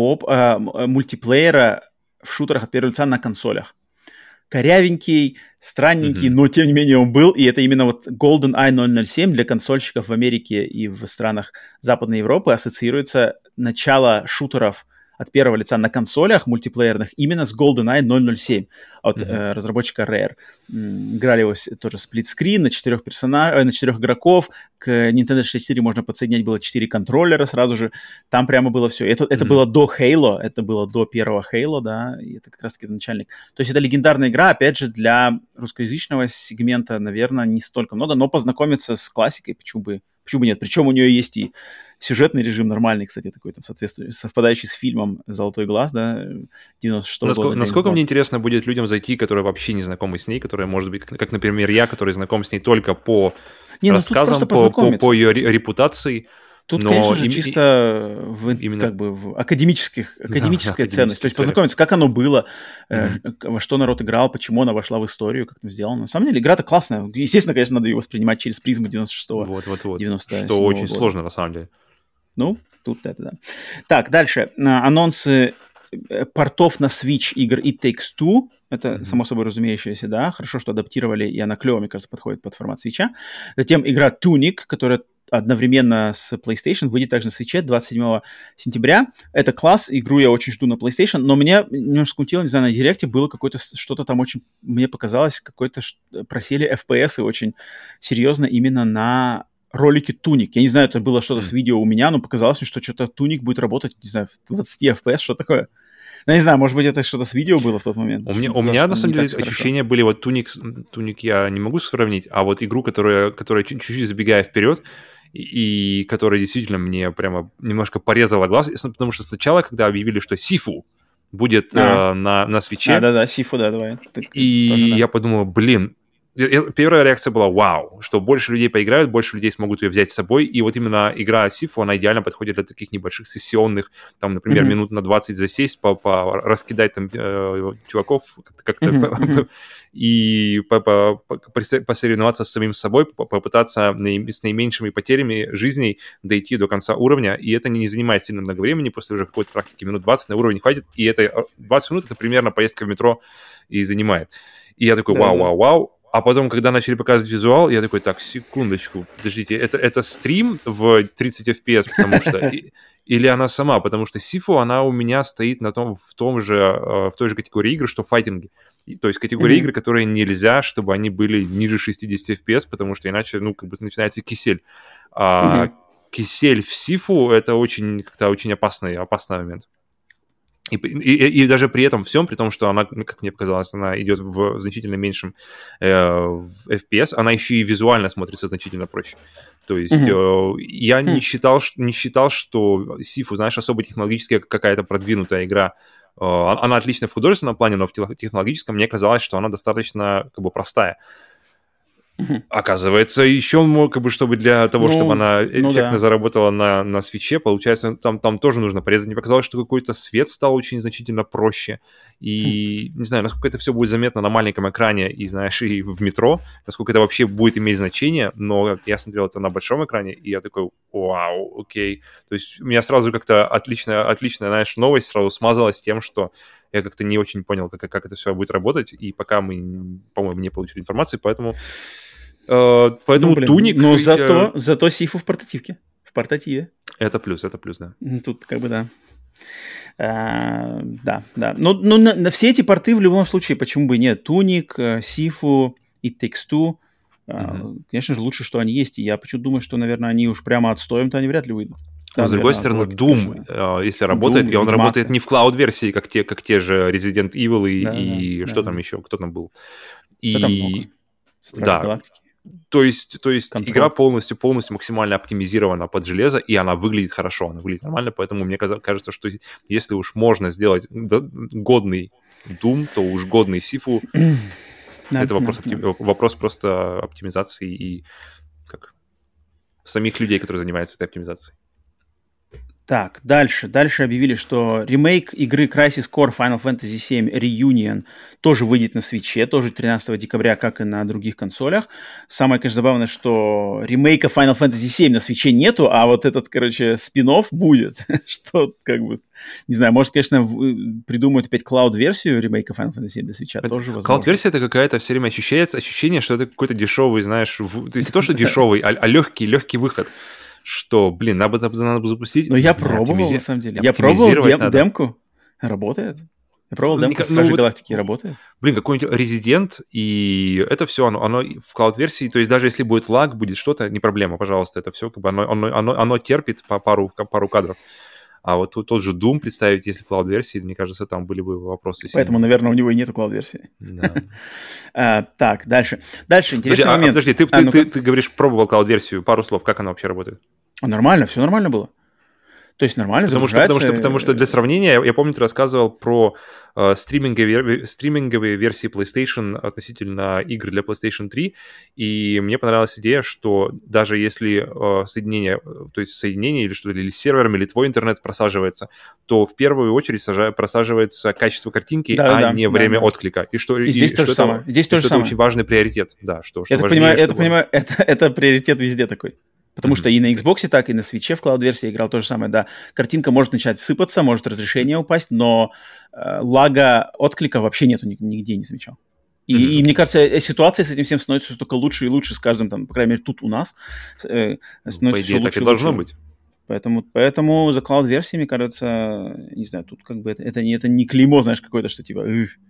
мультиплеера в шутерах от первого лица на консолях. Корявенький, странненький, но тем не менее он был, и это именно вот GoldenEye 007 для консольщиков в Америке и в странах Западной Европы ассоциируется начало шутеров от первого лица на консолях мультиплеерных именно с GoldenEye 007 от разработчика Rare. Играли его тоже сплитскрин на 4 игроков. К Nintendo 64 можно подсоединять было 4 контроллера сразу же. Там прямо было все. Это было до Halo, это было до первого Halo, да, и это как раз-таки начальник. То есть это легендарная игра, опять же, для русскоязычного сегмента, наверное, не столько много, но познакомиться с классикой, почему бы нет. Причем у нее есть и сюжетный режим нормальный, кстати, такой там совпадающий с фильмом «Золотой глаз», да, 96-го года. Насколько мне интересно будет людям зайти, которые вообще не знакомы с ней, которые, может быть, как например, я, который знаком с ней только по рассказам, по ее репутации. Тут, конечно же, чисто в академическая ценность. То есть познакомиться, как оно было, во что народ играл, почему она вошла в историю, как там сделано. На самом деле, игра-то классная. Естественно, конечно, надо ее воспринимать через призму 96-го. Вот. Что очень сложно, на самом деле. Ну, тут это да. Так, дальше. Анонсы портов на Switch игр It Takes Two. Это, само собой разумеющееся, да. Хорошо, что адаптировали, и она клево, мне кажется, подходит под формат Switch'а. Затем игра Tunic, которая одновременно с PlayStation выйдет также на Switch'е 27 сентября. Это класс, игру я очень жду на PlayStation, но меня немножко смутило, не знаю, на Директе было какое-то, что-то там очень, мне показалось, какой-то просели FPS очень серьезно именно на ролике Tunic. Я не знаю, это было что-то с видео у меня, но показалось мне, что что-то Tunic будет работать, не знаю, в 20 FPS, что такое. Ну, не знаю, может быть, это что-то с видео было в тот момент. У меня на самом деле, ощущения были, вот Tunic я не могу сравнить, а вот игру, которая чуть-чуть забегая вперед, и которая действительно мне прямо немножко порезала глаз, потому что сначала, когда объявили, что Сифу будет на свитче... Да-да-да, Сифу, да, давай. И я подумал, блин, первая реакция была вау, что больше людей поиграют, больше людей смогут ее взять с собой, и вот именно игра Сифу, она идеально подходит для таких небольших сессионных, там, например, минут на 20 засесть, раскидать там чуваков как-то и посоревноваться с самим собой, попытаться с наименьшими потерями жизней дойти до конца уровня, и это не занимает сильно много времени, после уже какой-то практики минут 20 на уровень хватит, и это 20 минут — это примерно поездка в метро и занимает. И я такой, вау. А потом, когда начали показывать визуал, я такой, так, секундочку, подождите, это стрим в 30 FPS, потому что... Или она сама, потому что Сифу, она у меня стоит в той же категории игр, что файтинги. То есть категория игр, которые нельзя, чтобы они были ниже 60 FPS, потому что иначе, начинается кисель. А кисель в Сифу — это очень опасный момент. И даже при этом всем, при том, что она, как мне показалось, она идет в значительно меньшем FPS, она еще и визуально смотрится значительно проще. То есть я не считал, что Сифу, знаешь, особо технологически какая-то продвинутая игра. Она отличная в художественном плане, но в технологическом мне казалось, что она достаточно простая. Оказывается, еще, чтобы для того, чтобы она эффектно заработала на свитче, получается, там тоже нужно порезать. Мне показалось, что какой-то свет стал очень значительно проще. И не знаю, насколько это все будет заметно на маленьком экране и, знаешь, и в метро, насколько это вообще будет иметь значение, но я смотрел это на большом экране, и я такой, вау, окей. То есть у меня сразу как-то отличная, знаешь, новость сразу смазалась тем, что я как-то не очень понял, как это все будет работать, и пока мы, по-моему, не получили информации, поэтому туник... Но зато Сифу в портативе. Это плюс, да. Тут да. Да. Но на все эти порты в любом случае, почему бы и нет? Туник, Сифу, It Takes Two. Конечно же, лучше, что они есть. И я почему-то думаю, что, наверное, они уж прямо отстоем-то они вряд ли выйдут. Но, с другой стороны, Doom, если работает, и он работает не в клауд-версии, как те же Resident Evil и что там еще, кто там был. Стражи Галактики. То есть игра полностью максимально оптимизирована под железо, и она выглядит хорошо, она выглядит нормально, поэтому мне кажется, что если уж можно сделать годный Doom, то уж годный Сифу. Это вопрос просто оптимизации и самих людей, которые занимаются этой оптимизацией. Так, дальше объявили, что ремейк игры Crisis Core Final Fantasy VII Reunion тоже выйдет на Switch, тоже 13 декабря, как и на других консолях. Самое, конечно, забавное, что ремейка Final Fantasy VII на Switch нету, а вот этот, спин-офф будет. Что, не знаю, может, конечно, придумают опять клауд-версию ремейка Final Fantasy VII для Switch, тоже возможно. Клауд-версия — это какая-то все время ощущение, что это какой-то дешевый, знаешь, не то, что дешевый, а легкий выход. Что, надо бы запустить. Но я пробовал, на самом деле. Я пробовал демку. Работает. Я пробовал демку Стражи Галактики. Работает. Какой-нибудь Resident, и это все, оно в клауд-версии. То есть даже если будет лаг, будет что-то, не проблема, пожалуйста. Это все, оно терпит по пару кадров. А вот тот же Doom представить, если в клауд-версии, мне кажется, там были бы вопросы. Поэтому, наверное, у него и нету клауд-версии. Да. Так, дальше. Интересный момент. Подожди, ты говоришь, пробовал клауд-версию. Пару слов, как она вообще работает? Нормально, все нормально было. То есть нормально загружается. Потому что для сравнения, я помню, ты рассказывал про стриминговые версии PlayStation относительно игр для PlayStation 3, и мне понравилась идея, что даже если соединение или что-то, или сервером, или твой интернет просаживается, то в первую очередь просаживается качество картинки, не время отклика. И здесь то же самое. Это очень важный приоритет. Да, я так понимаю, это приоритет везде такой. Потому что и на Xbox так, и на Switch в клауд-версии играл то же самое, да. Картинка может начать сыпаться, может разрешение упасть, но лага отклика вообще нету, нигде не замечал. И мне кажется, ситуация с этим всем становится только лучше и лучше с каждым, по крайней мере, тут у нас становится по идее, так и должно быть. Поэтому за клауд-версией, мне кажется, не знаю, тут это не клеймо, знаешь, какое-то, что типа...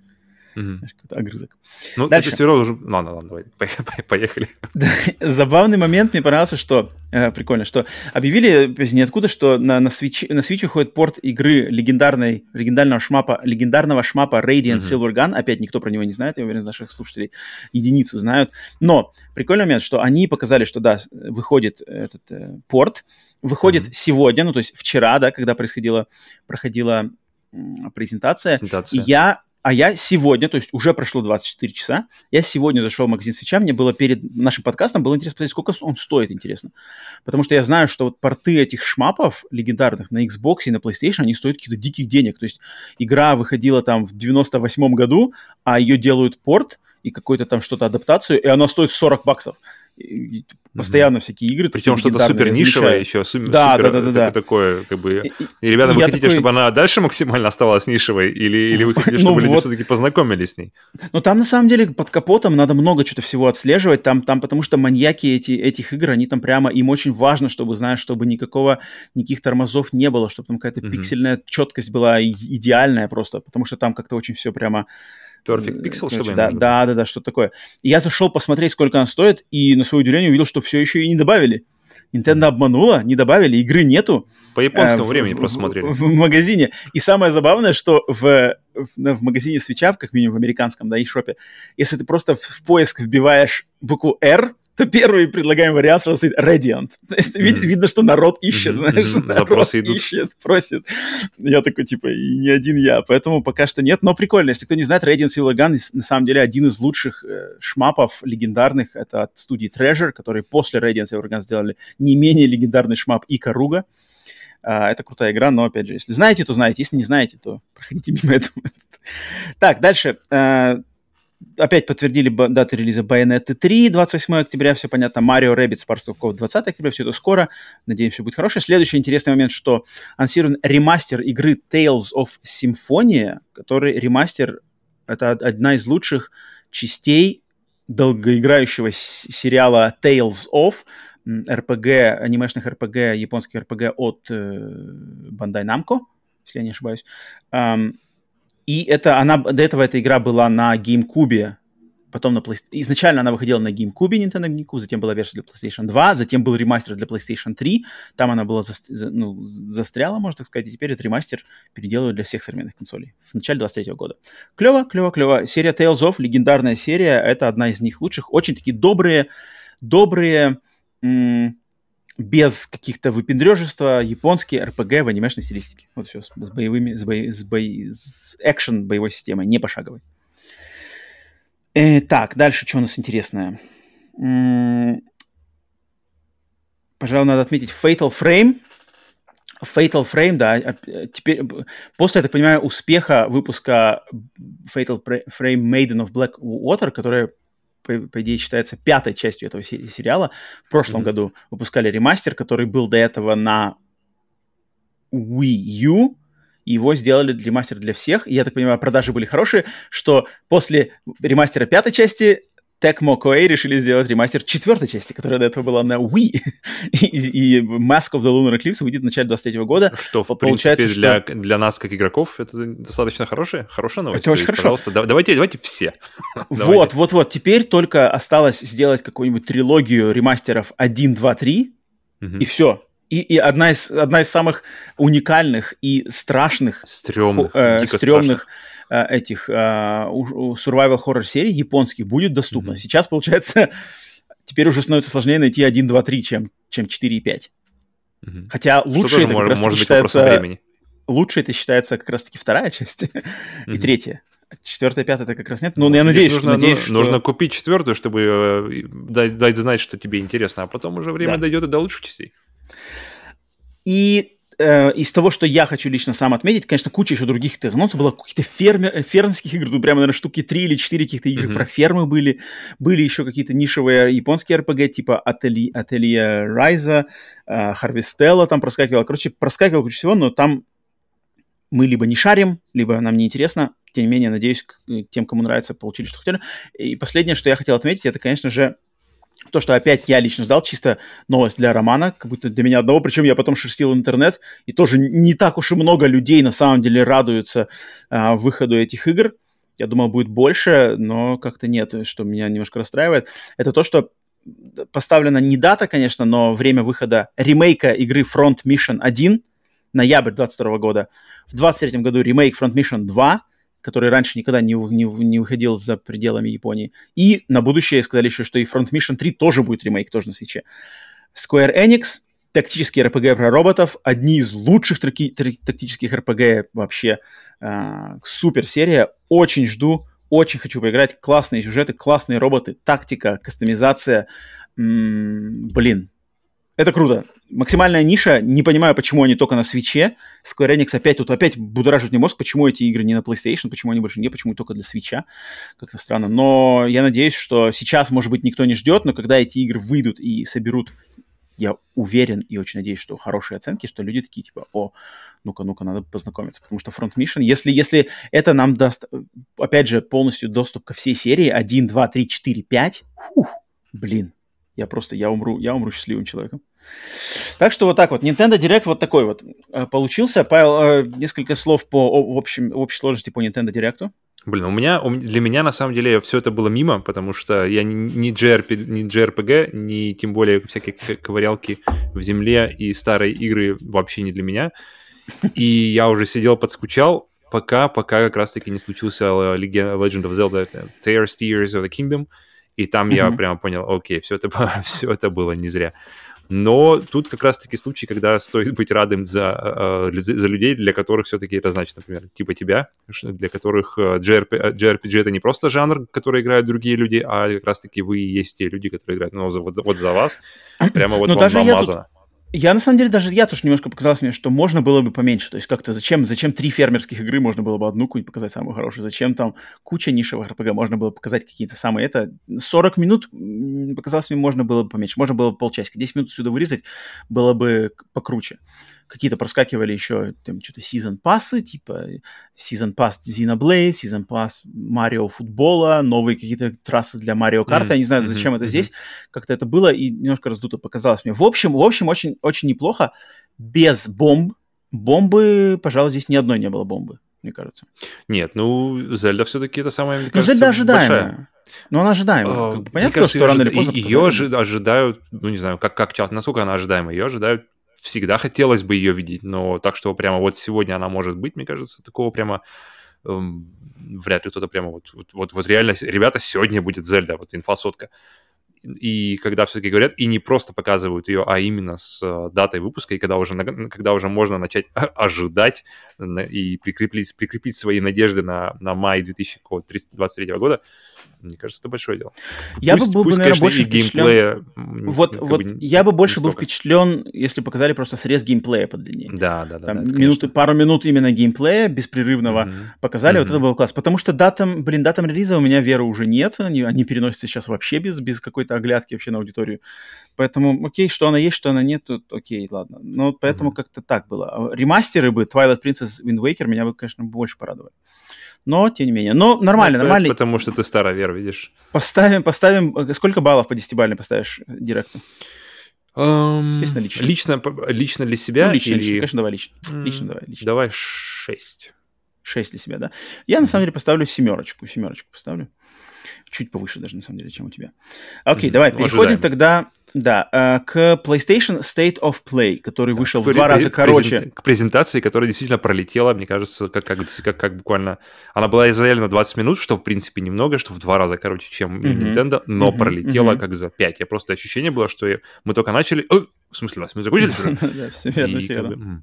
Знаешь, какой-то огрызок. Ну, дальше. Это все равно уже... Ладно, давай, поехали. Забавный момент мне понравился, что... прикольно, что объявили из ниоткуда, что на Switch выходит порт игры легендарного шмапа Radiant Silver Gun. Опять никто про него не знает, я уверен, из наших слушателей единицы знают. Но прикольный момент, что они показали, что да, выходит этот порт, выходит сегодня, ну, то есть вчера, да, когда проходила презентация. А я сегодня, то есть уже прошло 24 часа, я сегодня зашел в магазин Switch'а, мне было перед нашим подкастом, было интересно посмотреть, сколько он стоит, интересно. Потому что я знаю, что вот порты этих шмапов легендарных на Xbox и на PlayStation, они стоят каких-то диких денег. То есть игра выходила там в 98-м году, а ее делают порт и какую-то там что-то адаптацию, и она стоит $40. И постоянно всякие игры. Причем что-то супер нишевое еще, да. такое, как бы... И, ребята, вы хотите, чтобы она дальше максимально оставалась нишевой, или вы хотите, чтобы люди все-таки познакомились с ней? Ну, там, на самом деле, под капотом надо много чего-то всего отслеживать, там, потому что маньяки этих игр, они там прямо, им очень важно, чтобы, знаешь, чтобы никаких тормозов не было, чтобы там какая-то пиксельная четкость была идеальная просто, потому что там как-то очень все прямо... Perfect Pixel, чтобы да, что-то такое. И я зашел посмотреть, сколько она стоит, и на свое удивление увидел, что все еще и не добавили. Nintendo обманула, не добавили, игры нету. По японскому времени просто смотрели. В магазине. И самое забавное, что в магазине Switch'а, как минимум в американском, да, и шопе, если ты просто в поиск вбиваешь букву R, то первый предлагаемый вариант сразу стоит Radiant. То есть видно, что народ ищет, знаешь, запросы идут. Ищет, просит. Я такой, типа, и не один я, поэтому пока что нет, но прикольно. Если кто не знает, Radiant Silver Gun на самом деле один из лучших шмапов легендарных, это от студии Treasure, которые после Radiant Silver Gun сделали не менее легендарный шмап Ikaruga. Это крутая игра, но, опять же, если знаете, то знаете, если не знаете, то проходите мимо этого. Так, дальше. Опять подтвердили дату релиза Bayonetta 3, 28 октября, все понятно. Mario Rabbids Sparks of Hope 20 октября, все это скоро. Надеемся, все будет хорошо. Следующий интересный момент, что анонсирован ремастер игры Tales of Symphonia, который ремастер, это одна из лучших частей долгоиграющего сериала Tales of, RPG, анимешных RPG, японских RPG от Bandai Namco, если я не ошибаюсь. И до этого эта игра была на GameCube, потом на PlayStation. Изначально она выходила на GameCube, Nintendo GameCube, затем была версия для PlayStation 2, затем был ремастер для PlayStation 3, там она была застряла, можно так сказать, и теперь этот ремастер переделывают для всех современных консолей в начале 23 года. Клево. Серия Tales of, легендарная серия, это одна из них лучших, очень такие добрые, без каких-то выпендрежества, японские RPG в анимешной стилистике. Вот все, с экшен боевой системой, не пошаговой. Так, дальше что у нас интересное? Пожалуй, надо отметить Fatal Frame. Fatal Frame, да, теперь, после, я так понимаю, успеха выпуска Fatal Frame Maiden of Black Water, которая по идее, считается пятой частью этого сериала. В прошлом году выпускали ремастер, который был до этого на Wii U. Его сделали ремастер для всех. И, я так понимаю, продажи были хорошие, что после ремастера пятой части Tecmo Koei решили сделать ремастер четвертой части, которая до этого была на Wii. и Mask of the Lunar Eclipse выйдет в начале 23 года. Что, в принципе, для нас, как игроков, это достаточно хорошая новость. Это очень хорошо. Пожалуйста, давайте все. Вот. Теперь только осталось сделать какую-нибудь трилогию ремастеров 1, 2, 3, и все. И одна из самых уникальных и страшных, стрёмных этих survival horror серий японских будет доступна. Сейчас, получается, теперь уже становится сложнее найти 1, 2, 3, чем 4 и 5. Хотя лучше это как раз считается... Лучше это считается как раз-таки вторая часть и третья. Четвертая, пятая это как раз нет. Но я надеюсь, что... Нужно купить четвертую, чтобы дать знать, что тебе интересно, а потом уже время дойдет и до лучших частей. И из того, что я хочу лично сам отметить, конечно, куча еще других анонсов. Было каких-то фермерских игр, тут прямо, наверное, штуки 3 или 4 каких-то игр про фермы были. Были еще какие-то нишевые японские RPG, типа Atelier Ryza, Harvestella там проскакивало. Короче, проскакивало куча всего, но там мы либо не шарим, либо нам не интересно. Тем не менее, надеюсь, тем, кому нравится, получили, что хотели. И последнее, что я хотел отметить, это, конечно же, то, что опять я лично ждал, чисто новость для Романа, как будто для меня одного, причем я потом шерстил интернет, и тоже не так уж и много людей на самом деле радуются выходу этих игр. Я думал, будет больше, но как-то нет, что меня немножко расстраивает. Это то, что поставлена не дата, конечно, но время выхода ремейка игры Front Mission 1, ноябрь 2022 года. В 2023 году ремейк Front Mission 2, который раньше никогда не выходил за пределами Японии. И на будущее сказали еще, что и Front Mission 3 тоже будет ремейк, тоже на свитче. Square Enix, тактический RPG про роботов, одни из лучших тактических RPG вообще. Супер серия, очень жду. Очень хочу поиграть. Классные сюжеты, классные роботы, тактика, кастомизация. Блин, это круто. Максимальная ниша. Не понимаю, почему они только на свитче. Square Enix опять будоражит мне мозг, почему эти игры не на PlayStation, почему они больше не, почему только для свитча. Как-то странно. Но я надеюсь, что сейчас, может быть, никто не ждет, но когда эти игры выйдут и соберут, я уверен и очень надеюсь, что хорошие оценки, что люди такие, типа, ну-ка, надо познакомиться. Потому что Front Mission, если это нам даст, опять же, полностью доступ ко всей серии, 1, 2, 3, 4, 5, блин, я умру счастливым человеком. Так что вот так вот, Nintendo Direct вот такой вот получился. Павел, несколько слов в общей сложности по Nintendo Direct'у. Блин, для меня, на самом деле, все это было мимо, потому что я ни JRPG, ни тем более всякие ковырялки в земле и старые игры вообще не для меня. И я уже сидел, подскучал, пока как раз-таки не случился Legend of Zelda Tears of the Kingdom, и там я прямо понял, окей, все это было не зря. Но тут как раз-таки случай, когда стоит быть радым за людей, для которых все-таки это значит, например, типа тебя, для которых JRPG — это не просто жанр, который играют другие люди, а как раз-таки вы и есть те люди, которые играют. Но вот за вас прямо вот вам намазано. Я, на самом деле, я тоже немножко показалось мне, что можно было бы поменьше. То есть как-то зачем 3 фермерских игры, можно было бы одну какую-нибудь показать самую хорошую. Зачем там куча нишевых RPG, можно было показать какие-то самые... 40 минут, показалось мне, можно было бы поменьше. Можно было бы полчасика. 10 минут отсюда вырезать было бы покруче. Какие-то проскакивали еще там что-то сезон-пассы, типа сезон-пасс Xenoblade, сезон-пасс Марио футбола, новые какие-то трассы для Марио Карта. Я не знаю, зачем это здесь. Как-то это было и немножко раздуто показалось мне. В общем, очень, очень неплохо. Без бомб. Бомбы, пожалуй, здесь ни одной не было бомбы, мне кажется. Нет, Зельда все-таки это самая, мне кажется, Зельда ожидаемая. Большая. Но она ожидаемая. Понятно, кажется, что рано или поздно... Ее ожидают, не знаю, как часто, насколько она ожидаемая. Ее ожидают. Всегда хотелось бы ее видеть, но так, что прямо вот сегодня она может быть, мне кажется, такого прямо вряд ли кто-то прямо вот реально, ребята, сегодня будет Зельда, вот инфосотка. И когда все-таки говорят, и не просто показывают ее, а именно с датой выпуска, и когда уже можно начать ожидать и прикрепить свои надежды на май 2023 года, мне кажется, это большое дело. Я бы был, наверное, больше впечатлен. Я бы больше был впечатлен, если показали просто срез геймплея подлиннее. Да. Пару минут именно геймплея беспрерывного показали, вот это был класс. Потому что датам релиза у меня веры уже нет, они переносятся сейчас вообще без какой-то оглядки вообще на аудиторию. Поэтому, окей, что она есть, что она нет, тут окей, ладно. Но поэтому как-то так было. Ремастеры бы Twilight Princess, Wind Waker меня бы, конечно, больше порадовали. Но, тем не менее. Но нормально. Потому что ты старовер, видишь. Поставим. Сколько баллов по 10-бальной поставишь Директу? Естественно, лично для себя? Лично, конечно, давай лично. Лично. Давай 6. 6 для себя, да? Я, на самом деле, поставлю 7 поставлю. Чуть повыше даже, на самом деле, чем у тебя. Окей, давай, переходим тогда к PlayStation State of Play, который вышел в 2 раза короче. К презентации, которая действительно пролетела, мне кажется, как буквально... Она была заявлена 20 минут, что, в принципе, немного, что в 2 раза короче, чем Nintendo, но пролетела как за 5. Я просто ощущение было, что мы только начали... В смысле, мы закончили уже? Да, все верно.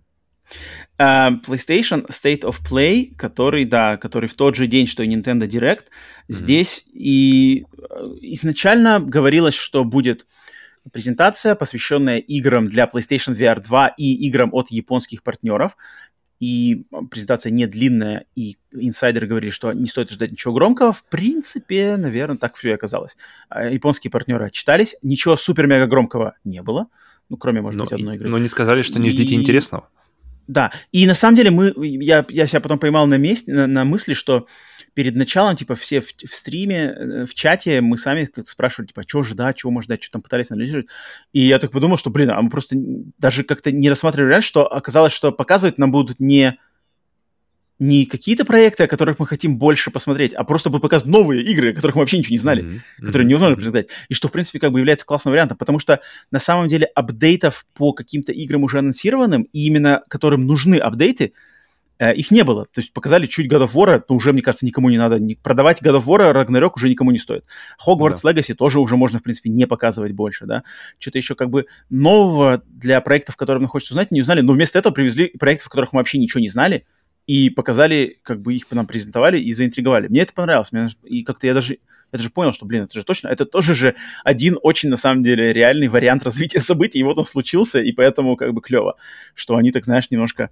PlayStation State of Play, который в тот же день, что и Nintendo Direct, здесь и изначально говорилось, что будет презентация, посвященная играм для PlayStation VR 2 и играм от японских партнеров. И презентация не длинная, и инсайдеры говорили, что не стоит ждать ничего громкого. В принципе, наверное, так все и оказалось. Японские партнеры отчитались, ничего супер-мега громкого не было, кроме, может быть, одной игры. Но не сказали, что не ждите интересного. Да, и на самом деле я себя потом поймал на мысли, что перед началом, типа, все в стриме, в чате мы сами спрашивали, типа, что ждать, чего можно ждать, что там пытались анализировать. И я так подумал, что, а мы просто даже как-то не рассматривали раньше, что оказалось, что показывать нам будут не не какие-то проекты, о которых мы хотим больше посмотреть, а просто будут показывать новые игры, о которых мы вообще ничего не знали, которые невозможно предсказать. И что, в принципе, как бы является классным вариантом, потому что на самом деле апдейтов по каким-то играм уже анонсированным, и именно которым нужны апдейты, их не было. То есть показали чуть God of War, но уже, мне кажется, никому не надо. Продавать God of War, Ragnarok уже никому не стоит. Hogwarts Legacy тоже уже можно, в принципе, не показывать больше, да. Что-то еще как бы нового для проектов, которые нам хочется узнать, не узнали, но вместо этого привезли проектов, о которых мы вообще ничего не знали, и показали, как бы их нам презентовали и заинтриговали. Мне это понравилось. И как-то я даже понял, что, блин, это же точно, это тоже же один очень, на самом деле, реальный вариант развития событий, и вот он случился, и поэтому как бы клево, что они, так знаешь, немножко...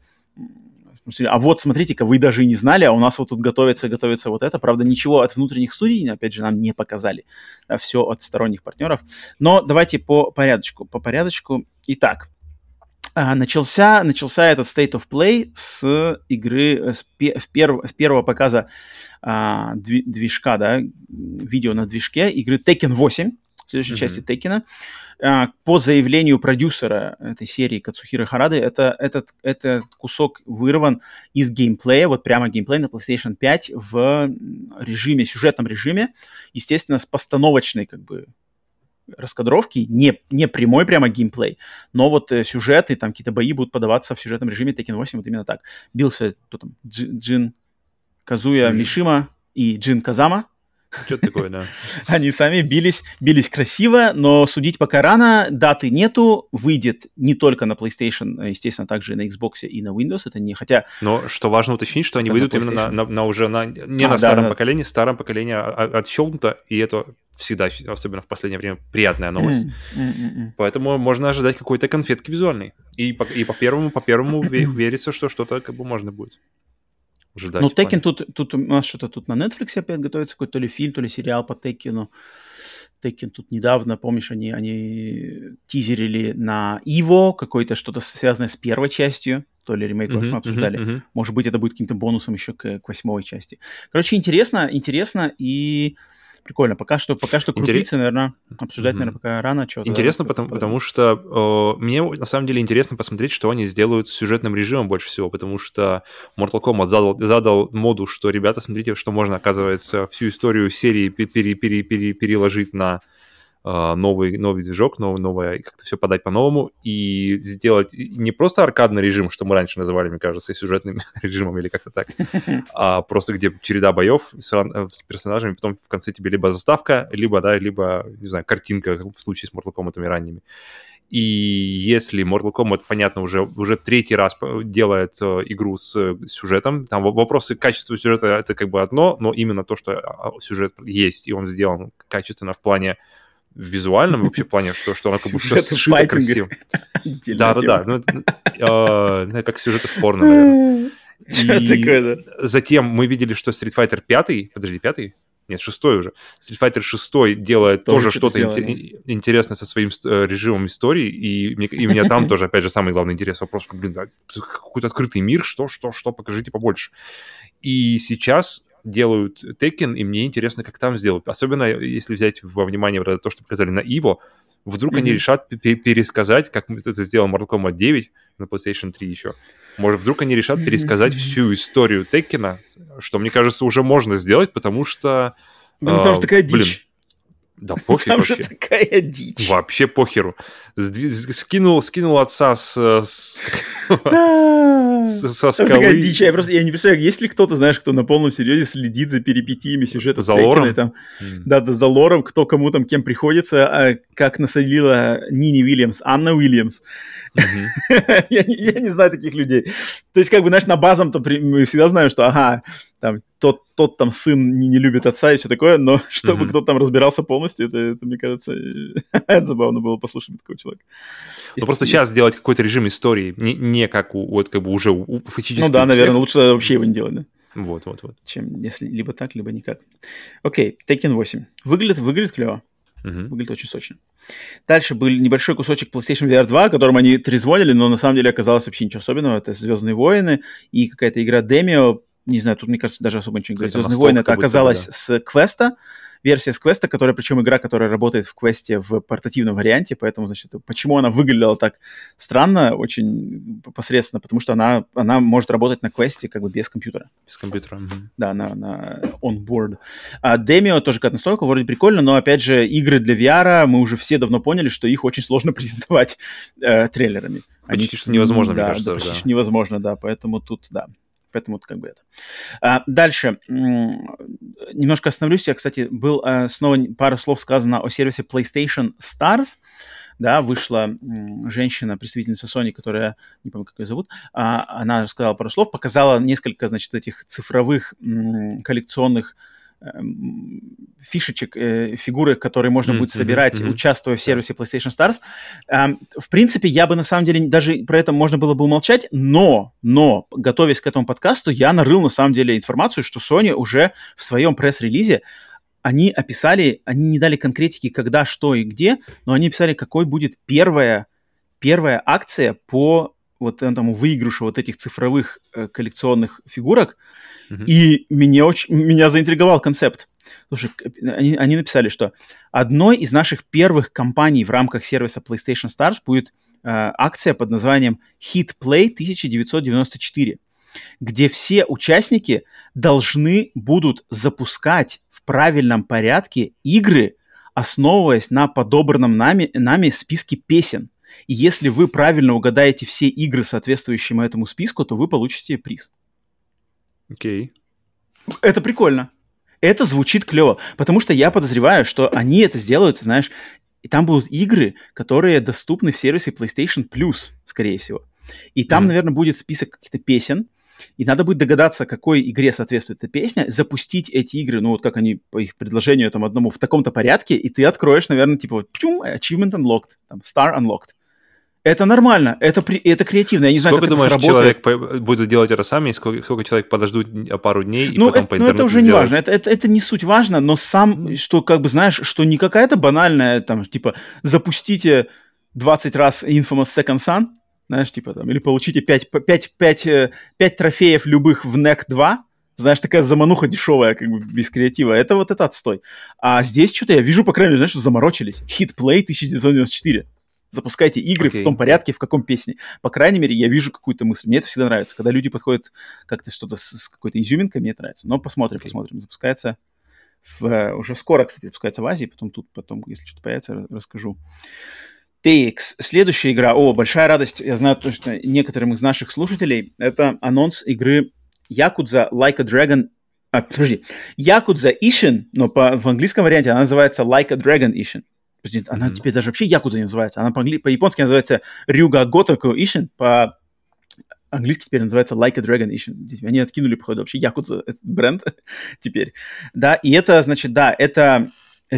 А вот, смотрите-ка, вы даже и не знали, а у нас вот тут готовится вот это. Правда, ничего от внутренних студий, опять же, нам не показали. Да, все от сторонних партнеров. Но давайте по порядочку. Итак, начался этот State of Play с игры, с первого показа движка, да, видео на движке игры Tekken 8, следующей части Tekken. По заявлению продюсера этой серии Кацухиро Харады, этот кусок вырван из геймплея, вот прямо геймплей на PlayStation 5 в сюжетном режиме, естественно, с постановочной как бы раскадровки, не прямой прямо геймплей, но вот сюжет и там какие-то бои будут подаваться в сюжетном режиме Tekken 8, вот именно так. Бился кто там, Джин Казуя Мишима и Джин Казама. Что-то такое, да. Они сами бились красиво, но судить пока рано, даты нету, выйдет не только на PlayStation, естественно, также и на Xbox и на Windows, это не, хотя... Но что важно уточнить, что они выйдут именно на старом поколении, старом поколении отщелкнуто, и это всегда, особенно в последнее время, приятная новость. Поэтому можно ожидать какой-то конфетки визуальной. И по первому верится, что что-то как бы можно будет. Ожидать, ну, Tekken тут у нас что-то тут на Netflix опять готовится, какой-то то ли фильм, то ли сериал по Теккену. Tekken тут недавно, помнишь, они тизерили на Evo, какое-то что-то связанное с первой частью, то ли ремейк мы обсуждали. Может быть, это будет каким-то бонусом еще к 8-й части. Короче, интересно и... Прикольно. Пока что крупицы, наверное, обсуждать, наверное, пока рано. Интересно, потому что мне на самом деле интересно посмотреть, что они сделают с сюжетным режимом больше всего, потому что Mortal Kombat задал моду, что, ребята, смотрите, что можно, оказывается, всю историю серии переложить на новый движок, новое, как-то все подать по-новому и сделать не просто аркадный режим, что мы раньше называли, мне кажется, сюжетным режимом или как-то так, а просто где череда боев с персонажами, потом в конце тебе либо заставка, либо, не знаю, картинка в случае с Mortal Kombat ранними. И если Mortal Kombat, понятно, уже третий раз делает игру с сюжетом, там вопросы качества сюжета — это как бы одно, но именно то, что сюжет есть, и он сделан качественно в плане визуальном вообще плане, что оно как бы все сшито красиво. Да. Ну, как сюжеты в порно, наверное. И затем мы видели, что Street Fighter 5, подожди, 5? Нет, 6 уже. Street Fighter 6 делает тоже что-то интересное со своим режимом истории, и меня там тоже, опять же, самый главный интерес, вопрос, какой-то открытый мир, что, покажите побольше. И сейчас делают Tekken, и мне интересно, как там сделают. Особенно, если взять во внимание то, что показали на Evo, вдруг они решат пересказать, как это сделал Mortal Kombat 9 на PlayStation 3 еще. Может, вдруг они решат пересказать всю историю Теккена, что, мне кажется, уже можно сделать, потому что... там же такая дичь. Да пофиг там вообще. Там же такая дичь. Вообще похеру. Скинул отца со скалы. Такая дичь. Я не представляю, есть ли кто-то, знаешь, кто на полном серьезе следит за перипетиями сюжета. За лором? Да, за лором, кто кому там кем приходится, как насадила Нини Уильямс, Анна Уильямс. Я не знаю таких людей. То есть, как бы, знаешь, на базам-то мы всегда знаем, что, там, тот там сын не любит отца и все такое, но чтобы кто-то там разбирался полностью, это мне кажется, это забавно было послушать такого человека. Ну, просто сейчас делать какой-то режим истории, не как как бы уже фактически... Ну да, наверное, лучше вообще его не делать, да? Вот. Чем если либо так, либо никак. Окей, Tekken 8. Выглядит клево. Выглядит очень сочно. Дальше был небольшой кусочек PlayStation VR 2, о котором они трезвонили, но на самом деле оказалось вообще ничего особенного. Это «Звездные войны» и какая-то игра Demio. Не знаю, тут, мне кажется, даже особо ничего не говорит. «Звездные войны» это оказалось с квеста. версия с Quest, которая, причем игра, которая работает в Quest в портативном варианте, поэтому, значит, почему она выглядела так странно, очень посредственно, потому что она может работать на Quest как бы без компьютера. Без компьютера. Да, на onboard. Demio тоже как настойка, вроде прикольно, но, опять же, игры для VR, мы уже все давно поняли, что их очень сложно презентовать трейлерами. Почти что невозможно, мне кажется. Да, почти что невозможно, да, поэтому тут, да. Поэтому как бы это. Дальше. Немножко остановлюсь. Кстати, был снова пару слов сказано о сервисе PlayStation Stars. Да, вышла женщина, представительница Sony, которая, не помню, как ее зовут, она рассказала пару слов, показала несколько, значит, этих цифровых коллекционных фишечек, фигуры, которые можно будет собирать, участвуя в сервисе PlayStation Stars. В принципе, я бы, на самом деле, даже про это можно было бы умолчать, но, готовясь к этому подкасту, я нарыл, на самом деле, информацию, что Sony уже в своем пресс-релизе они описали, они не дали конкретики, когда, что и где, но они описали, какой будет первая акция по вот этому выигрышу вот этих цифровых коллекционных фигурок. И меня заинтриговал концепт. Слушай, они написали, что одной из наших первых кампаний в рамках сервиса PlayStation Stars будет акция под названием Hit Play 1994, где все участники должны будут запускать в правильном порядке игры, основываясь на подобранном нами списке песен. И если вы правильно угадаете все игры, соответствующие этому списку, то вы получите приз. Окей. Это прикольно. Это звучит клево, потому что я подозреваю, что они это сделают, знаешь, и там будут игры, которые доступны в сервисе PlayStation Plus, скорее всего. И там, наверное, будет список каких-то песен, и надо будет догадаться, какой игре соответствует эта песня, запустить эти игры, ну вот как они по их предложению там одному в таком-то порядке, и ты откроешь, наверное, типа Achievement Unlocked, там, Star Unlocked. Это нормально, это креативно. Я не знаю, как это сработает. Человек будет делать это сами, сколько человек подождут пару дней и потом по интернету это уже сделать? не важно, это не суть важно, но сам, что как бы знаешь, что не какая-то банальная, там, типа, запустите 20 раз Infamous Second Son, знаешь, типа там, или получите 5 трофеев любых в NEC 2, знаешь, такая замануха дешевая, как бы без креатива. Это вот это отстой. А здесь что-то я вижу, по крайней мере, знаешь, что заморочились. Hit Play 1994. Запускайте игры в том порядке, в каком песне. По крайней мере, я вижу какую-то мысль. Мне это всегда нравится. Когда люди подходят как-то что-то с какой-то изюминкой, мне это нравится. Но посмотрим. Запускается уже скоро, кстати, запускается в Азии. Потом, если что-то появится, расскажу. TX. Следующая игра. Большая радость. Я знаю, что некоторым из наших слушателей это анонс игры Yakuza Like a Dragon. Yakuza Ishin, но в английском варианте она называется Like a Dragon Ishin. Она теперь даже вообще Якудза не называется. Она по-японски называется Ryuga Gotoku Ishin. По-английски теперь называется Like a Dragon Ishin. Они откинули, походу, вообще Якудза, этот бренд теперь. Да, и это, значит, да, это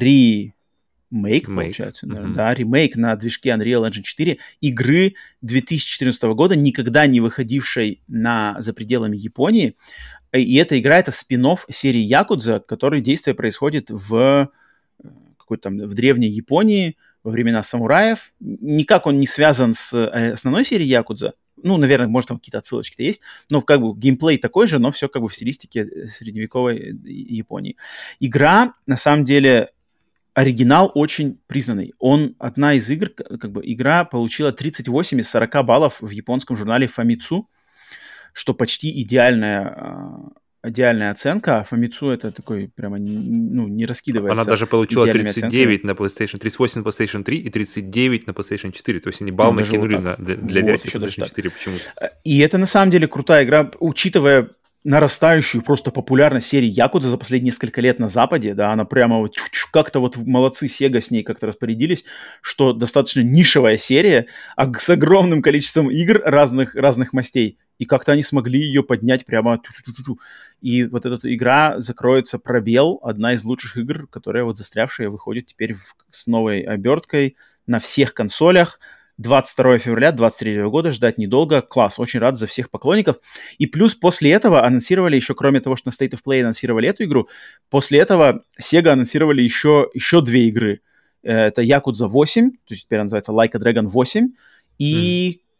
ремейк, получается. Да, ремейк на движке Unreal Engine 4 игры 2014 года, никогда не выходившей за пределами Японии. И эта игра — это спин-офф серии Якудза, который действие происходит в древней Японии во времена самураев. Никак он не связан с основной серией Якудза. Ну, наверное, может, там какие-то отсылочки-то есть. Но как бы геймплей такой же, но все как бы в стилистике средневековой Японии. Игра, на самом деле, оригинал очень признанный. Одна из игр, как бы игра получила 38 из 40 баллов в японском журнале Famitsu, что почти идеальная оценка. Famitsu — это такой прямо, не раскидывается. Она даже получила 39 на PlayStation, 38 на PlayStation 3 и 39 на PlayStation 4. То есть они балл накинули для версии PlayStation 4 почему-то. И это на самом деле крутая игра, учитывая нарастающую просто популярность серии Якудза за последние несколько лет на Западе. Да, она прямо вот как-то вот молодцы Sega с ней как-то распорядились, что достаточно нишевая серия, с огромным количеством игр разных мастей. И как-то они смогли ее поднять прямо... И вот эта игра закроется пробел, одна из лучших игр, которая вот застрявшая выходит теперь с новой оберткой на всех консолях. 22 февраля 2023 года, ждать недолго. Класс, очень рад за всех поклонников. И плюс после этого анонсировали еще, кроме того, что на State of Play анонсировали эту игру, после этого Sega анонсировали еще 2 игры. Это Yakuza 8, то есть теперь она называется Like a Dragon 8, и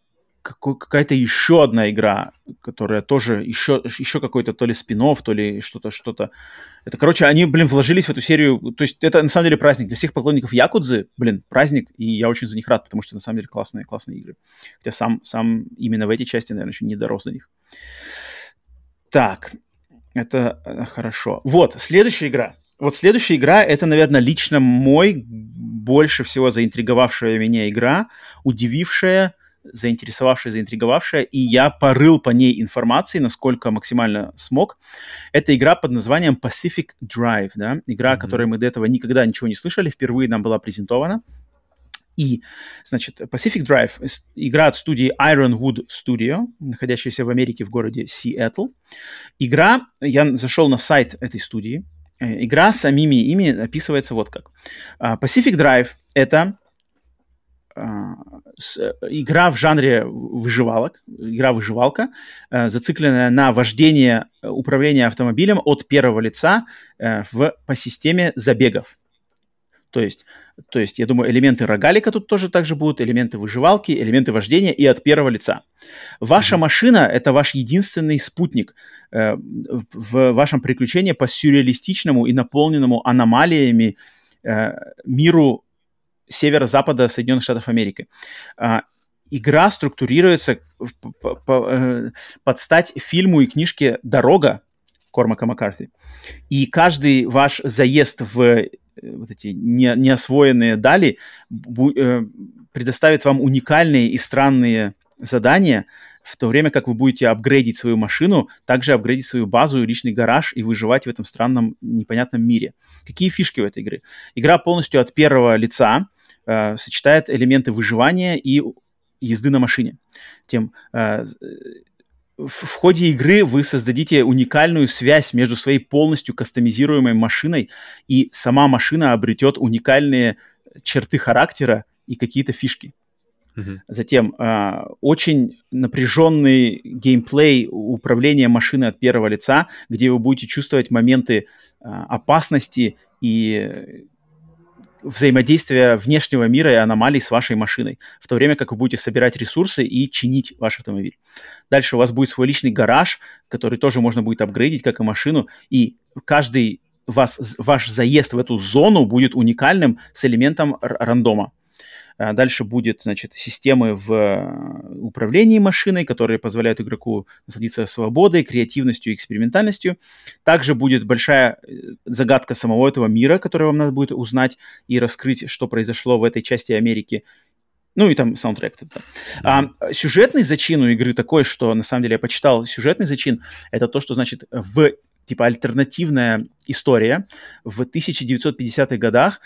какая-то еще одна игра, которая тоже еще какой-то то ли спин-офф, то ли что-то. Это, короче, они, вложились в эту серию. То есть это, на самом деле, праздник. Для всех поклонников Якудзы, праздник, и я очень за них рад, потому что, на самом деле, классные игры. Хотя сам именно в этой части, наверное, еще не дорос до них. Так, это хорошо. Вот, следующая игра. Это, наверное, лично мой больше всего заинтриговавшая меня игра, удивившая, заинтересовавшая, и я порыл по ней информации, насколько максимально смог. Это игра под названием Pacific Drive, да, игра, о которой мы до этого никогда ничего не слышали, впервые нам была презентована. И, значит, Pacific Drive — игра от студии Ironwood Studio, находящаяся в Америке в городе Сиэтл. Я зашел на сайт этой студии. Игра самими ими описывается вот как. Pacific Drive — это игра в жанре выживалка, зацикленная на вождении, управлении автомобилем от первого лица по системе забегов. То есть, я думаю, элементы рогалика тут тоже также будут, элементы выживалки, элементы вождения и от первого лица. Ваша машина — это ваш единственный спутник в вашем приключении по сюрреалистичному и наполненному аномалиями миру северо-запада Соединенных Штатов Америки. Игра структурируется под стать фильму и книжке «Дорога» Кормака Маккарти. И каждый ваш заезд в вот эти неосвоенные дали предоставит вам уникальные и странные задания, в то время как вы будете апгрейдить свою машину, также апгрейдить свою базу и личный гараж и выживать в этом странном, непонятном мире. Какие фишки в этой игре? Игра полностью от первого лица, сочетает элементы выживания и езды на машине. В ходе игры вы создадите уникальную связь между своей полностью кастомизируемой машиной, и сама машина обретет уникальные черты характера и какие-то фишки. Затем очень напряженный геймплей управления машиной от первого лица, где вы будете чувствовать моменты опасности и взаимодействия внешнего мира и аномалий с вашей машиной, в то время как вы будете собирать ресурсы и чинить ваш автомобиль. Дальше у вас будет свой личный гараж, который тоже можно будет апгрейдить, как и машину, и каждый ваш заезд в эту зону будет уникальным с элементом рандома. Дальше будет, значит, системы в управлении машиной, которые позволяют игроку насладиться свободой, креативностью и экспериментальностью. Также будет большая загадка самого этого мира, который вам надо будет узнать и раскрыть, что произошло в этой части Америки. Ну и там саундтрек. Сюжетный зачин у игры такой, что, на самом деле, я почитал сюжетный зачин. Это то, что, значит, альтернативная история. В 1950-х годах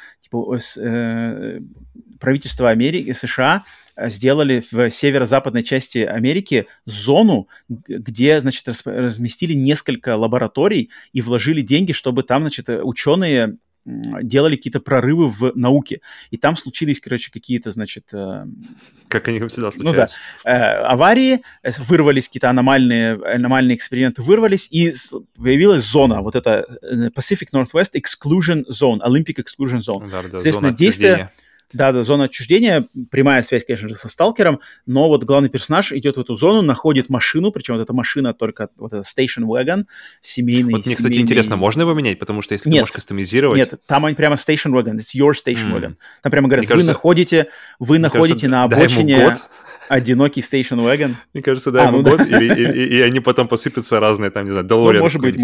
правительство Америки, США сделали в северо-западной части Америки зону, где, значит, разместили несколько лабораторий и вложили деньги, чтобы там, значит, ученые делали какие-то прорывы в науке. И там случились, короче, какие-то, значит... Как они всегда случаются. Аварии, вырвались какие-то аномальные эксперименты, и появилась зона, вот это Pacific Northwest Exclusion Zone, Olympic Exclusion Zone. Да, соответственно, действие... Да, зона отчуждения, прямая связь, конечно же, со сталкером, но вот главный персонаж идет в эту зону, находит машину, причем вот эта машина только вот этот station wagon, семейный. Вот мне, кстати, интересно, можно его менять? Потому что если ты можешь кастомизировать... Нет, там прямо station wagon, it's your station wagon. Там прямо говорят, вы находите на обочине одинокий station wagon. Мне кажется, дай ему год, и они потом посыпятся разные, там, не знаю, DeLorean. Может быть.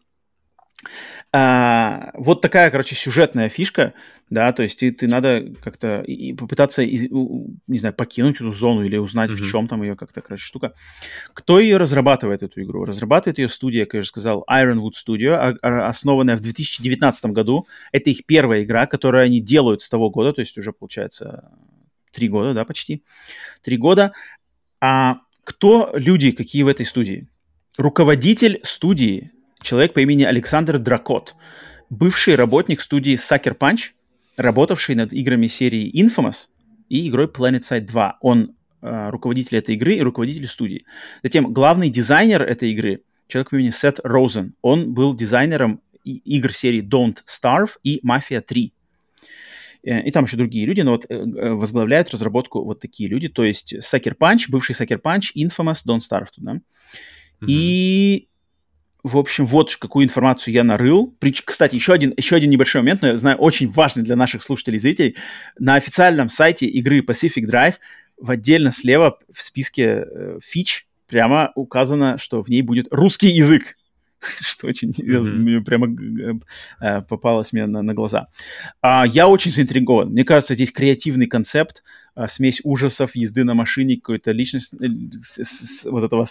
Вот такая, короче, сюжетная фишка, да, то есть ты надо как-то попытаться, не знаю, покинуть эту зону или узнать, в чем там ее как-то, короче, штука. Кто ее разрабатывает, эту игру? Разрабатывает ее студия, как я уже сказал, Ironwood Studio, основанная в 2019 году. Это их первая игра, которую они делают с того года, то есть уже, получается, 3 года, да, почти. 3 года. А кто люди, какие в этой студии? Руководитель студии, человек по имени Александр Дракот, бывший работник студии Sucker Punch, работавший над играми серии Infamous и игрой PlanetSide 2. Он руководитель этой игры и руководитель студии. Затем главный дизайнер этой игры, человек по имени Сет Розен, он был дизайнером игр серии Don't Starve и Mafia 3. и там еще другие люди, но вот возглавляют разработку вот такие люди, то есть Sucker Punch, бывший Sucker Punch, Infamous, Don't Starve туда. И, в общем, вот какую информацию я нарыл. Кстати, еще один небольшой момент, но я знаю, очень важный для наших слушателей и зрителей. На официальном сайте игры Pacific Drive в отдельно слева в списке фич прямо указано, что в ней будет русский язык. Что очень прямо попалось мне на глаза. Я очень заинтригован. Мне кажется, здесь креативный концепт, смесь ужасов, езды на машине, какой-то личность, вот этого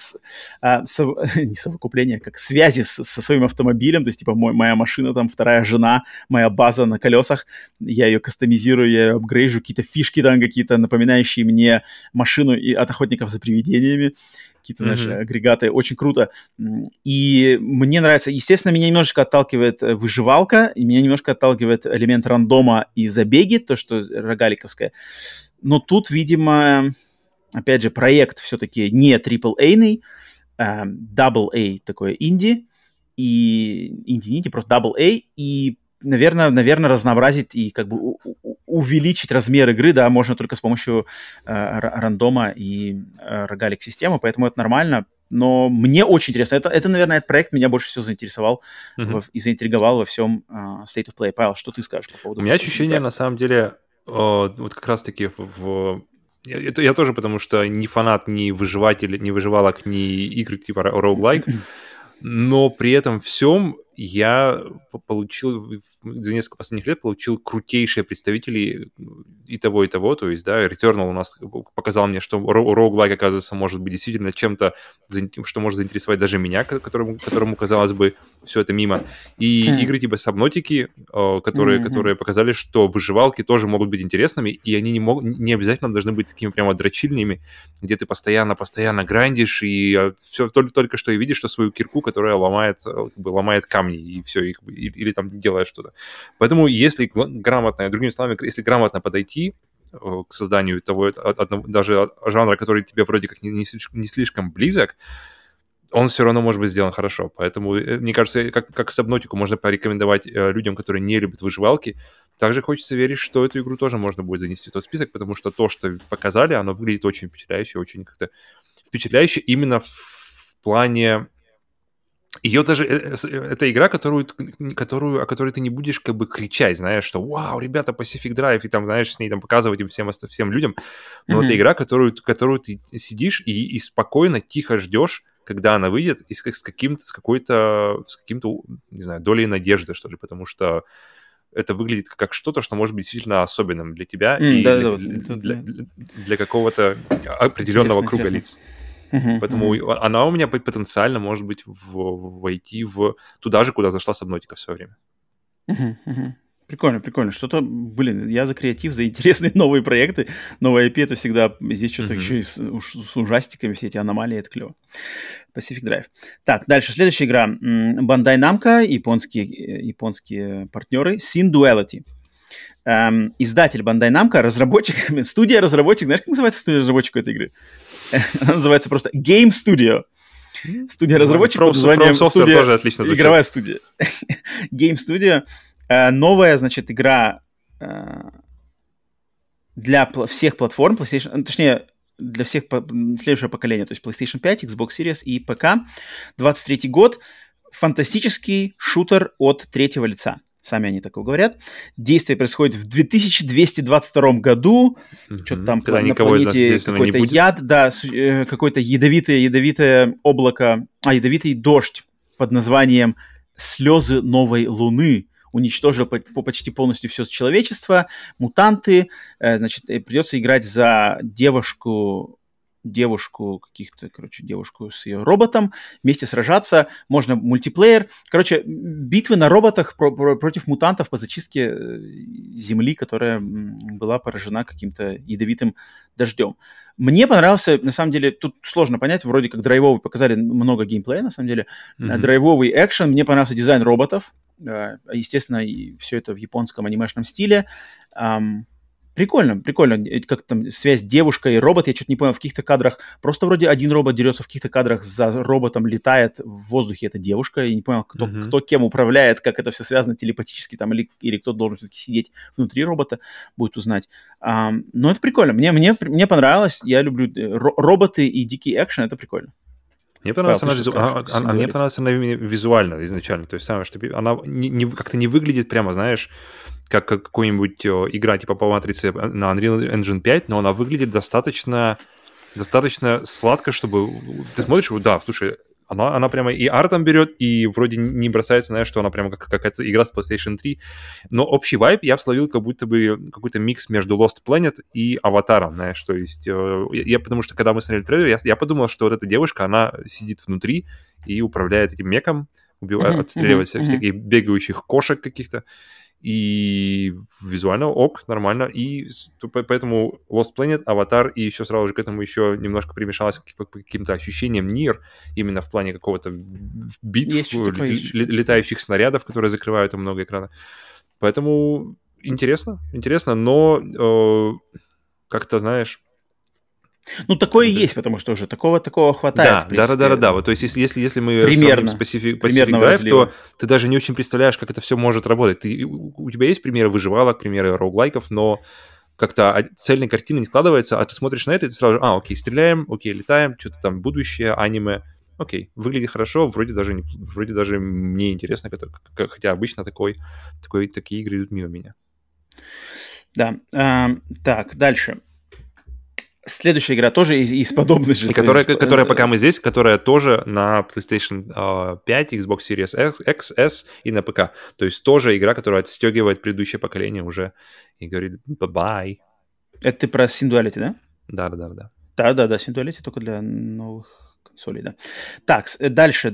не совокупления, как связи со своим автомобилем, то есть, типа, моя машина, там, вторая жена, моя база на колесах, я ее кастомизирую, я ее апгрейжу, какие-то фишки там, какие-то напоминающие мне машину от охотников за привидениями, какие-то, знаешь, агрегаты, очень круто. И мне нравится, естественно, меня немножечко отталкивает выживалка, и меня немножко отталкивает элемент рандома и забеги, то, что рогаликовское. Но тут, видимо, опять же, проект все-таки не AAA-ный, Double-A такое инди, и инди-нинди, просто Double-A, и, наверное, разнообразить и как бы увеличить размер игры, да, можно только с помощью рандома и рогалик-системы, поэтому это нормально. Но мне очень интересно. Это, наверное, этот проект меня больше всего заинтересовал и заинтриговал во всем State of Play. Павел, что ты скажешь по поводу? У меня ощущение, на самом деле, вот как раз-таки я тоже, потому что не фанат ни выживателей, ни выживалок, ни игр типа roguelike, но при этом всем я получил за несколько последних лет крутейшие представителей и того, то есть, да, Returnal у нас показал мне, что roguelike, оказывается, может быть действительно чем-то, что может заинтересовать даже меня, которому казалось бы, все это мимо. И игры типа Subnautica, которые показали, что выживалки тоже могут быть интересными, и они не обязательно должны быть такими прямо дрочильными, где ты постоянно грандишь, и все только что и видишь, что свою кирку, которая ломает камни, и все, или там делает что-то. Поэтому если грамотно, другими словами, если грамотно подойти к созданию того, даже жанра, который тебе вроде как не слишком близок, он все равно может быть сделан хорошо. Поэтому, мне кажется, как Subnautica можно порекомендовать людям, которые не любят выживалки. Также хочется верить, что эту игру тоже можно будет занести в тот список, потому что то, что показали, оно выглядит очень впечатляюще, очень как-то впечатляюще именно в плане... Ее даже... Это игра, о которой ты не будешь как бы кричать, знаешь, что «Вау, ребята, Pacific Drive», и там, знаешь, с ней там показывать им всем людям. Но это игра, которую ты сидишь и спокойно, тихо ждешь, когда она выйдет, и с каким-то, не знаю, долей надежды, что ли, потому что это выглядит как что-то, что может быть действительно особенным для тебя и для какого-то определенного круга лиц. Поэтому она у меня потенциально может быть войти туда же, куда зашла Subnautica в свое время. Прикольно. Что-то, я за креатив, за интересные новые проекты. Новые IP — это всегда... Здесь что-то еще и с ужастиками, все эти аномалии, это клево. Pacific Drive. Так, дальше. Следующая игра. Bandai Namco, японские партнеры. Sin Duality. Издатель Bandai Namco, студия-разработчик. Знаешь, как называется студия-разработчик этой игры? Она называется просто Game Studio. Студия-разработчик под названием игровая студия. Game Studio. Новая, значит, игра для всех платформ, PlayStation, точнее, для всех следующего поколения, то есть PlayStation 5, Xbox Series и ПК. 23-й год. Фантастический шутер от третьего лица. Сами они так говорят. Действие происходит в 2222 году. Что-то там на планете какой-то яд, да, какое-то ядовитое облако, ядовитый дождь под названием «Слезы новой луны» уничтожил почти полностью все человечество, мутанты. Значит, придется играть за девушку с ее роботом, вместе сражаться, можно мультиплеер. Короче, битвы на роботах против мутантов по зачистке Земли, которая была поражена каким-то ядовитым дождем. Мне понравился, на самом деле, тут сложно понять, вроде как драйвовый, показали много геймплея, на самом деле. Драйвовый экшен, мне понравился дизайн роботов, естественно, и все это в японском анимешном стиле. Прикольно. Как там связь девушка и робот, я что-то не понял, в каких-то кадрах просто вроде один робот дерется, в каких-то кадрах за роботом летает в воздухе эта девушка, я не понял, кто кем управляет, как это все связано телепатически там, или кто должен все-таки сидеть внутри робота, будет узнать. Но это прикольно, мне понравилось, я люблю роботы и дикий экшен, это прикольно. Мне понравилась она визуально изначально, то есть самое, что она как-то не выглядит прямо, знаешь, как какой-нибудь игра типа по матрице на Unreal Engine 5, но она выглядит достаточно сладко, чтобы... Ты смотришь, да, слушай, она прямо и артом берет, и вроде не бросается, знаешь, что она прямо как какая-то игра с PlayStation 3, но общий вайб я словил как будто бы какой-то микс между Lost Planet и Аватаром, знаешь, то есть потому что когда мы смотрели трейлер, я подумал, что вот эта девушка, она сидит внутри и управляет этим меком, отстреливает всяких бегающих кошек каких-то, и визуально ок, нормально, и поэтому Lost Planet, Аватар, и еще сразу же к этому еще немножко примешалось по каким-то ощущениям Нир, именно в плане какого-то битв, летающих снарядов, которые закрывают много экрана. Поэтому интересно, но как-то, знаешь... Ну, такое есть, потому что уже такого хватает. Да. Вот, то есть, если мы сравним Pacific Drive, то ты даже не очень представляешь, как это все может работать. У тебя есть примеры выживалок, примеры роуглайков, но как-то цельной картины не складывается, а ты смотришь на это, и ты сразу окей, стреляем, окей, летаем, что-то там будущее, аниме. Окей, выглядит хорошо, вроде даже мне интересно, хотя обычно такие игры идут мимо меня. Да. Так, дальше. Следующая игра тоже из подобных же. Которая пока мы здесь, которая тоже на PlayStation 5, Xbox Series X, S и на ПК. То есть тоже игра, которая отстегивает предыдущее поколение уже и говорит bye-bye. Это ты про Synduality, да? Да. Да, Synduality только для новых консолей, да. Так, дальше.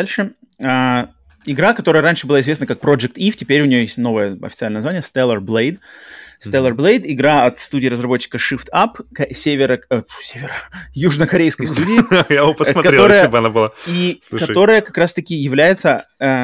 Игра, которая раньше была известна как Project Eve, теперь у нее есть новое официальное название, Stellar Blade. Stellar Blade, игра от студии разработчика Shift Up, южнокорейской студии. Я его посмотрел, если бы она была. И которая как раз-таки является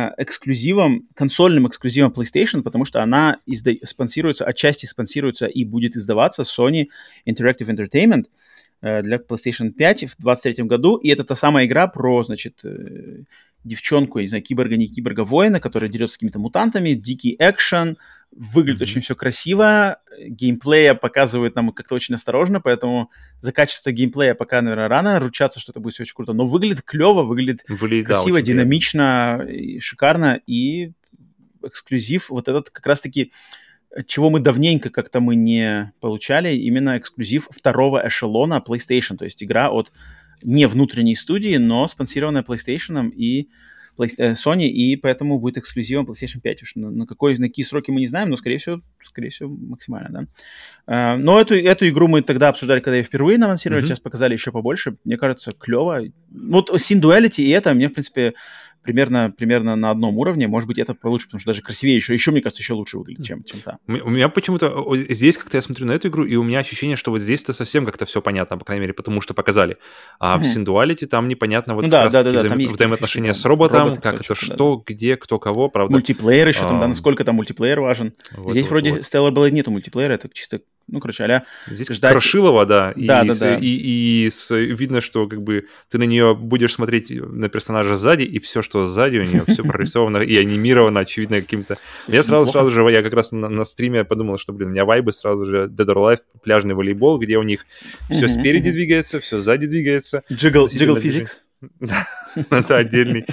консольным эксклюзивом PlayStation, потому что она отчасти спонсируется и будет издаваться Sony Interactive Entertainment для PlayStation 5 в 2023 году. И это та самая игра про, значит, девчонку, я не знаю, киборга, не киборга, воина, который дерется с какими-то мутантами, дикий экшен, выглядит очень все красиво, геймплея показывает нам как-то очень осторожно, поэтому за качество геймплея пока, наверное, рано ручаться, что это будет все очень круто, но выглядит клево, выглядит красиво, динамично, и шикарно, и эксклюзив вот этот как раз-таки, чего мы давненько как-то мы не получали, именно эксклюзив второго эшелона PlayStation, то есть игра от не внутренней студии, но спонсированная PlayStation и Sony, и поэтому будет эксклюзивом PlayStation 5. Уж на какие сроки мы не знаем, но, скорее всего, максимально, да. Но эту игру мы тогда обсуждали, когда ее впервые анонсировали, сейчас показали еще побольше. Мне кажется, клево. Вот Synduality и это мне, в принципе, примерно на одном уровне. Может быть, это получше, потому что даже красивее еще мне кажется, еще лучше выглядит, чем та. У меня почему-то здесь как-то я смотрю на эту игру, и у меня ощущение, что вот здесь-то совсем как-то все понятно, по крайней мере, потому что показали. А в Synduality там непонятно вот как раз-таки взаимоотношения с роботом, как это что, где, кто кого, правда. Мультиплеер еще там, да, насколько там мультиплеер важен. Здесь вроде Stellar Blade нету мультиплеера, это чисто... а-ля здесь ждать... Крошилова, да. Да. И видно, что как бы ты на нее будешь смотреть на персонажа сзади, и все, что сзади у нее, все прорисовано и анимировано, очевидно, каким-то... Я сразу же, я как раз на стриме подумал, что, у меня вайбы сразу же Dead or Alive, пляжный волейбол, где у них все спереди двигается, все сзади двигается. Jiggle Physics. Да, это отдельный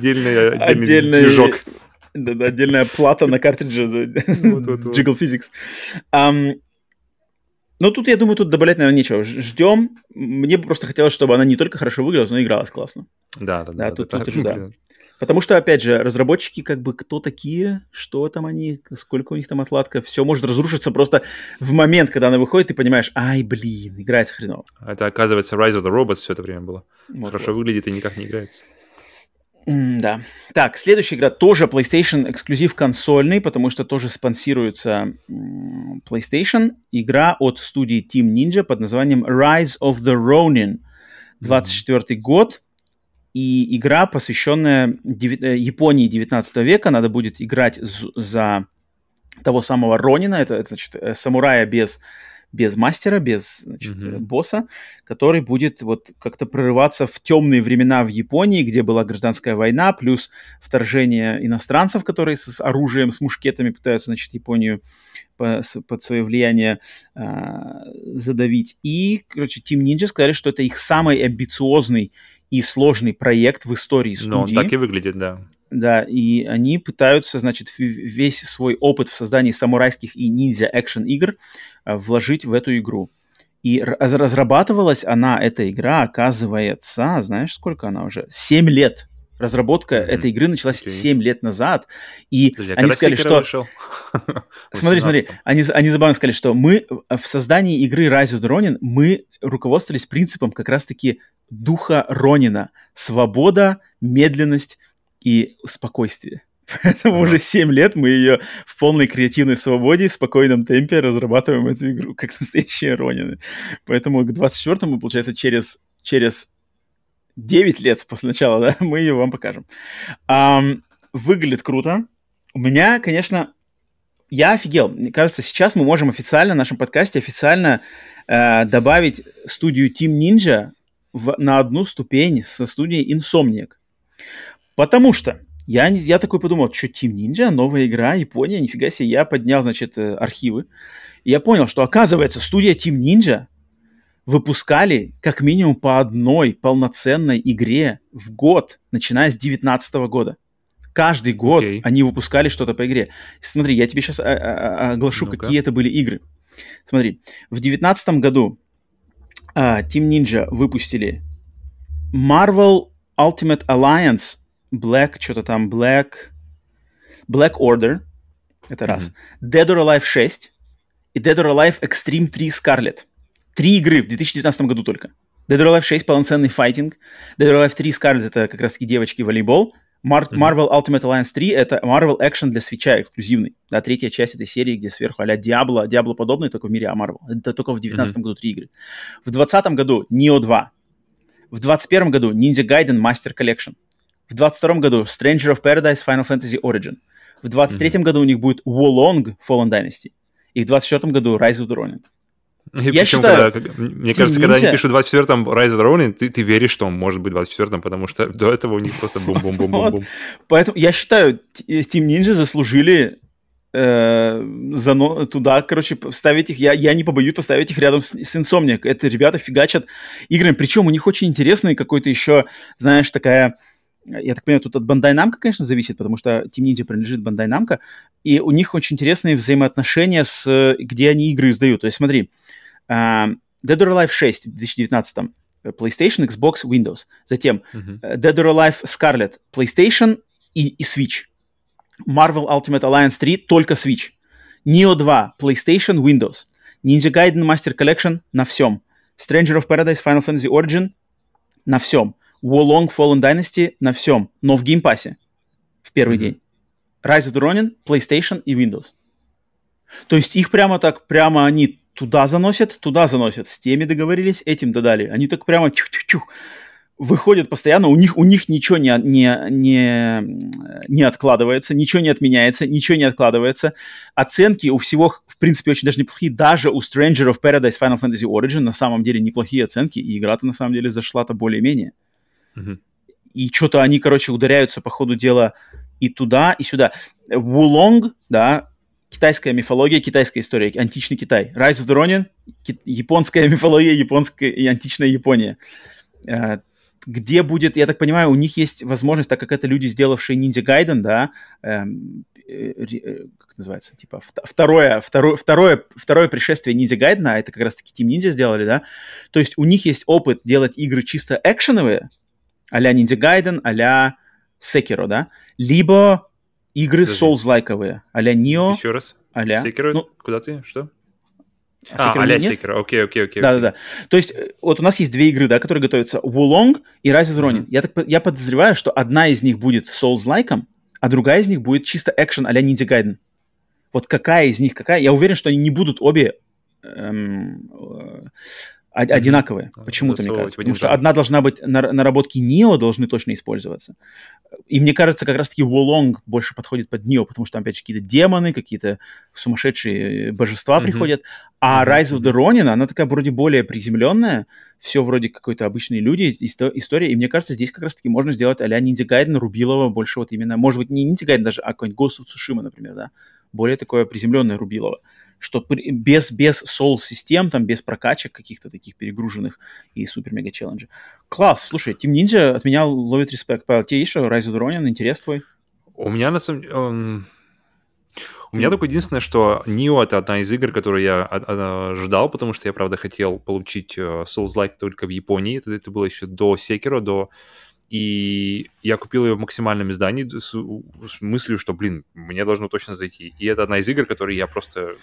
движок. Да, отдельная плата на картридже за Jiggle Physics. Ну, тут, я думаю, добавлять, наверное, нечего. Ждем. Мне бы просто хотелось, чтобы она не только хорошо выглядела, но и игралась классно. Да. Тут уже да. Потому что, опять же, разработчики, как бы, кто такие, что там они, сколько у них там отладка, все может разрушиться просто в момент, когда она выходит, ты понимаешь, играется хреново. Это, оказывается, Rise of the Robots все это время было. Хорошо выглядит и никак не играется. Да. Так, следующая игра тоже PlayStation эксклюзив консольный, потому что тоже спонсируется PlayStation. Игра от студии Team Ninja под названием Rise of the Ronin. 24-й год. И игра, посвященная Японии 19 века. Надо будет играть за того самого Ронина, это значит, самурая без мастера, без, значит, босса, который будет вот как-то прорываться в темные времена в Японии, где была гражданская война, плюс вторжение иностранцев, которые с оружием, с мушкетами пытаются, значит, Японию под свое влияние задавить. И, короче, Team Ninja сказали, что это их самый амбициозный и сложный проект в истории студии. Ну, он так и выглядит, да. Да, и они пытаются, значит, весь свой опыт в создании самурайских и ниндзя-экшен-игр вложить в эту игру. И разрабатывалась эта игра, оказывается, знаешь, сколько она уже? 7 лет. Разработка этой игры началась 7 лет назад. И Подожди, они сказали, что... вышел? Смотри, они забавно сказали, что мы в создании игры Rise of the Ronin мы руководствовались принципом как раз-таки духа Ронина. Свобода, медленность и спокойствие. Поэтому уже 7 лет мы ее в полной креативной свободе, в спокойном темпе разрабатываем эту игру, как настоящие Ронины. Поэтому к 24-му, получается, через 9 лет после начала, да, мы ее вам покажем. Выглядит круто. У меня, конечно, я офигел. Мне кажется, сейчас мы можем официально в нашем подкасте добавить студию Team Ninja на одну ступень со студией Insomniac. Потому что я такой подумал, что Team Ninja, новая игра, Япония, нифига себе. Я поднял, значит, архивы. И я понял, что, оказывается, студия Team Ninja выпускали как минимум по одной полноценной игре в год, начиная с 2019 года. Каждый год они выпускали что-то по игре. Смотри, я тебе сейчас оглашу, какие это были игры. Смотри, в 2019 году Team Ninja выпустили Marvel Ultimate Alliance Black Order, это раз. Dead or Alive 6 и Dead or Alive Extreme 3 Scarlet. 3 игры в 2019 году только. Dead or Alive 6 полноценный файтинг. Dead or Alive 3 Scarlet это как раз и девочки волейбол. Marvel Ultimate Alliance 3 это Marvel Action для Switch'а эксклюзивный. Да, третья часть этой серии, где сверху а-ля Diablo подобный, только в мире Marvel. Это только в 2019 году 3 игры. В 2020 году Nioh 2. В 2021 году Ninja Gaiden Master Collection. В 2022 году Stranger of Paradise Final Fantasy Origin. В 2023 году у них будет Wolong Fallen Dynasty. И в 2024 году Rise of the Ronin. Я считаю, мне кажется, когда они пишут в 24-м Rise of the Ronin, ты веришь, что он может быть в 24-м, потому что до этого у них просто бум-бум-бум-бум-бум. Поэтому я считаю, Team Ninja заслужили туда, короче, ставить их. Я не побоюсь поставить их рядом с Insomniac. Это ребята фигачат играми. Причем у них очень интересный какой-то еще, знаешь, такая... Я так понимаю, тут от Bandai Namco, конечно, зависит, потому что Team Ninja принадлежит Bandai Namco, и у них очень интересные взаимоотношения где они игры издают. То есть смотри, Dead or Alive 6 в 2019-м, PlayStation, Xbox, Windows. Затем Dead or Alive Scarlet, PlayStation и Switch. Marvel Ultimate Alliance 3 только Switch. Nioh 2, PlayStation, Windows. Ninja Gaiden Master Collection на всем. Stranger of Paradise Final Fantasy Origin на всем. Wolong Fallen Dynasty на всем, но в геймпассе в первый день. Rise of the Ronin, PlayStation и Windows. То есть их прямо они туда заносят, с теми договорились, этим додали. Они так прямо выходят постоянно, у них ничего не откладывается, ничего не отменяется, ничего не откладывается. Оценки у всего, в принципе, очень даже неплохие. Даже у Stranger of Paradise Final Fantasy Origin на самом деле неплохие оценки, и игра-то на самом деле зашла-то более-менее. И что-то они, короче, ударяются по ходу дела и туда, и сюда. Wulong, да, китайская мифология, китайская история, античный Китай. Rise of the Ronin, японская мифология, японская и античная Япония. Где будет, я так понимаю, у них есть возможность, так как это люди, сделавшие Ninja Gaiden, да, как называется, типа второе пришествие Ninja Gaiden, а это как раз-таки Team Ninja сделали, да, то есть у них есть опыт делать игры чисто экшеновые, а-ля Ninja Gaiden, а-ля Sekiro, да, либо игры Souls-лайковые, а-ля Nioh. Еще раз. А-ля... Sekiro, куда ты, что? А-ля Sekiro, окей. Да. То есть вот у нас есть две игры, да, которые готовятся, Wulong и Rise of the Ronin. Я подозреваю, что одна из них будет Souls-лайком, а другая из них будет чисто экшен а-ля Ninja Gaiden. Вот какая из них какая? Я уверен, что они не будут обе одинаковые. Почему-то, мне кажется. Потому что одна должна быть, наработки Neo должны точно использоваться. И мне кажется, как раз-таки Wolong больше подходит под Neo, потому что там, опять же, какие-то демоны, какие-то сумасшедшие божества приходят. А Rise of the Ronin, она такая вроде более приземленная, все вроде какой-то обычные люди, история. И мне кажется, здесь как раз-таки можно сделать а-ля Ninja Gaiden, Рубилова, больше вот именно, может быть, не Ninja Gaiden даже, а какой-нибудь Ghost of Tsushima, например, да. Более такое приземленное Рубилово. Что без соул-систем, там, без прокачек каких-то таких перегруженных и супер-мега-челленджей. Класс, слушай, Team Ninja от меня ловит респект. Павел, тебе есть что? Rise of the Ronin, интерес твой? У меня, на самом деле... У меня только единственное, что Nioh — это одна из игр, которую я ждал, потому что я, правда, хотел получить Souls-like только в Японии. Это было еще до Sekiro, И я купил ее в максимальном издании с мыслью, что, мне должно точно зайти. И это одна из игр, которые я просто...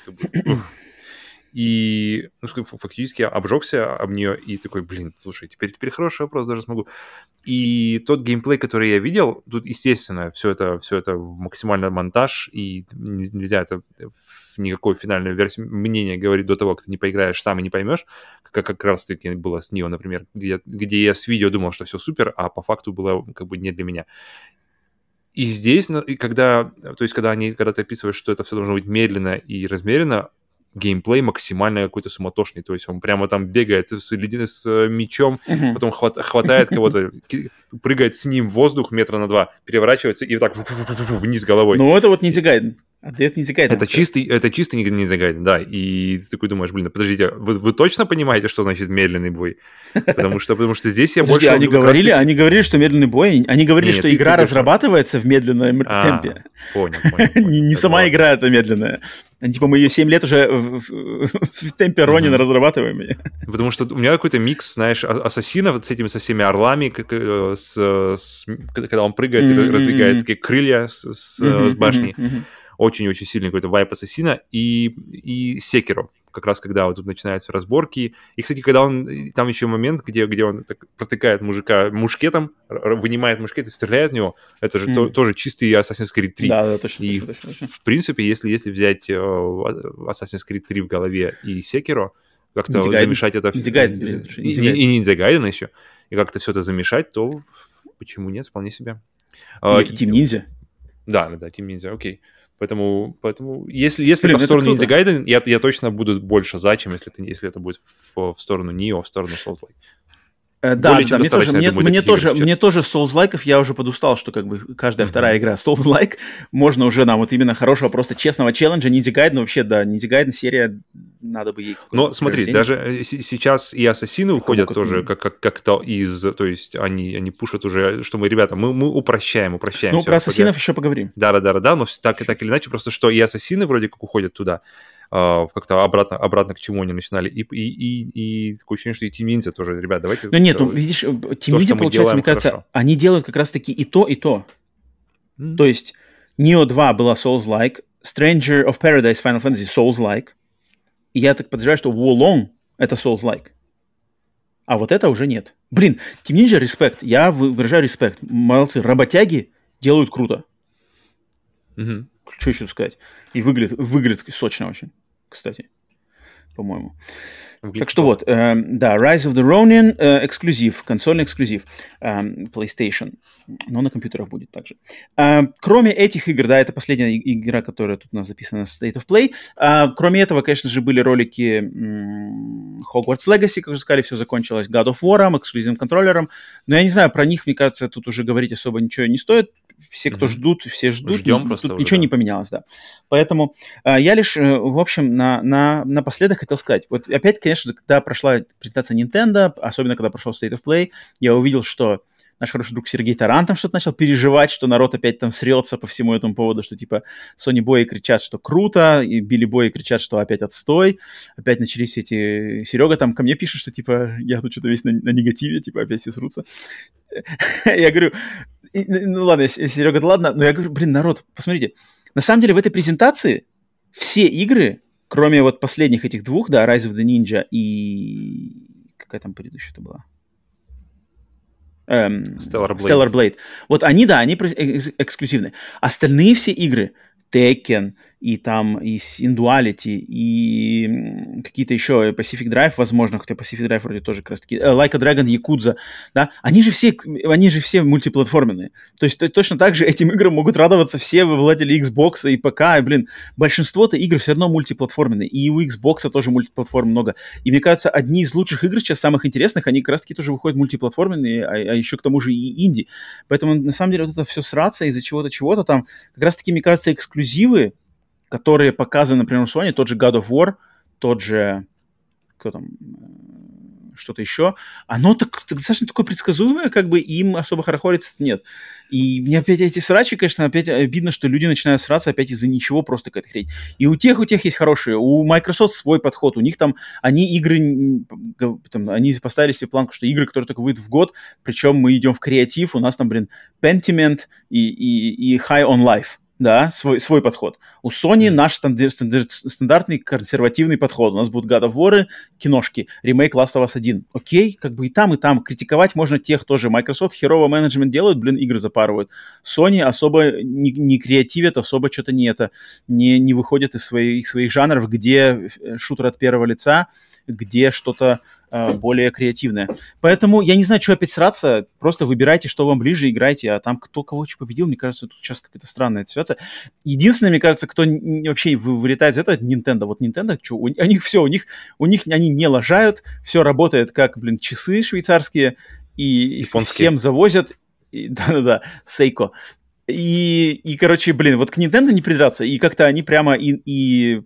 И фактически обжегся об нее и такой, слушай, теперь хороший вопрос, даже смогу. И тот геймплей, который я видел, тут, естественно, все это максимальный монтаж, и нельзя это в никакой финальной версии мнения говорить до того, как ты не поиграешь сам и не поймешь, как раз-таки было с Nioh, например, где я с видео думал, что все супер, а по факту было как бы не для меня. И здесь, когда ты описываешь, что это все должно быть медленно и размеренно, геймплей максимально какой-то суматошный, то есть он прямо там бегает с мечом, потом хватает кого-то, прыгает с ним в воздух 2 метра, переворачивается и так вниз головой. Ну, это вот Ninja Gaiden. Это чистый Ninja Gaiden, да. И ты такой думаешь, подождите, вы точно понимаете, что значит медленный бой? Потому что здесь я больше... Они говорили, что медленный бой, они говорили, что игра разрабатывается в медленном темпе. Понял. Не сама игра это медленная. Типа мы ее 7 лет уже в темпе Ронина разрабатываем. Потому что у меня какой-то микс, знаешь, ассасина вот со всеми орлами, когда он прыгает и раздвигает такие крылья с башни. Очень-очень сильный какой-то вайп ассасина. И Sekiro. Как раз когда вот тут начинаются разборки. И, кстати, там еще момент, где он так протыкает мужика мушкетом, вынимает мушкет и стреляет в него, это же тоже чистый Assassin's Creed 3. Да, точно. И в принципе, если взять Assassin's Creed 3 в голове и Sekiro, как-то замешать это... И Ninja Gaiden еще. И как-то все это замешать, то почему нет, вполне себе. Team Ninja. Да, Team Ninja, окей. Поэтому если это в сторону Ninja Gaiden, я точно буду больше за, чем если это будет в сторону Nioh, в сторону Souls-like. Да, мне тоже Souls-лайков, я уже подустал, что как бы каждая вторая игра Souls-like, можно уже нам вот именно хорошего, просто честного челленджа. Ninja Gaiden вообще, да, Ninja Gaiden серия, надо бы ей... Но смотри, даже сейчас и ассасины уходят тоже как-то то есть они пушат уже, что мы упрощаем. Ну, про ассасинов еще поговорим. Да, но так или иначе, просто что и ассасины вроде как уходят туда, как-то обратно к чему они начинали. И такое ощущение, что и Team Ninja тоже, ребят, давайте... Ну нет, видишь, Team Ninja, получается, мне кажется, они делают как раз-таки и то, и то. То есть Nioh 2 была Souls-like, Stranger of Paradise Final Fantasy Souls-like, и я так подозреваю, что Wolong — это Souls-like. А вот это уже нет. Team Ninja респект, я выражаю респект. Молодцы, работяги делают круто. Что еще сказать? И выглядит сочно очень, кстати, по-моему. Так что вот, да, Rise of the Ronin эксклюзив, консольный эксклюзив, PlayStation, но на компьютерах будет также. Кроме этих игр, да, это последняя игра, которая тут у нас записана в State of Play. Кроме этого, конечно же, были ролики Hogwarts Legacy, как уже сказали, все закончилось God of War, эксклюзивным контроллером, но я не знаю, про них, мне кажется, тут уже говорить особо ничего не стоит. Все, кто ждут, все ждут. Ждем просто. Тут ничего не поменялось, да. Поэтому я лишь, в общем, напоследок хотел сказать. Вот опять, конечно, когда прошла презентация Nintendo, особенно когда прошел State of Play, я увидел, что наш хороший друг Сергей Таран там что-то начал переживать, что народ опять там срется по всему этому поводу, что типа Sony бои кричат, что круто, и Билли бои кричат, что опять отстой. Опять начались эти... Серега там ко мне пишет, что типа я тут что-то весь на негативе, типа опять все срутся. Я говорю... Ну ладно, Серега, да ладно, но я говорю, народ, посмотрите, на самом деле в этой презентации все игры, кроме вот последних этих двух, да, Rise of the Ninja и... Какая там предыдущая-то была? Stellar Blade. Вот они, да, они эксклюзивные. Остальные все игры, Tekken, и там и Induality, и какие-то еще Pacific Drive, возможно, хотя Pacific Drive вроде тоже как раз таки, Like a Dragon, Yakuza, да, они же все мультиплатформенные. То есть точно так же этим играм могут радоваться все обладатели Xbox и ПК, и, блин, большинство-то игр все равно мультиплатформенные, и у Xbox тоже мультиплатформ много. И мне кажется, одни из лучших игр сейчас, самых интересных, они как раз таки тоже выходят мультиплатформенные, а еще к тому же и инди. Поэтому, на самом деле, вот это все сраться из-за чего-то, там как раз таки, мне кажется, эксклюзивы, которые показаны, например, у Sony, тот же God of War, тот же, кто там, что-то еще, оно достаточно такое предсказуемое, как бы им особо хорохориться нет. И мне опять эти срачи, конечно, опять обидно, что люди начинают сраться опять из-за ничего, просто какая-то хрень. И у тех есть хорошие, у Microsoft свой подход, у них там, они поставили себе планку, что игры, которые только выйдут в год, причем мы идем в креатив, у нас там, блин, Pentiment и High on Life. Да, свой подход. У Sony наш стандартный консервативный подход. У нас будут God of War, киношки, ремейк Last of Us 1. Окей, как бы и там. Критиковать можно тех тоже. Microsoft херово менеджмент делают, блин, игры запарывают. Sony особо не креативят, особо что-то не выходят из своих жанров, где шутер от первого лица, где что-то более креативное. Поэтому я не знаю, что опять сраться. Просто выбирайте, что вам ближе, играйте. А там кто кого победил, мне кажется, тут сейчас какая-то странная ситуация. Единственное, мне кажется, кто вообще вылетает из этого, это Nintendo. Вот Nintendo, у них все, у них они не лажают, все работает как, блин, часы швейцарские, и всем завозят. Да-да-да, Seiko. И, короче, блин, вот к Nintendo не придраться. И как-то они прямо и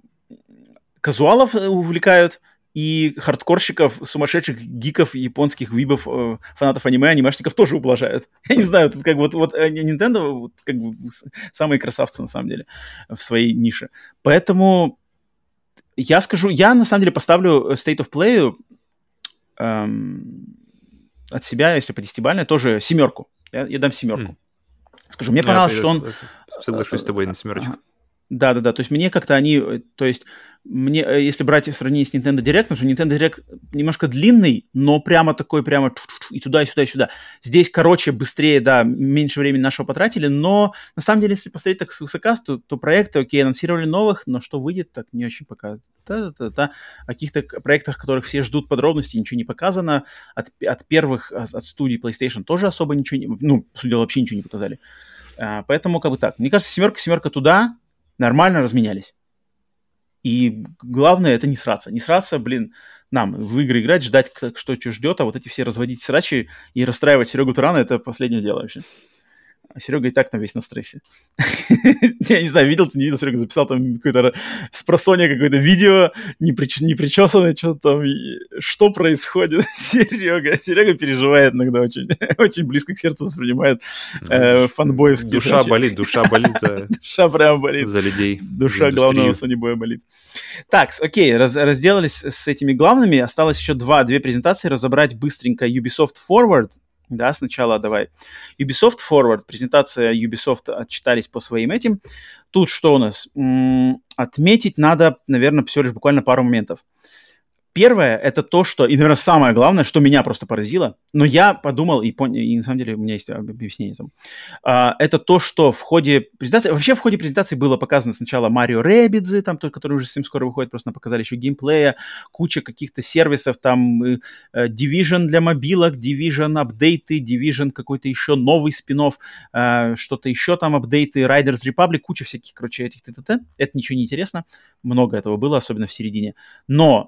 казуалов увлекают, и хардкорщиков, сумасшедших гиков, японских вибов, фанатов аниме, анимешников тоже ублажают. Я не знаю, тут как вот Nintendo вот, как бы самые красавцы, на самом деле, в своей нише. Поэтому я на самом деле поставлю State of Play от себя, если по 10-бальной, тоже 7. Я дам 7. Скажу, мне понравилось, что он... Соглашусь с тобой на 7. Да. То есть мне как-то мне, если брать в сравнении с Nintendo Direct, потому что Nintendo Direct немножко длинный, но прямо и туда, и сюда, и сюда. Здесь короче, быстрее, да, меньше времени нашего потратили, но на самом деле, если посмотреть так свысока, то проекты, окей, анонсировали новых, но что выйдет, так не очень пока. О каких-то проектах, которых все ждут подробностей, ничего не показано. От первых, от студий PlayStation тоже особо ничего вообще ничего не показали. Поэтому как бы так. Мне кажется, 7 туда, нормально разменялись. И главное, это не сраться. Не сраться, блин, нам в игры играть, ждать, что ждет, а вот эти все разводить срачи и расстраивать Серегу Турана, это последнее дело вообще. А Серега и так там весь на стрессе. Я не знаю, видел ты, не видел, Серега записал там какое-то спросонья, какое-то видео, непричесанное, что-то там, что происходит. Серега переживает иногда очень, очень близко к сердцу воспринимает фанбоевские. Душа болит. Душа прям болит. За людей. Душа главного Sony Boy болит. Так, окей, разделались с этими главными, осталось еще две презентации разобрать быстренько. Ubisoft Forward. Да, сначала давай. Ubisoft Forward, презентация Ubisoft, отчитались по своим этим. Тут что у нас? Отметить надо, наверное, всего лишь буквально пару моментов. Первое, это то, что, и, наверное, самое главное, что меня просто поразило, но я подумал и понял, и на самом деле у меня есть объяснение там, это то, что в ходе презентации было показано сначала Mario Rabbids, там, который уже совсем скоро выходит, просто нам показали еще геймплея, куча каких-то сервисов, там, Division для мобилок, Division апдейты, Division какой-то еще новый спин-офф, что-то еще там апдейты, Riders Republic, куча всяких, короче, этих т.т. Это ничего не интересно, много этого было, особенно в середине. Но,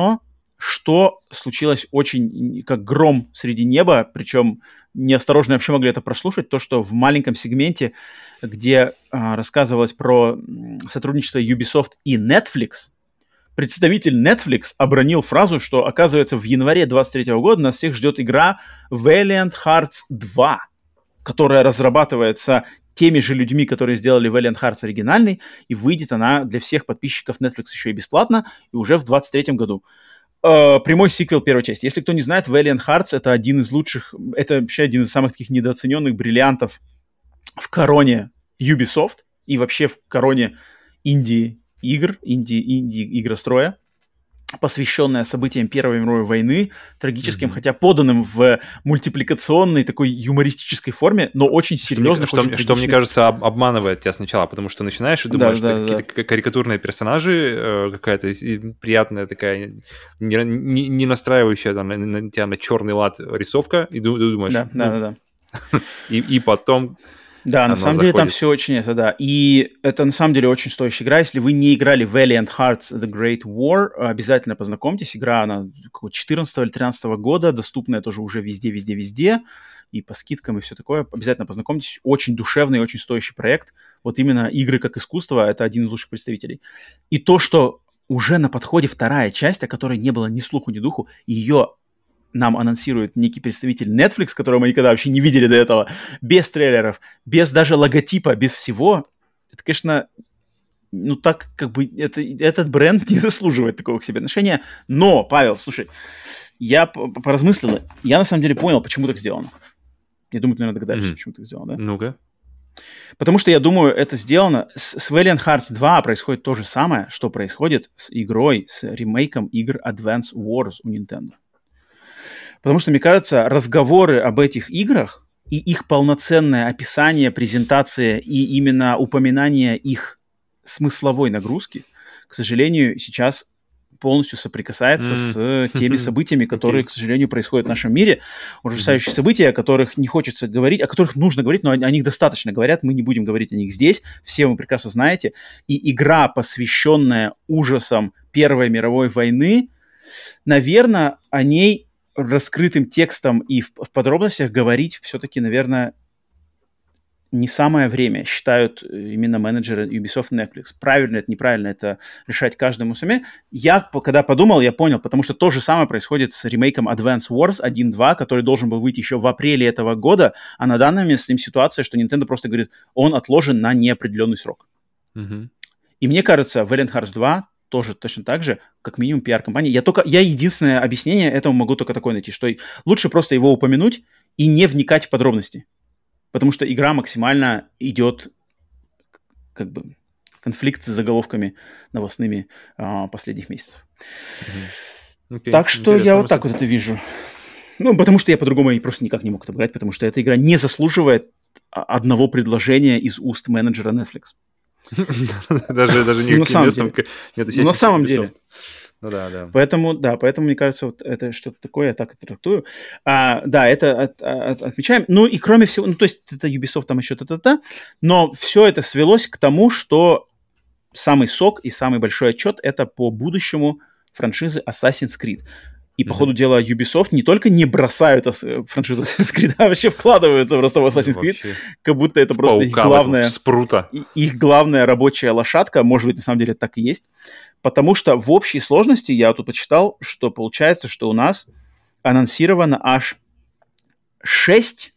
что случилось очень как гром среди неба, причем неосторожно вообще могли это прослушать, то, что в маленьком сегменте, где рассказывалось про сотрудничество Ubisoft и Netflix, представитель Netflix обронил фразу, что, оказывается, в январе 2023 года нас всех ждет игра Valiant Hearts 2, которая разрабатывается теми же людьми, которые сделали Valiant Hearts оригинальный, и выйдет она для всех подписчиков Netflix еще и бесплатно, и уже в 2023 году. Прямой сиквел первой части. Если кто не знает, Valiant Hearts — это один из лучших, это вообще один из самых таких недооцененных бриллиантов в короне Ubisoft и вообще в короне инди-игр, инди-игростроя. посвященная событиям Первой мировой войны, трагическим, хотя поданным в мультипликационной такой юмористической форме, но очень серьезно. Что, мне кажется, обманывает тебя сначала, потому что начинаешь и думаешь, что какие-то карикатурные персонажи, какая-то приятная такая, не настраивающая на тебя на черный лад рисовка, и думаешь... Да. И потом... Да, на самом деле там все очень это, да. И это на самом деле очень стоящая игра. Если вы не играли Valiant Hearts The Great War, обязательно познакомьтесь. Игра, она 14 или 13 года, доступная тоже уже везде. И по скидкам, и все такое. Обязательно познакомьтесь. Очень душевный, очень стоящий проект. Вот именно игры как искусство, это один из лучших представителей. И то, что уже на подходе вторая часть, о которой не было ни слуху, ни духу, ее нам анонсирует некий представитель Netflix, которого мы никогда вообще не видели до этого, без трейлеров, без даже логотипа, без всего. Это, конечно, ну так как бы этот бренд не заслуживает такого к себе отношения. Но, Павел, слушай, я поразмыслил, я на самом деле понял, почему так сделано. Я думаю, ты, наверное, догадаешься, почему так сделано, да? Ну-ка. Потому что, я думаю, это сделано... С Valiant Hearts 2 происходит то же самое, что происходит с игрой, с ремейком игр Advance Wars у Nintendo. Потому что, мне кажется, разговоры об этих играх и их полноценное описание, презентация и именно упоминание их смысловой нагрузки, к сожалению, сейчас полностью соприкасается с теми событиями, которые, к сожалению, происходят в нашем мире. Ужасающие события, о которых не хочется говорить, о которых нужно говорить, но о них достаточно говорят. Мы не будем говорить о них здесь. Все вы прекрасно знаете. И игра, посвященная ужасам Первой мировой войны, наверное, о ней раскрытым текстом и в подробностях говорить все-таки, наверное, не самое время, считают именно менеджеры Ubisoft Netflix. Правильно это, неправильно, это решать каждому сами. Я, когда подумал, я понял, потому что то же самое происходит с ремейком Advance Wars 1.2, который должен был выйти еще в апреле этого года, а на данный момент с ним ситуация, что Nintendo просто говорит, он отложен на неопределенный срок. И мне кажется, Valiant Hearts 2 тоже точно так же, как минимум пиар-компания. Я единственное объяснение этому могу только такое найти, что лучше просто его упомянуть и не вникать в подробности. Потому что игра максимально идет как бы конфликт с заголовками новостными последних месяцев. Так что я вот так вот это вижу. Ну, потому что я по-другому просто никак не мог это брать, потому что эта игра не заслуживает одного предложения из уст менеджера Netflix. Даже никаким местом нет. На самом деле. Ну да. Поэтому, мне кажется, вот это что-то такое, я так это трактую. Да, это отмечаем. Ну и кроме всего, ну то есть это Ubisoft там еще та-та-та, но все это свелось к тому, что самый сок и самый большой отчет это по будущему франшизы Assassin's Creed. И, по ходу дела, Ubisoft не только не бросают франшизу Assassin's Creed, а вообще вкладываются просто в Assassin's Creed, как будто это просто их главная рабочая лошадка. Может быть, на самом деле так и есть. Потому что в общей сложности, я тут почитал, что получается, что у нас анонсировано аж 6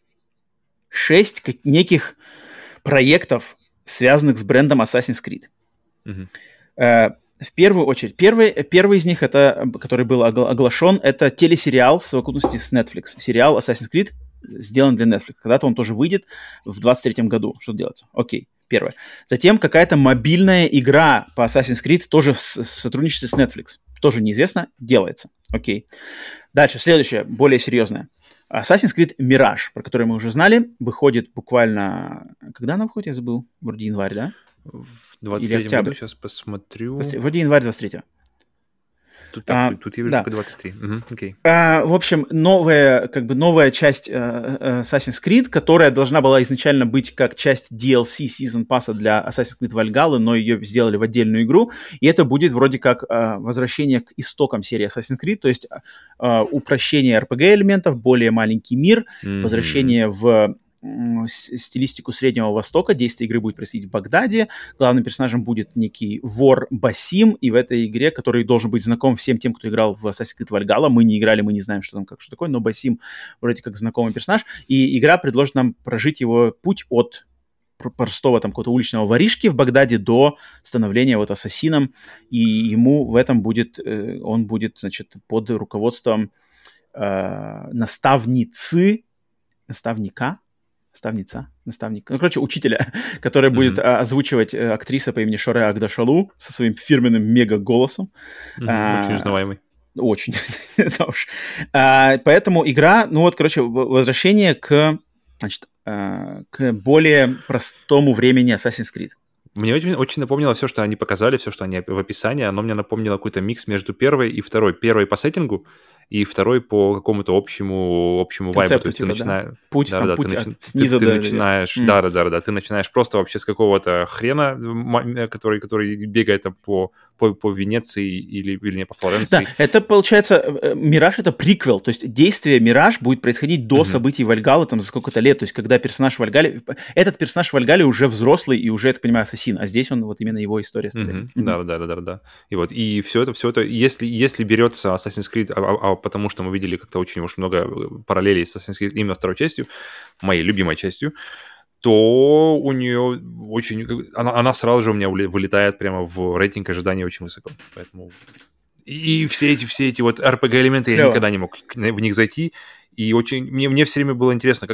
неких проектов, связанных с брендом Assassin's Creed. В первую очередь, первый из них, который был оглашен, это телесериал в совокупности с Netflix. Сериал Assassin's Creed сделан для Netflix. Когда-то он тоже выйдет в 2023 году. Что делается? Окей, первое. Затем какая-то мобильная игра по Assassin's Creed тоже в сотрудничестве с Netflix. Тоже неизвестно, делается. Окей. Дальше, следующее, более серьезное. Assassin's Creed Mirage, про который мы уже знали, выходит буквально... Когда она выходит? Я забыл. Вроде январь, да? В 23-м году, сейчас посмотрю. Вроде январь 23-го. Тут я вижу только 23. Окей. В общем, новая часть Assassin's Creed, которая должна была изначально быть как часть DLC Season Pass для Assassin's Creed Valhalla, но ее сделали в отдельную игру, и это будет вроде как возвращение к истокам серии Assassin's Creed, то есть упрощение RPG-элементов, более маленький мир, возвращение в стилистику Среднего Востока. Действие игры будет происходить в Багдаде. Главным персонажем будет некий вор Басим, и в этой игре, который должен быть знаком всем тем, кто играл в Assassin's Creed Valhalla, мы не играли, мы не знаем, что там, что такое, но Басим вроде как знакомый персонаж, и игра предложит нам прожить его путь от простого там какого-то уличного воришки в Багдаде до становления вот ассасином, и ему в этом он будет, значит, под руководством наставника наставник, ну, короче, учителя, который будет озвучивать актриса по имени Шоре Агдашалу со своим фирменным мега-голосом. Очень узнаваемый. Очень, да уж. Поэтому игра, ну вот, короче, возвращение к более простому времени Assassin's Creed. Мне очень напомнило все, что они показали, все, что они в описании. Оно мне напомнило какой-то микс между первой и второй. Первой по сеттингу и второй по какому-то общему вайбу. То есть типа, ты начинаешь... Путь, снизу ты начинаешь... Да. Ты начинаешь просто вообще с какого-то хрена, который бегает там по Венеции или не по Флоренции. Да, это получается... Мираж — это приквел. То есть действие Мираж будет происходить до событий Вальгаллы там за сколько-то лет. То есть когда персонаж Вальгаллы... Этот персонаж Вальгаллы уже взрослый и уже, я так понимаю, ассасин. А здесь он вот именно его история стоит. Да. И все это, если берется Assassin's Creed, потому что мы видели как-то очень уж много параллелей с Assassin's Creed именно второй частью, моей любимой частью, то у нее очень... Она сразу же у меня вылетает прямо в рейтинг ожидания очень высоко. Поэтому... И все эти вот RPG-элементы, я никогда не мог в них зайти. И очень... Мне все время было интересно,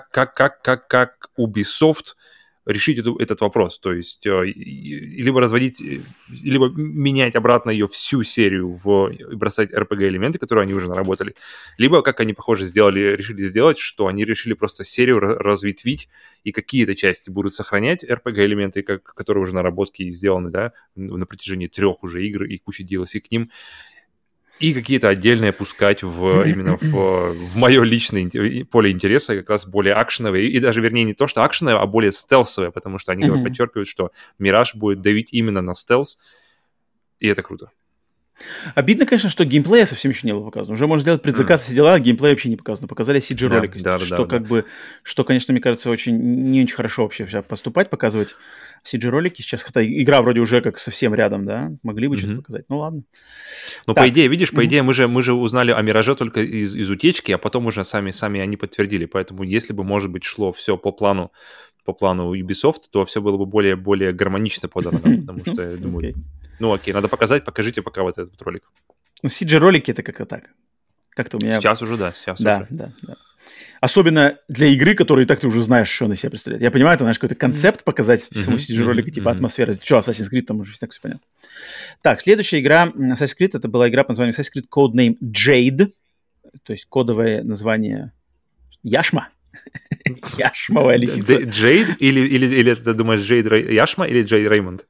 как Ubisoft решить этот вопрос. То есть либо разводить, либо менять обратно ее всю серию и бросать RPG-элементы, которые они уже наработали, либо, как они, похоже, решили сделать, что они решили просто серию разветвить, и какие-то части будут сохранять RPG-элементы, которые уже наработки сделаны, да, на протяжении 3 уже игр и куча DLC к ним, и какие-то отдельные пускать именно в мое личное поле интереса, как раз более акшеновые, и даже, вернее, не то, что акшеновые, а более стелсовые, потому что они подчеркивают, что Мираж будет давить именно на стелс, и это круто. Обидно, конечно, что геймплея совсем еще не было показано. Уже можно сделать предзаказ, все дела, геймплей вообще не показано. Показали CG-ролик, что, конечно, мне кажется, не очень хорошо вообще поступать, показывать CG-ролики сейчас. Хотя игра вроде уже как совсем рядом, да? Могли бы что-то показать. Ну, ладно. Ну, по идее, видишь, мы же узнали о Мираже только из утечки, а потом уже сами они подтвердили. Поэтому если бы, может быть, шло все по плану Ubisoft, то все было бы более гармонично подано, потому что, я думаю... Ну окей, надо показать, покажите пока вот этот ролик. Ну, CG-ролики это как-то так. Как-то у меня... Сейчас уже. Да. Особенно для игры, которую и так ты уже знаешь, что она себя представляет. Я понимаю, это, знаешь, какой-то концепт показать всему CG-ролику, типа атмосфера. Что, Assassin's Creed, там уже так все понятно. Так, следующая игра Assassin's Creed, это была игра под названием Assassin's Creed Codename Jade, то есть кодовое название Яшма. Яшмовая лисица. Jade или ты думаешь Jade Яшма или Jade Реймонд?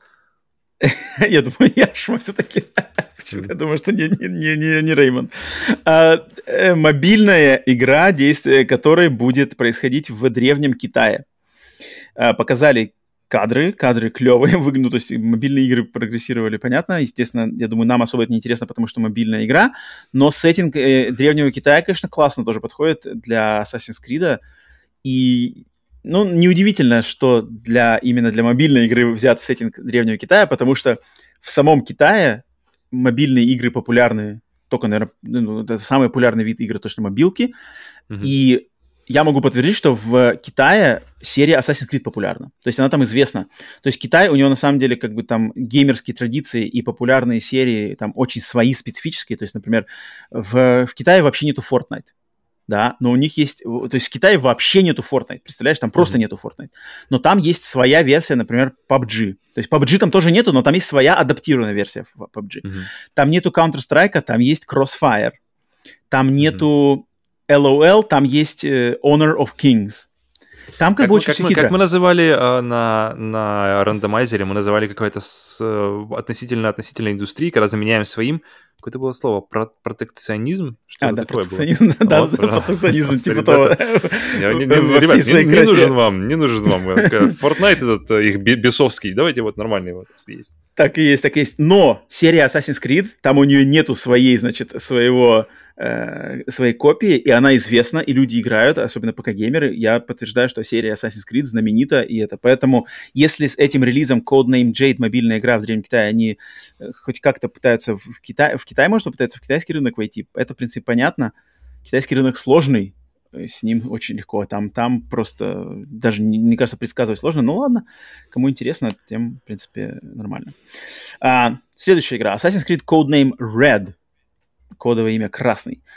Я думаю, Яшма все-таки. Я думаю, что не Реймонд. Мобильная игра, действие которой будет происходить в Древнем Китае. Показали кадры клевые, ну, то есть мобильные игры прогрессировали, понятно. Естественно, я думаю, нам особо это не интересно, потому что мобильная игра. Но сеттинг Древнего Китая, конечно, классно тоже подходит для Assassin's Creed. И... Ну, неудивительно, что именно для мобильной игры взят сеттинг Древнего Китая, потому что в самом Китае мобильные игры популярны, только, наверное, это самый популярный вид игр, точно мобилки. И я могу подтвердить, что в Китае серия Assassin's Creed популярна. То есть она там известна. То есть Китай, у него на самом деле как бы там геймерские традиции и популярные серии там очень свои специфические. То есть, например, в Китае вообще нету Fortnite. Да, но у них есть... То есть в Китае вообще нету Fortnite, представляешь? Там просто нету Fortnite. Но там есть своя версия, например, PUBG. То есть PUBG там тоже нету, но там есть своя адаптированная версия PUBG. Там нету Counter-Strike, там есть Crossfire. Там нету LOL, там есть Honor of Kings. Там как бы очень все хитро. Как мы называли на рандомайзере, мы называли какое-то относительно индустрии, когда заменяем своим... Какое-то было слово? Протекционизм? Что такое протекционизм, было? Протекционизм, типа того. Ребят, не нужен вам. Fortnite этот их бесовский. Давайте вот нормальный вот есть. Так и есть. Но серия Assassin's Creed, там у нее нету своей копии, и она известна, и люди играют, особенно ПК-геймеры. Я подтверждаю, что серия Assassin's Creed знаменита, и это поэтому, если с этим релизом Codename Jade, мобильная игра в Древнем Китае, они хоть как-то пытаются в Китай, может, пытаются в китайский рынок войти, это, в принципе, понятно. Китайский рынок сложный, с ним очень легко. Там просто даже, мне кажется, предсказывать сложно. Ну ладно, кому интересно, тем, в принципе, нормально. Следующая игра. Assassin's Creed Codename Red. Кодовое имя Красный.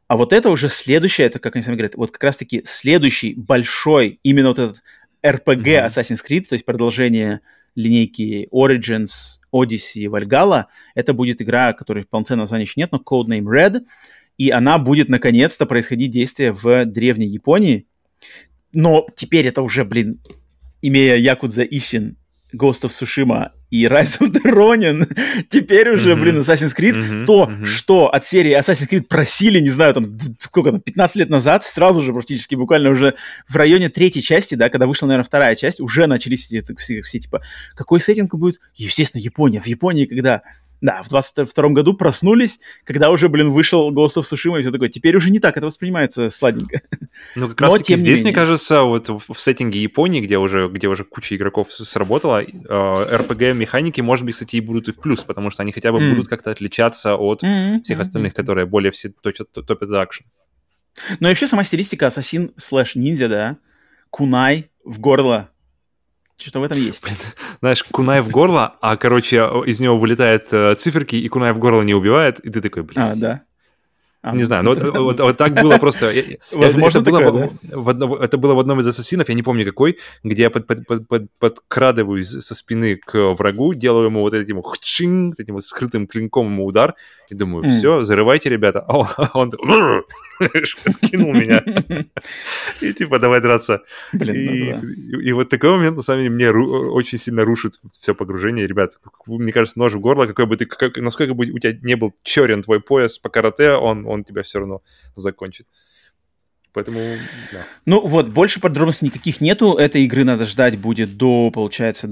А вот это уже следующее, это, как они сами говорят, вот как раз-таки следующий большой, именно вот этот RPG Assassin's Creed, то есть продолжение линейки Origins, Odyssey и Valhalla, это будет игра, которой полноценного названия еще нет, но Codename Red, и она будет наконец-то происходить действие в древней Японии. Но теперь это уже, имея Yakuza Ishin, Ghost of Tsushima и Rise of the Ronin, теперь уже, Assassin's Creed, что от серии Assassin's Creed просили, не знаю, там, сколько там, 15 лет назад, сразу же практически, буквально уже в районе третьей части, да, когда вышла, наверное, вторая часть, уже начались все типа, какой сеттинг будет? Естественно, Япония. В Японии, когда... Да, в 22-м году проснулись, когда уже, вышел Ghost of Tsushima и все такое. Теперь уже не так, это воспринимается сладенько. Ну, как раз-таки здесь, мне кажется, вот в сеттинге Японии, где уже куча игроков сработала, RPG-механики, может быть, кстати, и будут и в плюс, потому что они хотя бы будут как-то отличаться от всех остальных, которые более все топят за акшен. Ну и вообще сама стилистика ассасин/ниндзя, да, кунай в горло. Что-то в этом есть. Знаешь, кунай в горло, а, короче, из него вылетают циферки, и кунай в горло не убивает, и ты такой, да. Не знаю, но вот так было просто... Возможно, это было в одном из ассасинов, я не помню какой, где я подкрадываюсь со спины к врагу, делаю ему вот этим вот скрытым клинком ему удар, и думаю, все, зарывайте, ребята. А он откинул меня. И типа, давай драться. И вот такой момент, на самом деле, мне очень сильно рушит все погружение. Ребят, мне кажется, нож в горло, насколько бы у тебя не был черен твой пояс по карате, он тебя все равно закончит. Поэтому, да. Ну вот, больше подробностей никаких нету. Этой игры надо ждать будет до конца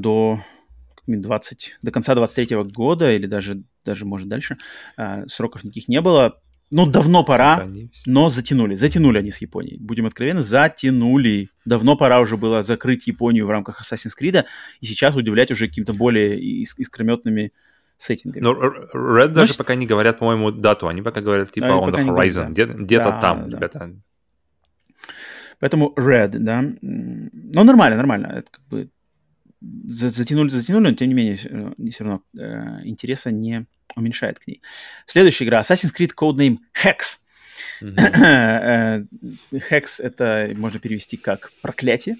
23-го года или даже может дальше. Сроков никаких не было. Ну, давно пора, но затянули. Затянули они с Японией. Будем откровенны, затянули. Давно пора уже было закрыть Японию в рамках Assassin's Creed, и сейчас удивлять уже какими-то более искрометными сеттингами. Но Red даже пока не говорят, по-моему, дату. Они пока говорят, типа, on the horizon. Где-то там, ребята. Поэтому Red, да. Ну, нормально. Это как бы затянули, но тем не менее все равно интереса не уменьшает к ней. Следующая игра Assassin's Creed Codename Hex. Hex это можно перевести как проклятие.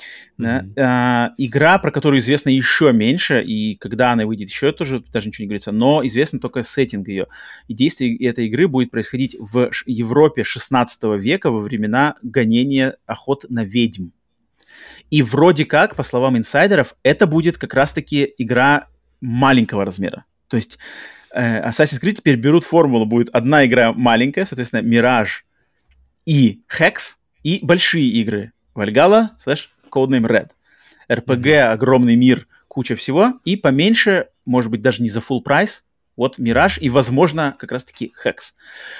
Да? Игра, про которую известно еще меньше, и когда она выйдет, еще тоже даже ничего не говорится, но известно только сеттинг ее. И действие этой игры будет происходить в Европе 16 века во времена гонения охот на ведьм. И вроде как, по словам инсайдеров, это будет как раз-таки игра маленького размера. То есть Assassin's Creed теперь берут формулу, будет одна игра маленькая, соответственно, Mirage и Hex, и большие игры Valhalla / Codename Red. RPG, огромный мир, куча всего, и поменьше, может быть, даже не за full прайс, вот Mirage и, возможно, как раз-таки Hex.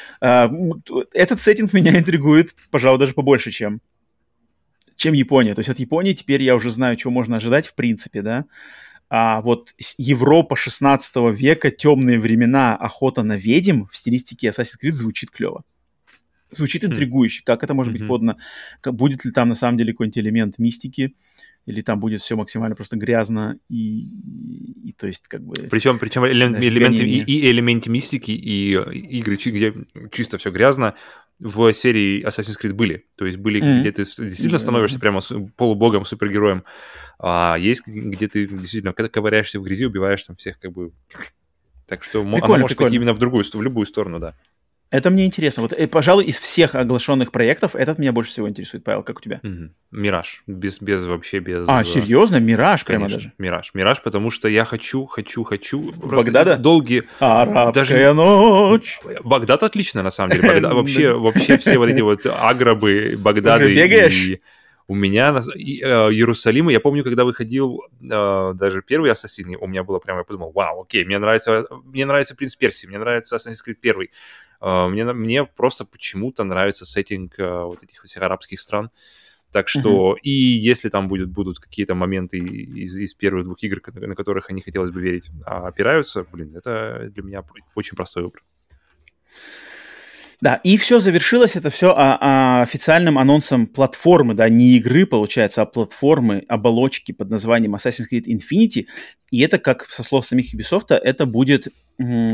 Этот сеттинг меня интригует, пожалуй, даже побольше, чем Япония. То есть от Японии теперь я уже знаю, чего можно ожидать, в принципе, да. А вот Европа 16 века, темные времена, охота на ведьм в стилистике Assassin's Creed звучит клево. Звучит интригующе. Как это может быть подано? Будет ли там на самом деле какой-нибудь элемент мистики? Или там будет все максимально просто грязно и то есть как бы... Причем элементы мистики и игры, где чисто все грязно, в серии Assassin's Creed были. То есть были, где ты действительно становишься прямо полубогом, супергероем, а есть, где ты действительно ковыряешься в грязи, убиваешь там всех как бы... Так что оно может пойти именно в любую сторону, да. Это мне интересно. Вот, пожалуй, из всех оглашенных проектов этот меня больше всего интересует. Павел, как у тебя? Мираж. Без... Серьезно? Мираж прямо даже? Мираж, потому что я хочу. Багдада? Долгие... Арабская ночь. Багдад отлично, на самом деле. Вообще все вот эти вот аграбы, Багдады. Уже бегаешь? У меня Иерусалим, я помню, когда выходил даже первый Ассасин, у меня было прямо, я подумал, вау, окей, мне нравится Принц Персии, мне нравится Assassin's Creed 1. Мне просто почему-то нравится сеттинг вот этих всех арабских стран. Так что, и если там будут какие-то моменты из первых двух игр, на которых они хотелось бы верить, опираются, это для меня очень простой выбор. Да, и все завершилось, это все официальным анонсом платформы, да, не игры, получается, а платформы, оболочки под названием Assassin's Creed Infinity. И это, как со слов самих Ubisoft, это будет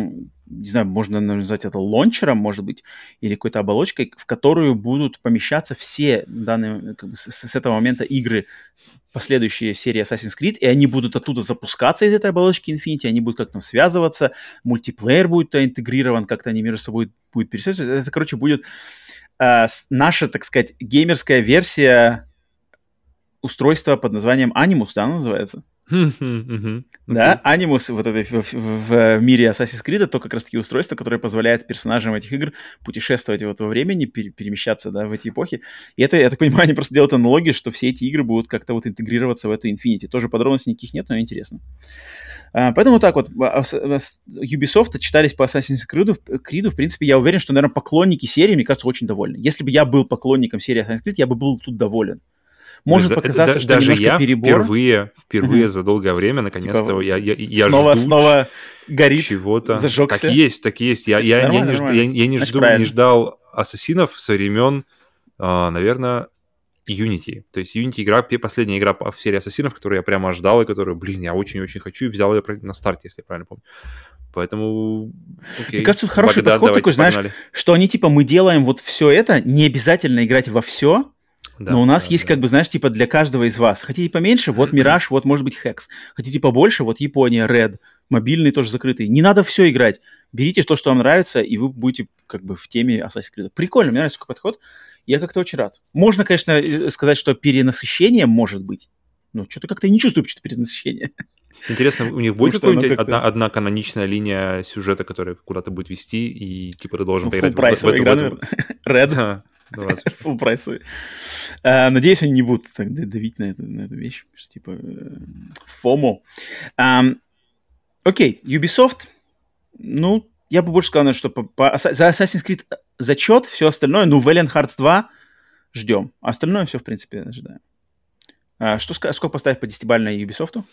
не знаю, можно назвать это лончером, может быть, или какой-то оболочкой, в которую будут помещаться все данные, как бы, с этого момента игры, последующие серии Assassin's Creed, и они будут оттуда запускаться из этой оболочки Infinity, они будут как-то связываться, мультиплеер будет интегрирован, как-то они между собой будут пересекаться. Это, короче, будет наша, так сказать, геймерская версия устройства под названием Animus, да, оно называется? Да, Animus вот это в мире Assassin's Creed, то как раз-таки устройство, которое позволяет персонажам этих игр путешествовать вот во времени, перемещаться, да, в эти эпохи. И это, я так понимаю, они просто делают аналогию, что все эти игры будут как-то вот интегрироваться в эту Infinity. Тоже подробностей никаких нет, но интересно. Поэтому так вот, Ubisoft отчитались по Assassin's Creed. В принципе, я уверен, что, наверное, поклонники серии, мне кажется, очень довольны. Если бы я был поклонником серии Assassin's Creed, я бы был тут доволен. Может показаться, что даже немножко я перебор. Впервые за долгое время, наконец-то, типа, я снова горит, чего-то. Зажегся. Так и есть. Я не ждал ассасинов со времен, наверное, Unity. То есть Unity игра, последняя игра в серии ассасинов, которую я прямо ждал, и которую, я очень-очень хочу, и взял ее на старте, если я правильно помню. Поэтому, окей. Мне кажется, хороший подход такой, знаешь, что они, типа, мы делаем вот все это, не обязательно играть во все, да, но у нас есть, как бы, знаешь, типа, для каждого из вас. Хотите поменьше? Вот Mirage, вот, может быть, Hex. Хотите побольше? Вот Япония, Red. Мобильный тоже закрытый. Не надо все играть. Берите то, что вам нравится, и вы будете, как бы, в теме Assassin's Creed. Прикольно, мне нравится такой подход. Я как-то очень рад. Можно, конечно, сказать, что перенасыщение может быть, но что-то как-то я не чувствую что-то перенасыщение. Интересно, у них будет какая-нибудь одна каноничная линия сюжета, которая куда-то будет вести, и типа ты должен поиграть в эту игра, наверное. Red. Full прайсовый. Надеюсь, они не будут так давить на эту вещь. Что, типа FOMO. Окей, Ubisoft. Ну, я бы больше сказал, что за Assassin's Creed зачет, все остальное. Ну, Valiant Hearts 2 ждем. А остальное все, в принципе, ожидаем. Сколько поставить по 10-бальной Ubisoft?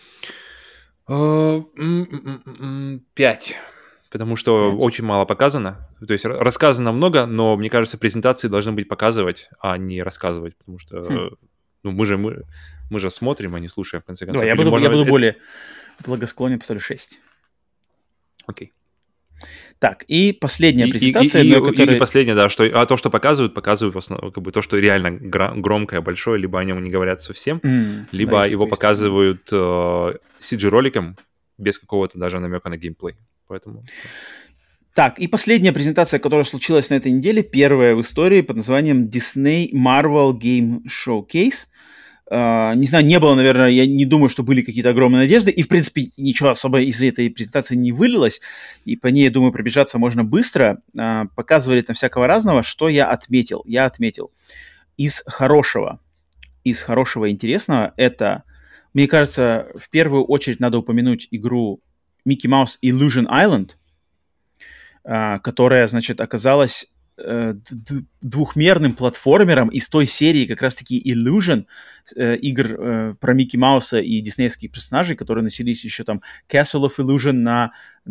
5. Потому что 5. Очень мало показано. То есть рассказано много, но, мне кажется, презентации должны быть показывать, а не рассказывать. Потому что ну, мы же смотрим, а не слушаем, в конце концов. Да, я буду более благосклонен, поставлю 6. Окей. Так, и последняя презентация. И последняя, да, то, что показывают в основном, как бы то, что реально громкое, большое, либо о нем не говорят совсем, либо его показывают CG-роликом без какого-то даже намека на геймплей. Поэтому... Так, и последняя презентация, которая случилась на этой неделе, первая в истории под названием Disney Marvel Game Showcase. Не знаю, не было, наверное, я не думаю, что были какие-то огромные надежды, и, в принципе, ничего особо из этой презентации не вылилось, и по ней, я думаю, пробежаться можно быстро. Показывали там всякого разного, что я отметил. Я отметил из хорошего интересного, это, мне кажется, в первую очередь надо упомянуть игру Mickey Mouse Illusion Island, которая, значит, оказалась двухмерным платформером из той серии как раз-таки Illusion, игр про Микки Мауса и диснеевских персонажей, которые носились еще там Castle of Illusion на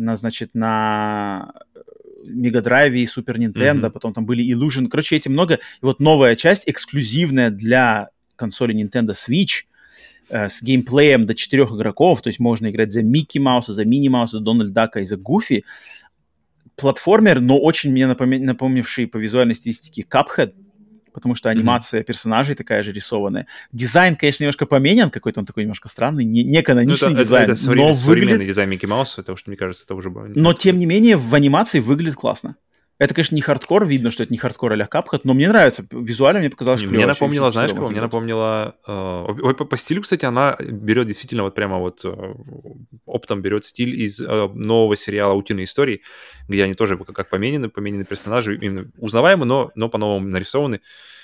Mega Drive и Super Nintendo, потом там были Illusion, короче, эти много. И вот новая часть, эксклюзивная для консоли Nintendo Switch, с геймплеем до 4 игроков, то есть можно играть за Микки Мауса, за Мини Мауса, за Дональд Дака и за Гуфи. Платформер, но очень мне напомнивший по визуальной стилистике Cuphead, потому что анимация персонажей такая же рисованная. Дизайн, конечно, немножко поменян, какой-то он такой немножко странный, не каноничный дизайн. Это современный дизайн Микки Мауса, потому что, мне кажется, это уже... Но, тем не менее, в анимации выглядит классно. Это, конечно, не хардкор, видно, что это не хардкор а-ля Cuphead, но мне нравится. Визуально мне показалось клево. Мне напомнило, знаешь кого? Мне напомнило... По стилю, кстати, она берет действительно вот прямо вот оптом берет стиль из нового сериала «Утиные истории», где они тоже как поменены персонажи, именно узнаваемы, но по-новому нарисованы.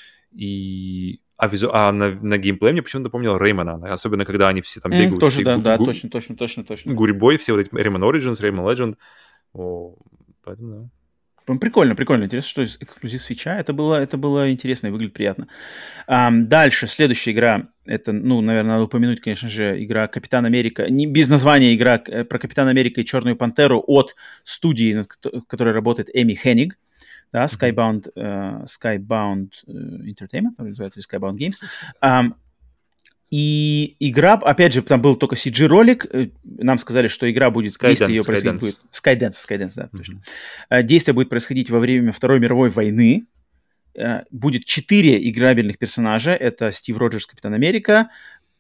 А на геймплее мне почему-то напомнил Реймана, особенно когда они все там бегают. Тоже, да, точно. Гурьбой, все вот эти Rayman Origins, Rayman Legend. Поэтому, да. Прикольно. Интересно, что эксклюзив свитча. Это было интересно и выглядит приятно. Дальше, следующая игра. Это, наверное, надо упомянуть, конечно же, игра Капитан Америка. Не без названия игра про Капитана Америка и Черную Пантеру от студии, над которой работает Эми Хенниг. Да, Skybound Entertainment, называется, или Skybound Games. И игра, опять же, там был только CG-ролик. Нам сказали, что игра будет... Действие ее происходить будет... Skydance, да, точно. Действие будет происходить во время Второй мировой войны. Будет 4 играбельных персонажа. Это Стив Роджерс, Капитан Америка,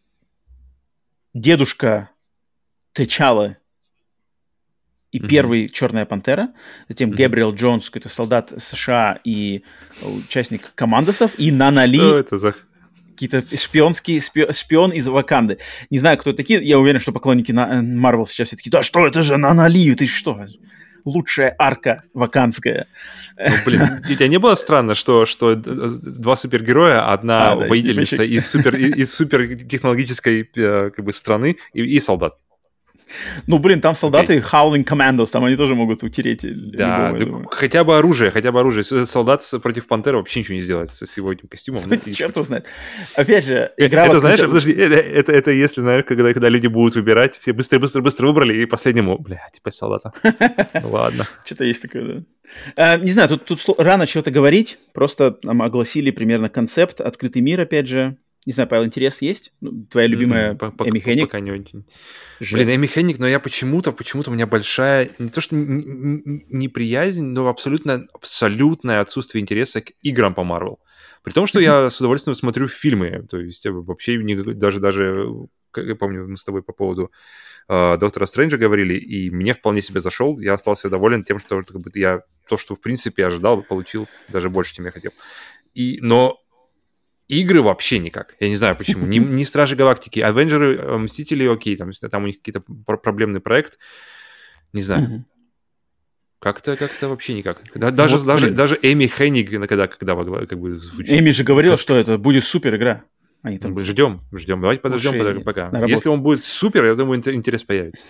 дедушка T'Challa и первый Черная Пантера. Затем Гэбриэл Джонс, какой-то солдат США и участник командосов. И Нана Ли... Что это за... Какие-то шпион из Ваканды. Не знаю, кто такие. Я уверен, что поклонники Марвел сейчас все такие: да что, это же Нана Ли, ты что? Лучшая арка ваканская. Ну, блин, у тебя не было странно, что 2 супергероя, одна воительница из супертехнологической как бы страны и солдат? Ну, блин, там солдаты Howling Commandos, там они тоже могут утереть. Да, хотя бы оружие. Солдат против пантеры вообще ничего не сделает с его этим костюмом. Черт его знает. Опять же, игра... Это, знаешь, подожди, это если, наверное, когда люди будут выбирать, все быстро выбрали, и последнему, типа солдата. Ладно. Что-то есть такое, да. Не знаю, тут рано чего-то говорить, просто нам огласили примерно концепт, открытый мир, опять же. Не знаю, Павел, интерес есть? Твоя любимая Эми Хенник? Пока не очень. Блин, Эми Хенник, но я почему-то у меня большая, не то что неприязнь, но абсолютное отсутствие интереса к играм по Марвел. При том, что я с удовольствием смотрю фильмы, то есть вообще даже, как я помню, мы с тобой по поводу Доктора Стрэнджа говорили, и мне вполне себе зашел, я остался доволен тем, что как бы я то, что в принципе ожидал, получил даже больше, чем я хотел. Но игры вообще никак. Я не знаю почему. Ни Стражи Галактики, Авенджеры, Мстители, окей, там у них какие-то проблемный проект. Не знаю. Как-то вообще никак. Даже Эми Хенник, когда как бы звучит. Эми же говорила, что это будет супер игра. Ждем. Давайте подождем пока. Если он будет супер, я думаю, интерес появится.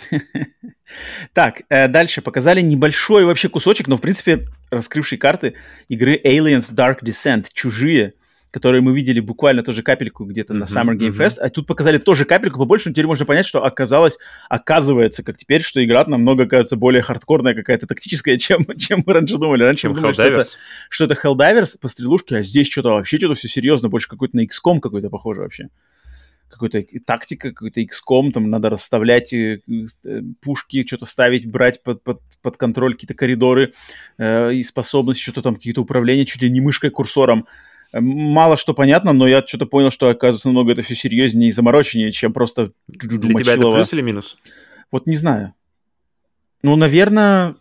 Так, дальше показали небольшой вообще кусочек, но в принципе раскрывший карты игры Aliens Dark Descent, Чужие, которые мы видели буквально тоже капельку где-то на Summer Game Fest, а тут показали тоже капельку побольше, но теперь можно понять, что оказывается, как теперь, что игра намного, кажется, более хардкорная какая-то, тактическая, чем мы раньше думали. Раньше мы думали, что это Helldivers по стрелушке, а здесь что-то все серьезно, больше какой-то на XCOM какой-то похоже вообще. Какой-то тактика, какой-то XCOM, там надо расставлять пушки, что-то ставить, брать под контроль какие-то коридоры и способности, что-то там, какие-то управления, чуть ли не мышкой, курсором. Мало что понятно, но я что-то понял, что, оказывается, намного это все серьезнее и замороченнее, чем просто Для тебя это плюс или минус? Вот не знаю. Ну, наверное...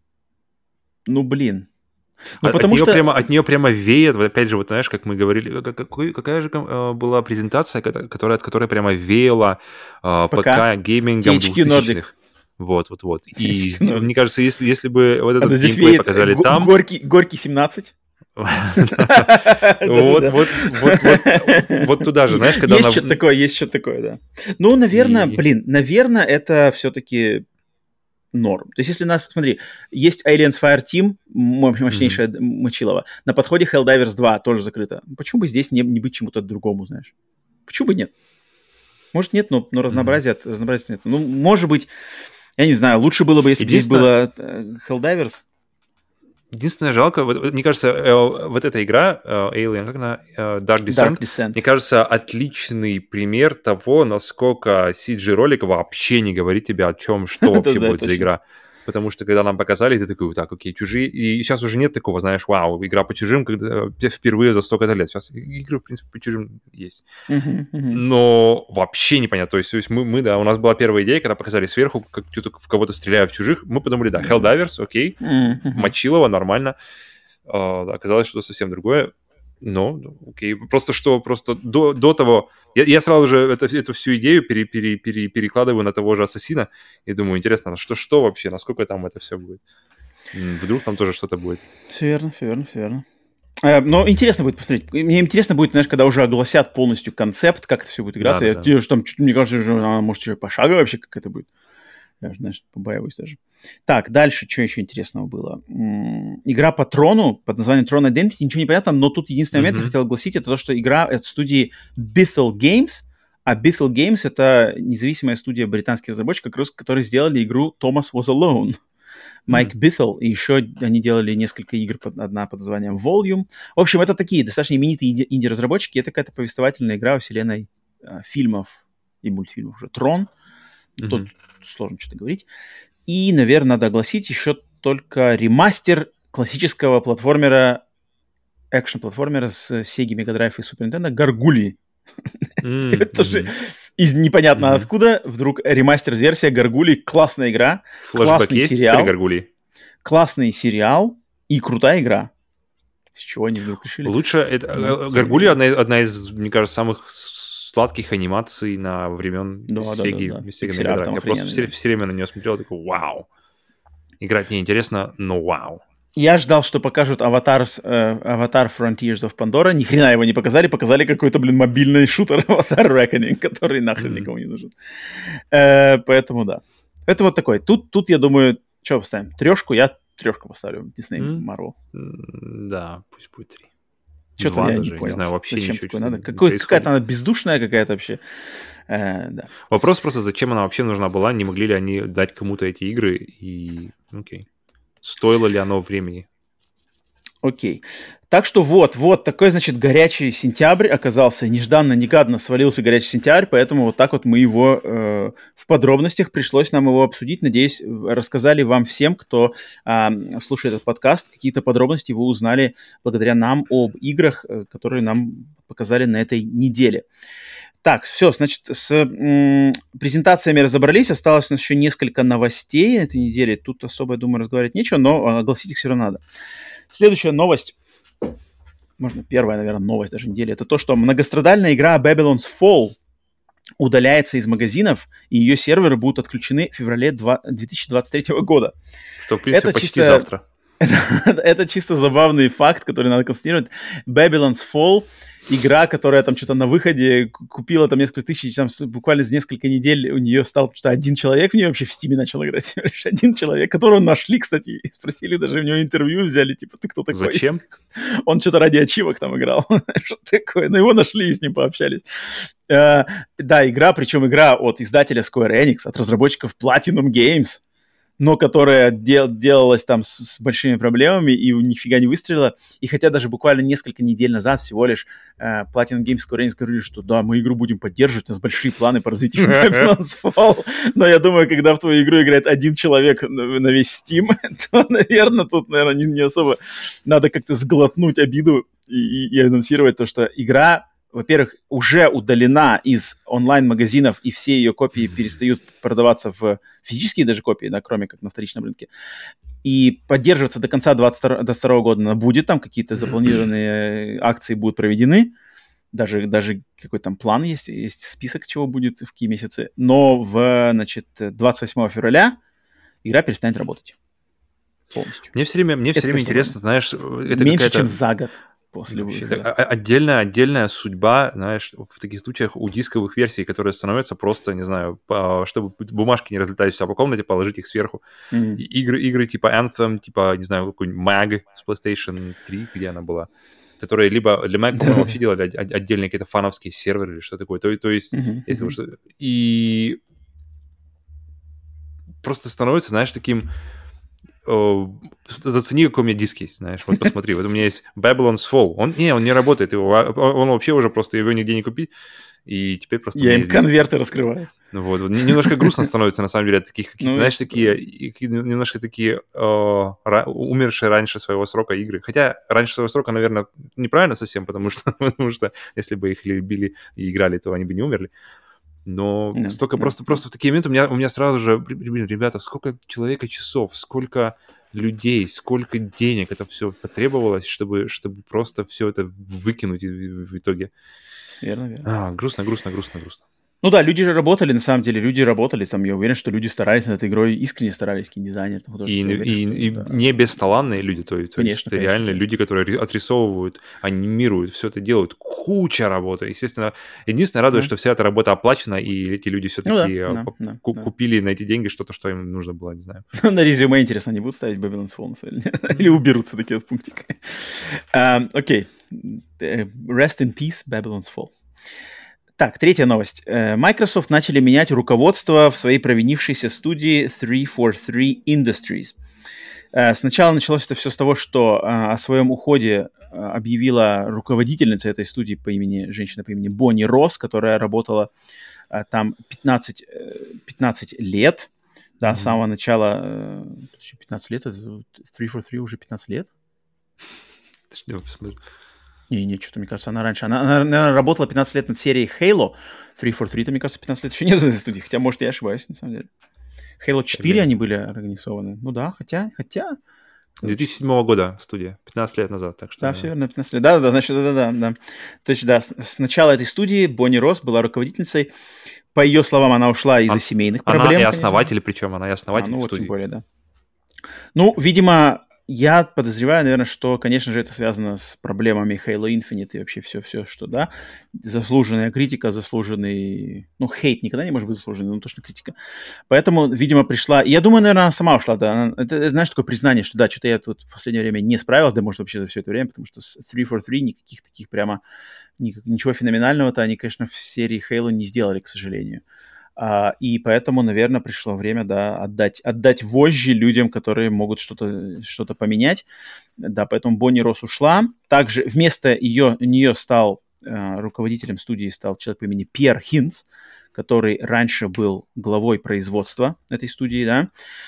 блин. От нее прямо веет, опять же, вот знаешь, как мы говорили, какая же была презентация, от которой прямо веяла ПК геймингом 2000-х. Вот. И мне кажется, если бы вот этот геймплей показали там... Горький 17. Вот туда же, знаешь, когда... Есть что-то такое, да. Ну, наверное, это все-таки норм. То есть, если смотри, есть Aliens Fireteam, мощнейшая Мочилова, на подходе Helldivers 2 тоже закрыто. Почему бы здесь не быть чему-то другому, знаешь? Почему бы нет? Может, нет, но разнообразия нет. Ну, может быть, я не знаю, лучше было бы, если бы здесь было Helldivers. Единственное, жалко, мне кажется, вот эта игра, Alien, как она, Dark Descent, мне кажется, отличный пример того, насколько CG-ролик вообще не говорит тебе о чем, что вообще будет за игра. Потому что, когда нам показали, ты такой, так, окей, Чужие, и сейчас уже нет такого, знаешь, вау, игра по Чужим, когда впервые за столько лет. Сейчас игры, в принципе, по Чужим есть. Но вообще непонятно. То есть мы, да, у нас была первая идея, когда показали сверху, как кто-то в кого-то стреляют в Чужих, мы подумали, да, Helldivers, окей, Мочилова, нормально. Оказалось, что совсем другое. Но, окей, просто до того... Я сразу же эту всю идею перекладываю на того же Ассасина и думаю, интересно, что вообще, насколько там это все будет? Вдруг там тоже что-то будет? Все верно. Но интересно будет посмотреть. Мне интересно будет, знаешь, когда уже огласят полностью концепт, как это все будет играться. Мне кажется, может, еще пошагово вообще как это будет. Я уже, знаешь, побаиваюсь даже. Так, дальше, что еще интересного было? Игра по Трону, под названием Tron Identity, ничего не понятно, но тут единственный момент, я хотел огласить, это то, что игра от студии Bethel Games, а Bethel Games — это независимая студия британских разработчиков, которые сделали игру Thomas Was Alone. Майк Bethel, и еще они делали несколько игр, одна под названием Volume. В общем, это такие достаточно именитые инди-разработчики, это какая-то повествовательная игра во вселенной фильмов и мультфильмов уже «Трон». Тут сложно что-то говорить. И, наверное, надо огласить еще только ремастер классического платформера, экшн-платформера с Sega Mega Drive и Super Nintendo «Гаргульи». Это же из непонятно откуда вдруг ремастер-версия «Гаргульи». Классная игра, классный сериал. Классный сериал и крутая игра. С чего они вдруг решили? Лучше это «Гаргульи» одна из, мне кажется, самых сладких анимаций на времен Sega Mega Drive. Я просто все время на нее смотрел, такой вау. Играть неинтересно, но вау. Я ждал, что покажут Avatar Frontiers of Pandora. Ни хрена его не показали. Показали какой-то, мобильный шутер Avatar Reckoning, который нахрен никому не нужен. Поэтому да. Это вот такой. Тут я думаю, что поставим? 3? Я 3 поставлю. Disney Marvel. Да, пусть будет 3. Что-то я не понял. Не знаю, вообще зачем ничего. Такое надо? Какая-то она бездушная какая-то вообще. Да. Вопрос просто, зачем она вообще нужна была? Не могли ли они дать кому-то эти игры? И окей. Стоило ли оно времени? Окей. Так что вот такой, значит, горячий сентябрь оказался. Нежданно-негаданно свалился горячий сентябрь, поэтому вот так вот мы его в подробностях пришлось нам его обсудить. Надеюсь, рассказали вам всем, кто слушает этот подкаст. Какие-то подробности вы узнали благодаря нам об играх, которые нам показали на этой неделе. Так, все, значит, с презентациями разобрались. Осталось у нас еще несколько новостей этой недели. Тут особо, я думаю, разговаривать нечего, но огласить их все равно надо. Следующая новость, можно первая, наверное, новость даже недели, это то, что многострадальная игра Babylon's Fall удаляется из магазинов, и ее серверы будут отключены в феврале 2023 года. Что, в принципе, это почти завтра. Это чисто забавный факт, который надо констатировать. Babylon's Fall, игра, которая там что-то на выходе купила там несколько тысяч, там буквально за несколько недель у нее стал что-то один человек в нее вообще в Стиме начал играть. Один человек, которого нашли, кстати, и спросили, даже у него интервью взяли, типа, ты кто такой? Зачем? Он что-то ради ачивок там играл. Что такое? Но его нашли и с ним пообщались. Да, игра, причем игра от издателя Square Enix, от разработчиков Platinum Games, но которая делалась там с большими проблемами и нифига не выстрелила. И хотя даже буквально несколько недель назад всего лишь Platinum Games Square Enix говорили, что да, мы игру будем поддерживать, у нас большие планы по развитию Babylon's Fall. Но я думаю, когда в твою игру играет один человек на весь Steam, то, наверное, тут, не особо надо как-то сглотнуть обиду и анонсировать то, что игра, во-первых, уже удалена из онлайн-магазинов, и все ее копии перестают продаваться в физические даже копии, да, кроме как на вторичном рынке. И поддерживаться до конца 2022 года она будет, там какие-то запланированные акции будут проведены, даже какой там план есть список, чего будет в какие месяцы. Но 28 февраля игра перестанет работать полностью. Мне все время интересно, знаешь, это меньше, чем за год. Отдельная судьба, знаешь, в таких случаях у дисковых версий, которые становятся просто, не знаю, чтобы бумажки не разлетались по комнате, положить их сверху. Игры типа Anthem, типа, не знаю, какой-нибудь Mag с PlayStation 3, где она была, которые либо для Mac вообще делали отдельные какие-то фановские серверы или что такое. То есть, если уж... И просто становится, знаешь, таким... Зацени, какой у меня диск есть, знаешь. Вот посмотри, вот у меня есть Babylon's Fall. Он не работает, он вообще уже просто его нигде не купить. И теперь просто... Я им конверты раскрываю. Вот. Немножко грустно становится, на самом деле, от таких каких-то, знаешь, немножко такие умершие раньше своего срока игры. Хотя раньше своего срока, наверное, неправильно совсем, потому что если бы их любили и играли, то они бы не умерли. Но просто в такие моменты у меня сразу же, блин, ребята, сколько человека часов, сколько людей, сколько денег это все потребовалось, чтобы просто все это выкинуть в итоге. Верно. Грустно. Ну да, люди же работали, на самом деле, там, я уверен, что люди старались над этой игрой, искренне старались, дизайнеры. Не бесталанные люди, то есть это реально люди, которые отрисовывают, анимируют, все это делают, куча работы. Естественно, единственное радует, что вся эта работа оплачена, и эти люди все-таки купили на эти деньги что-то, что им нужно было, не знаю. На резюме, интересно, они будут ставить Babylon's Fall или уберутся такие вот пунктики. Окей. Rest in peace, Babylon's Fall. Так, третья новость. Microsoft начали менять руководство в своей провинившейся студии 343 Industries. Сначала началось это все с того, что о своем уходе объявила руководительница этой студии женщина по имени Бонни Росс, которая работала там 15 лет, да, с самого начала, 15 лет, 343 уже 15 лет? Не, что-то, мне кажется, она раньше. Она работала 15 лет над серией Halo. 343, мне кажется, 15 лет еще нет в этой студии. Хотя, может, я ошибаюсь, на самом деле. Halo 4 они были организованы. Ну да, хотя... 2007 года студия, 15 лет назад, так что... Да, все верно, 15 лет. Да, значит, да. То есть, да, с начала этой студии Бонни Росс была руководительницей. По ее словам, она ушла из-за семейных проблем. Она и основатель, причем, она и основатель ну, в вот, студии. Тем более, да. Ну, видимо... Я подозреваю, наверное, что, конечно же, это связано с проблемами Halo Infinite и вообще все, что, да, заслуженная критика, заслуженный, хейт никогда не может быть заслуженный, но точно критика. Поэтому, видимо, пришла, я думаю, наверное, она сама ушла, да, это, знаешь, такое признание, что, да, что-то я тут в последнее время не справилась, да, может, вообще за все это время, потому что с 343 никаких таких прямо, ничего феноменального-то они, конечно, в серии Halo не сделали, к сожалению. И поэтому, наверное, пришло время, да, отдать вожжи людям, которые могут что-то поменять. Да, поэтому Бонни Росс ушла. Также вместо нее стал руководителем студии человек по имени Пьер Хинц, который раньше был главой производства этой студии, да.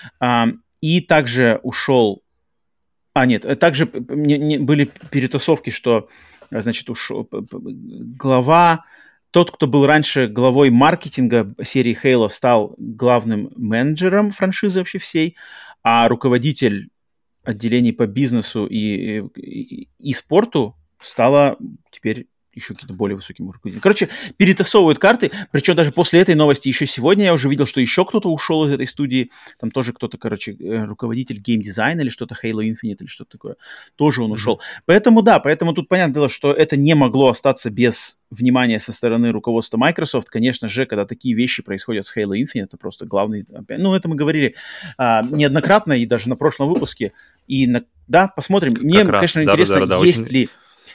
И также ушел... также были перетасовки, что, значит, ушел глава... Тот, кто был раньше главой маркетинга серии Halo, стал главным менеджером франшизы вообще всей, а руководитель отделений по бизнесу и спорту стала теперь еще каким-то более высоким руководителем. Короче, перетасовывают карты, причем даже после этой новости еще сегодня я уже видел, что еще кто-то ушел из этой студии, там тоже кто-то, руководитель геймдизайна или что-то, Halo Infinite или что-то такое, тоже он ушел. Поэтому тут понятное дело, что это не могло остаться без внимания со стороны руководства Microsoft. Конечно же, когда такие вещи происходят с Halo Infinite, это просто главный... это мы говорили неоднократно и даже на прошлом выпуске. Посмотрим. Мне, конечно, интересно, есть ли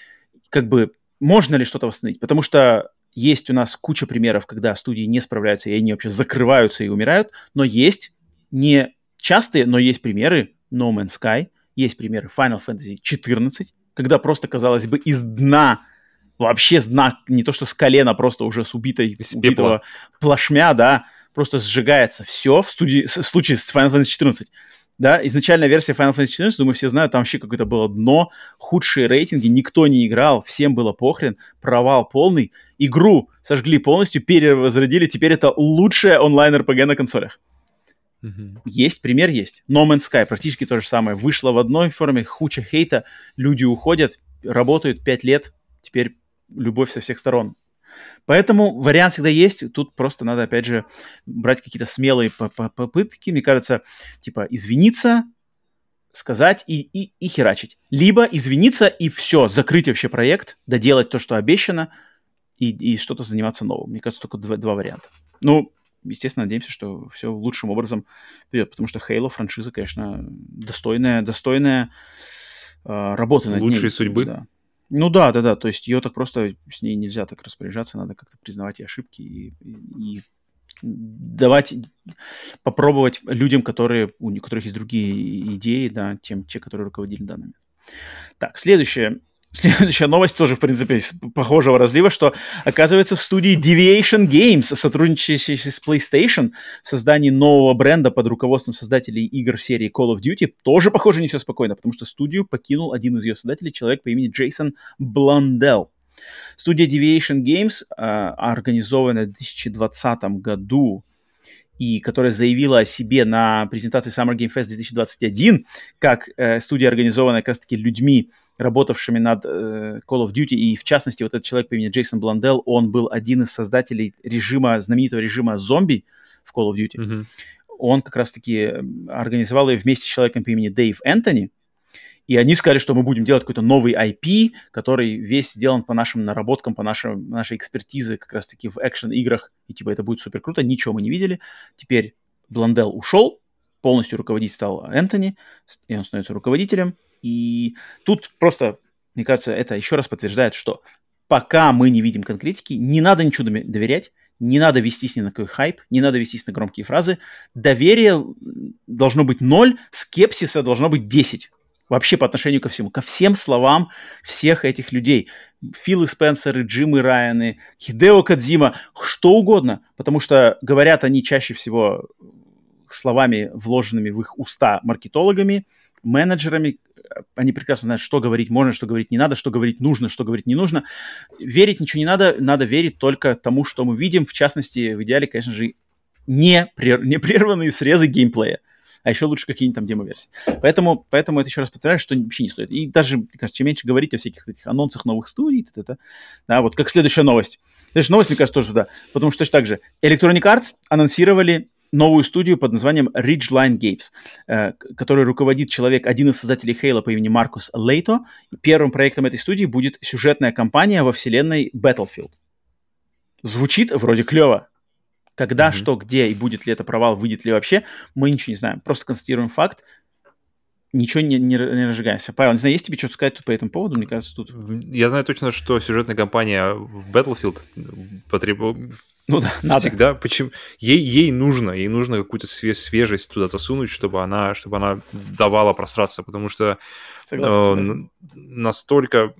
можно ли что-то восстановить? Потому что есть у нас куча примеров, когда студии не справляются, и они вообще закрываются и умирают, но есть не частые, но есть примеры No Man's Sky, есть примеры Final Fantasy XIV, когда просто, казалось бы, из дна, вообще с дна, не то что с колена, просто уже с убитого плашмя, да, просто сжигается все в случае с Final Fantasy XIV. Да, изначальная версия Final Fantasy XIV, думаю, все знают, там вообще какое-то было дно, худшие рейтинги, никто не играл, всем было похрен, провал полный. Игру сожгли полностью, перевозродили, теперь это лучшая онлайн-РПГ на консолях. Есть, пример есть. No Man's Sky, практически то же самое. Вышло в одной форме, куча хейта, люди уходят, работают 5 лет, теперь любовь со всех сторон. Поэтому вариант всегда есть. Тут просто надо, опять же, брать какие-то смелые попытки. Мне кажется, извиниться, сказать и херачить. Либо извиниться и все, закрыть вообще проект, доделать то, что обещано, и что-то заниматься новым. Мне кажется, только два варианта. Естественно, надеемся, что все лучшим образом придет, потому что Halo франшиза, конечно, достойная работы над ней. Лучшей судьбы. Да. Да. То есть ее так просто, с ней нельзя так распоряжаться, надо как-то признавать и ошибки, и давать, попробовать людям, у которых есть другие идеи, да, чем те, которые руководили данными. Так, следующая новость тоже, в принципе, похожего разлива, что, оказывается, в студии Deviation Games, сотрудничающей с PlayStation, в создании нового бренда под руководством создателей игр серии Call of Duty, тоже, похоже, не все спокойно, потому что студию покинул один из ее создателей, человек по имени Джейсон Бландел. Студия Deviation Games, организованная в 2020 году, и которая заявила о себе на презентации Summer Game Fest 2021, как студия, организованная как раз-таки людьми, работавшими над Call of Duty, и в частности вот этот человек по имени Джейсон Бландел, он был один из создателей знаменитого режима зомби в Call of Duty. Он как раз-таки организовал ее вместе с человеком по имени Дэйв Энтони, и они сказали, что мы будем делать какой-то новый IP, который весь сделан по нашим наработкам, по нашей экспертизе как раз-таки в экшен-играх, и это будет супер круто, ничего мы не видели. Теперь Бландел ушел, полностью руководить стал Энтони, и он становится руководителем. И тут просто, мне кажется, это еще раз подтверждает, что пока мы не видим конкретики, не надо ничего доверять, Не надо вестись ни на какой хайп, не надо вестись на громкие фразы. Доверие должно быть 0, скепсиса должно быть 10. Вообще по отношению ко всему, ко всем словам всех этих людей. Филы Спенсеры, Джимы Райаны, Хидео Кодзима, что угодно. Потому что говорят они чаще всего словами, вложенными в их уста маркетологами, менеджерами. Они прекрасно знают, что говорить можно, что говорить не надо, что говорить нужно, что говорить не нужно. Верить ничего не надо, надо верить только тому, что мы видим. В частности, в идеале, конечно же, непрерванные срезы геймплея. А еще лучше какие-нибудь там демо-версии. Поэтому это еще раз повторяю, что вообще не стоит. И даже, мне кажется, чем меньше говорить о всяких этих анонсах новых студий, да, вот как следующая новость. Следующая новость, мне кажется, тоже да. Потому что точно так же Electronic Arts анонсировали новую студию под названием Ridgeline Games, которой руководит человек, один из создателей Halo по имени Маркус Лейто. Первым проектом этой студии будет сюжетная кампания во вселенной Battlefield. Звучит вроде клево. Когда, что, где и будет ли это провал, выйдет ли вообще, мы ничего не знаем. Просто констатируем факт, ничего не разжигаемся. Павел, не знаю, есть тебе что-то сказать тут по этому поводу? Мне кажется, тут... Я знаю точно, что сюжетная кампания в Battlefield надо. Всегда. Почему? Ей нужно какую-то свежесть туда засунуть, чтобы она давала просраться, потому что согласен. Настолько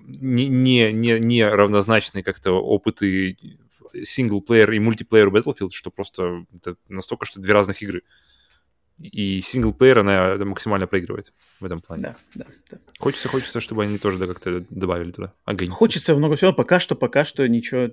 не равнозначные как-то опыты синглплеер и мультиплеер Battlefield, что просто это настолько, что две разных игры. И синглплеер, она максимально проигрывает в этом плане. Да. Хочется, чтобы они тоже как-то добавили туда огонь. Хочется много всего. Пока что ничего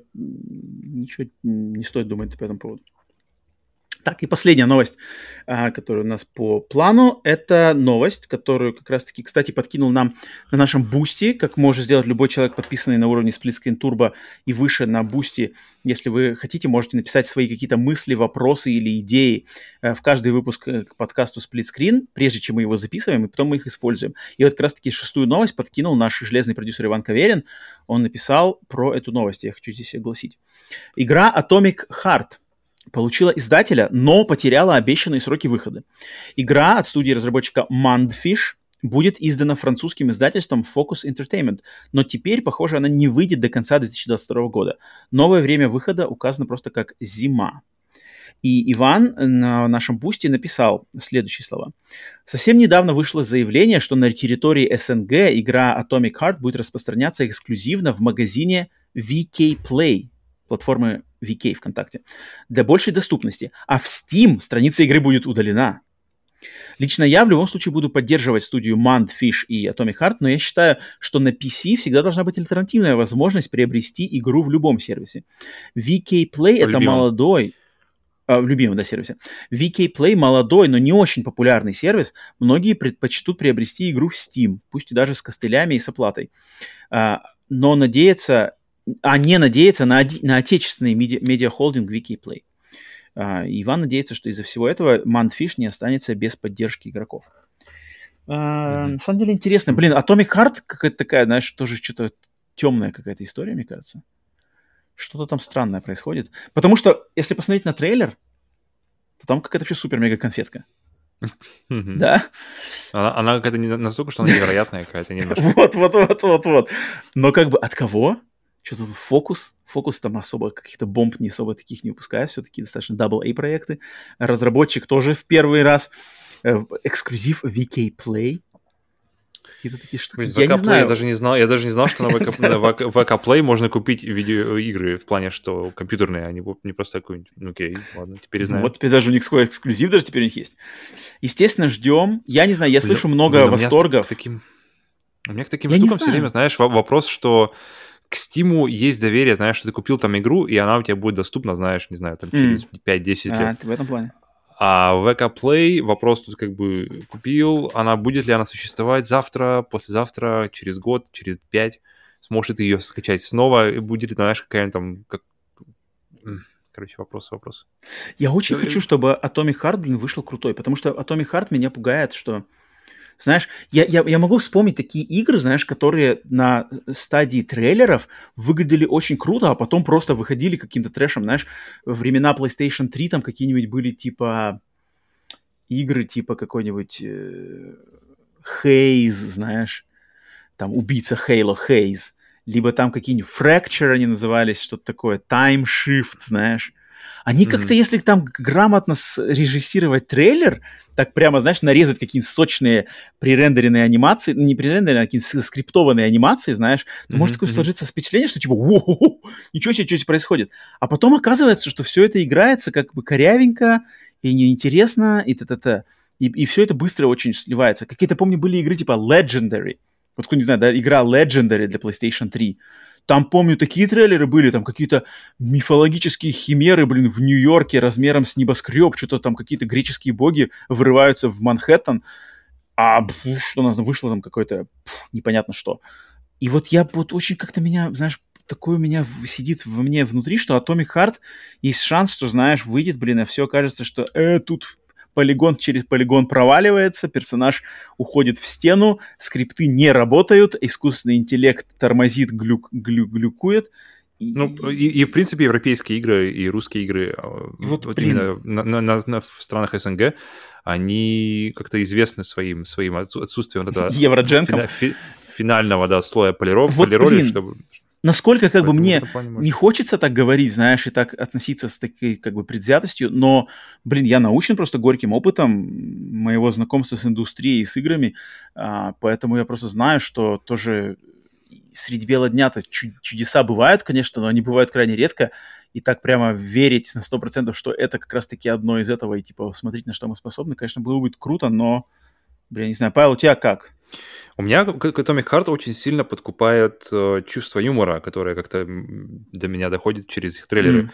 не стоит думать по этому поводу. Так, и последняя новость, которая у нас по плану, это новость, которую как раз-таки, кстати, подкинул нам на нашем Бусти, как может сделать любой человек, подписанный на уровне Split Screen Turbo и выше на Бусти. Если вы хотите, можете написать свои какие-то мысли, вопросы или идеи в каждый выпуск к подкасту Split Screen, прежде чем мы его записываем, и потом мы их используем. И вот как раз-таки шестую новость подкинул наш железный продюсер Иван Каверин. Он написал про эту новость, я хочу здесь огласить. Игра Atomic Heart получила издателя, но потеряла обещанные сроки выхода. Игра от студии разработчика Mundfish будет издана французским издательством Focus Entertainment, но теперь, похоже, она не выйдет до конца 2022 года. Новое время выхода указано просто как «зима». И Иван на нашем бусте написал следующие слова. Совсем недавно вышло заявление, что на территории СНГ игра Atomic Heart будет распространяться эксклюзивно в магазине VK Play, платформы VK ВКонтакте, для большей доступности. А в Steam страница игры будет удалена. Лично я в любом случае буду поддерживать студию Mundfish и Atomic Heart, но я считаю, что на PC всегда должна быть альтернативная возможность приобрести игру в любом сервисе. VK Play — это молодой... в любимом, да, сервисе. VK Play молодой, но не очень популярный сервис. Многие предпочтут приобрести игру в Steam, пусть и даже с костылями и с оплатой. Но не надеяться на отечественный медиахолдинг VK Play. Иван надеется, что из-за всего этого Mundfish не останется без поддержки игроков. На самом деле интересно. Блин, Atomic Heart какая-то такая, знаешь, тоже что-то темная какая-то история, мне кажется. Что-то там странное происходит. Потому что, если посмотреть на трейлер, то там какая-то вообще супер-мега-конфетка. Да? Она какая-то настолько, что она невероятная какая-то немножко. Вот. Но как бы от кого? Что-то тут Фокус. Фокус там особо каких-то бомб не особо таких не выпускает. Все-таки достаточно AA проекты. Разработчик тоже в первый раз. Эксклюзив VK Play. Какие-то такие штуки. Блин, я не знаю. Я даже не знал, что на VK Play можно купить видеоигры в плане, что компьютерные, а не просто какой-нибудь. Ну окей, ладно, теперь знаю. Вот теперь даже у них свой эксклюзив, даже теперь у них есть. Естественно, ждем. Я не знаю, я слышу много восторгов. У меня к таким штукам все время, знаешь, вопрос, что к Steam есть доверие, знаешь, что ты купил там игру, и она у тебя будет доступна, знаешь, не знаю, там через 5-10 лет. Ты в этом плане. А в VK Play вопрос тут как бы купил, будет ли она существовать завтра, послезавтра, через год, через 5, сможет ли ее скачать снова, и будет ли, знаешь, какая-нибудь там... Короче, вопрос. Я очень хочу, чтобы Atomic Heart, вышел крутой, потому что Atomic Heart меня пугает, что... Знаешь, я могу вспомнить такие игры, знаешь, которые на стадии трейлеров выглядели очень круто, а потом просто выходили каким-то трэшем, знаешь, во времена PlayStation 3 там какие-нибудь были типа игры типа какой-нибудь Haze, знаешь, там убийца Halo Haze, либо там какие-нибудь Fracture они назывались, что-то такое, Time Shift, знаешь. Они как-то, если там грамотно срежиссировать трейлер, так прямо, знаешь, нарезать какие-нибудь сочные пререндеренные анимации, не пререндеренные, а какие-нибудь скриптованные анимации, знаешь, то может такое сложиться впечатление, что типа, воу, ничего себе, что здесь происходит. А потом оказывается, что все это играется как бы корявенько и неинтересно, и т-т-т. И все это быстро очень сливается. Какие-то, помню, были игры типа Legendary. Вот кто не знает, да, игра Legendary для PlayStation 3. Там, помню, такие трейлеры были, там какие-то мифологические химеры, блин, в Нью-Йорке размером с небоскреб, что-то там какие-то греческие боги врываются в Манхэттен, а что у нас вышло там какое-то непонятно что. И вот я вот очень как-то меня, знаешь, такое у меня сидит во мне внутри, что Atomic Heart есть шанс, что, знаешь, выйдет, блин, а все кажется, что тут полигон через полигон проваливается, персонаж уходит в стену, скрипты не работают, искусственный интеллект тормозит, глюкует. И в принципе, европейские игры и русские игры, вот именно в странах СНГ, они как-то известны своим отсутствием финального слоя полировки, чтобы... Насколько как бы мне не хочется так говорить, знаешь, и так относиться с такой как бы предвзятостью, но, блин, я научен просто горьким опытом моего знакомства с индустрией и с играми, поэтому я просто знаю, что тоже среди бела дня-то чудеса бывают, конечно, но они бывают крайне редко, и так прямо верить на 100%, что это как раз-таки одно из этого, и типа смотреть, на что мы способны, конечно, было бы круто, но, блин, не знаю, Павел, у тебя как? У меня Atomic Heart очень сильно подкупает чувство юмора, которое как-то до меня доходит через их трейлеры.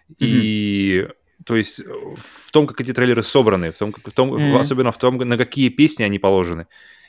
И то есть в том, как эти трейлеры собраны, особенно в том, на какие песни они положены.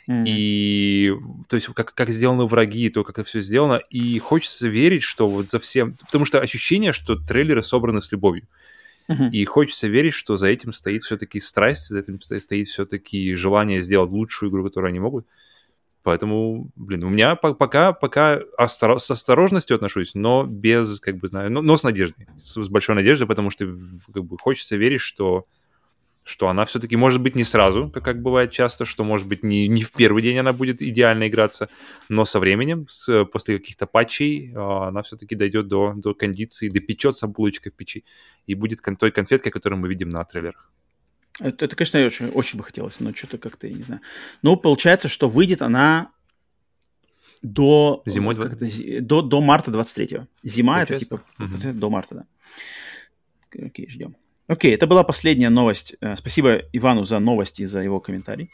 И то есть как сделаны враги, то, как это все сделано. И хочется верить, что вот за всем... Потому что ощущение, что трейлеры собраны с любовью. И хочется верить, что за этим стоит все-таки страсть, за этим стоит все-таки желание сделать лучшую игру, которую они могут. Поэтому, блин, у меня пока с осторожностью отношусь, но без, как бы, знаю, но с надеждой, с большой надеждой, потому что, как бы, хочется верить, что она все-таки может быть не сразу, как бывает часто, что, может быть, не в первый день она будет идеально играться, но со временем, после каких-то патчей, она все-таки дойдет до кондиции, допечется булочка в печи и будет той конфеткой, которую мы видим на трейлерах. Это, конечно, очень, очень бы хотелось, но что-то как-то, я не знаю. Ну, получается, что выйдет она до марта 23-го. Зима, получается, это типа до марта, да. Окей, ждем. Окей, это была последняя новость. Спасибо Ивану за новость и за его комментарий.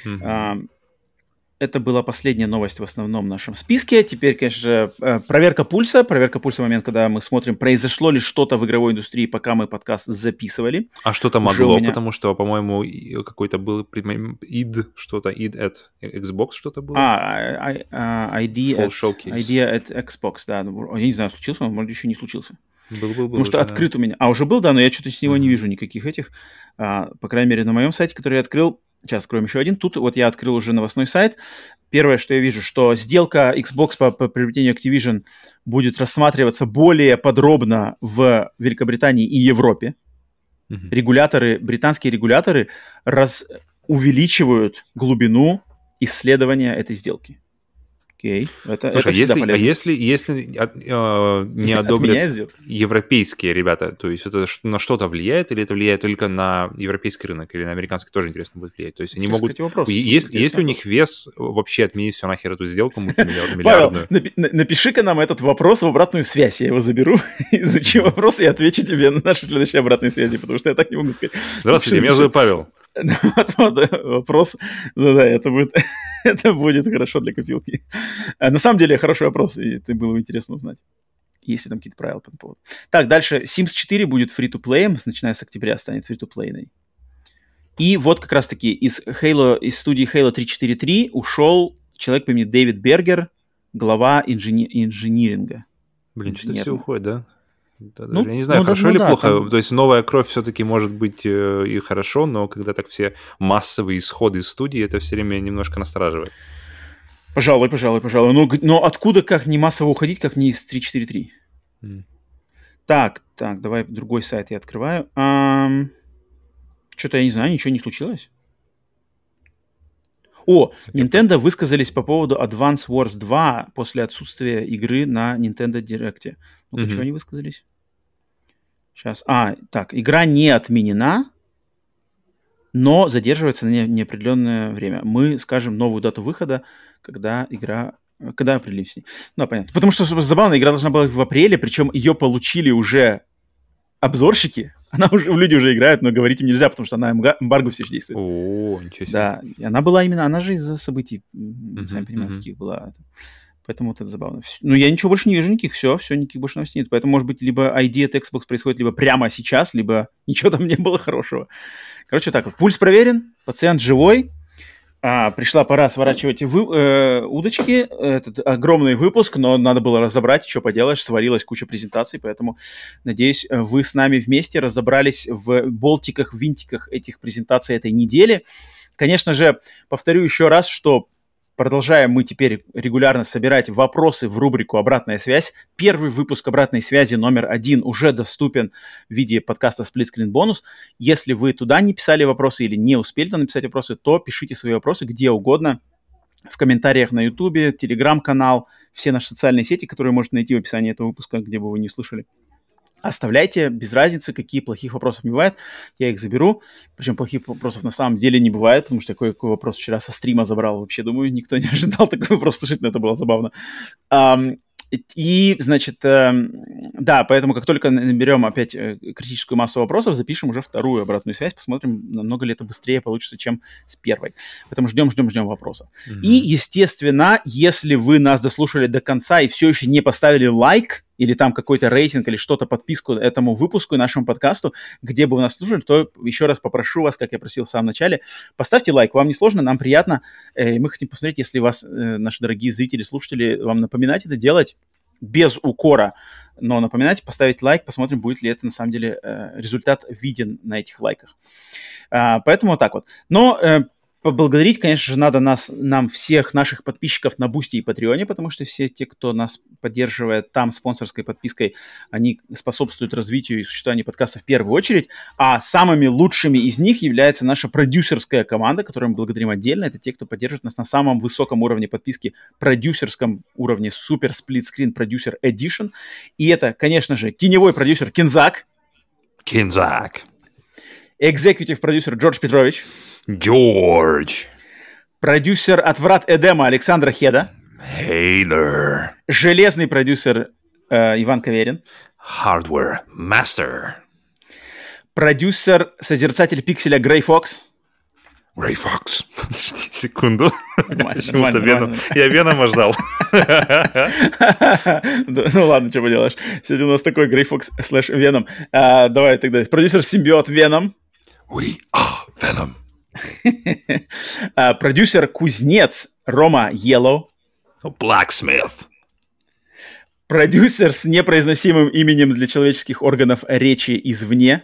Это была последняя новость в основном нашем списке. Теперь, конечно, проверка пульса. Проверка пульса — момент, когда мы смотрим, произошло ли что-то в игровой индустрии, пока мы подкаст записывали. А что-то могло, потому что, по-моему, какой-то был id at Xbox что-то было. Idea at Xbox, да. Я не знаю, случился он, может, еще не случился. Был. Потому что открыт у меня. Уже был, да, но я что-то с него не вижу никаких этих. По крайней мере, на моем сайте, который я открыл. Сейчас откроем еще один. Тут вот я открыл уже новостной сайт. Первое, что я вижу, что сделка Xbox по приобретению Activision будет рассматриваться более подробно в Великобритании и Европе. Британские регуляторы увеличивают глубину исследования этой сделки. Окей. Слушай, если не одобрят европейские ребята, то есть это на что-то влияет, или это влияет только на европейский рынок, или на американский тоже интересно будет влиять? То есть они могут... Есть ли у них вес вообще отменить все нахер эту сделку мультимиллиардную? Павел, напиши-ка нам этот вопрос в обратную связь, я его заберу, изучу вопрос и отвечу тебе на нашей следующей обратной связи, потому что я так не могу сказать. Здравствуйте, меня зовут Павел. Вопрос, да, это будет хорошо для копилки. На самом деле, хороший вопрос, и это было интересно узнать, есть ли там какие-то правила по этому поводу. Так, дальше. Sims 4 будет free-to-play, начиная с октября станет free-to-play. И вот как раз-таки из студии Halo 343 ушел человек по имени Дэвид Бергер, глава инжиниринга. Блин, что-то все уходит, да? Я не знаю, хорошо или плохо. Там... То есть новая кровь все-таки может быть и хорошо, но когда так все массовые исходы из студии, это все время немножко настораживает. Пожалуй. Но откуда как не массово уходить, как не из 343? Так, давай другой сайт я открываю. Что-то я не знаю, ничего не случилось. Nintendo высказались по поводу Advance Wars 2 после отсутствия игры на Nintendo Direct. Ну-ка, что они высказались? Сейчас. Так, игра не отменена, но задерживается на неопределенное время. Мы скажем новую дату выхода, когда определим с ней. Ну, понятно. Потому что забавно, игра должна была в апреле, причем ее получили уже обзорщики. Люди уже играют, но говорить им нельзя, потому что она эмбарго все еще действует. О, ничего себе. Да, и она же из-за событий, сами понимаете, каких была. Поэтому вот это забавно. Ну, я ничего больше не вижу никаких, все, никаких больше новостей нет. Поэтому, может быть, либо ID от Xbox происходит либо прямо сейчас, либо ничего там не было хорошего. Короче, так вот. Пульс проверен, пациент живой. Пришла пора сворачивать удочки. Этот огромный выпуск, но надо было разобрать, что поделаешь. Свалилась куча презентаций, поэтому, надеюсь, вы с нами вместе разобрались в болтиках, винтиках этих презентаций этой недели. Конечно же, повторю еще раз, что продолжаем мы теперь регулярно собирать вопросы в рубрику «Обратная связь». Первый выпуск «Обратной связи» номер 1 уже доступен в виде подкаста Split Screen Bonus. Если вы туда не писали вопросы или не успели там написать вопросы, то пишите свои вопросы где угодно. В комментариях на YouTube, Telegram-канал, все наши социальные сети, которые можете найти в описании этого выпуска, где бы вы не слышали. Оставляйте, без разницы, какие плохих вопросов не бывает, я их заберу. Причем плохих вопросов на самом деле не бывает, потому что я какой вопрос вчера со стрима забрал. Вообще, думаю, никто не ожидал такой вопрос слушать, но это было забавно. И, значит, да, поэтому как только наберем опять критическую массу вопросов, запишем уже вторую обратную связь, посмотрим, намного ли это быстрее получится, чем с первой. Поэтому ждем вопросов. Mm-hmm. И, естественно, если вы нас дослушали до конца и все еще не поставили лайк, или там какой-то рейтинг, или что-то, подписку этому выпуску и нашему подкасту, где бы вы нас слушали, то еще раз попрошу вас, как я просил в самом начале, поставьте лайк, вам не сложно, нам приятно, и мы хотим посмотреть, если вас, наши дорогие зрители, слушатели, вам напоминать это делать без укора, но напоминайте, поставить лайк, посмотрим, будет ли это на самом деле результат виден на этих лайках. Поэтому вот так вот. Но поблагодарить, конечно же, надо нам всех наших подписчиков на Бусти и Патреоне, потому что все те, кто нас поддерживает там спонсорской подпиской, они способствуют развитию и существованию подкаста в первую очередь. А самыми лучшими из них является наша продюсерская команда, которую мы благодарим отдельно. Это те, кто поддерживает нас на самом высоком уровне подписки, продюсерском уровне Super Split Screen Producer Edition. И это, конечно же, теневой продюсер Кинзак. Экзекьютив продюсер Джордж Петрович. Джордж. Продюсер от Врат Эдема Александра Хеда. Хейдер. Железный продюсер Иван Каверин. Hardware Master. Продюсер, созерцатель пикселя Грей Фокс. Подожди секунду. Нормально. Я Венома ждал. Ну ладно, что поделаешь. Сегодня у нас такой Грей Фокс / Веном. Давай тогда. Продюсер Симбиот Веном. We are Venom. Продюсер Кузнец Рома Yellow. Blacksmith. Продюсер с непроизносимым именем для человеческих органов речи извне.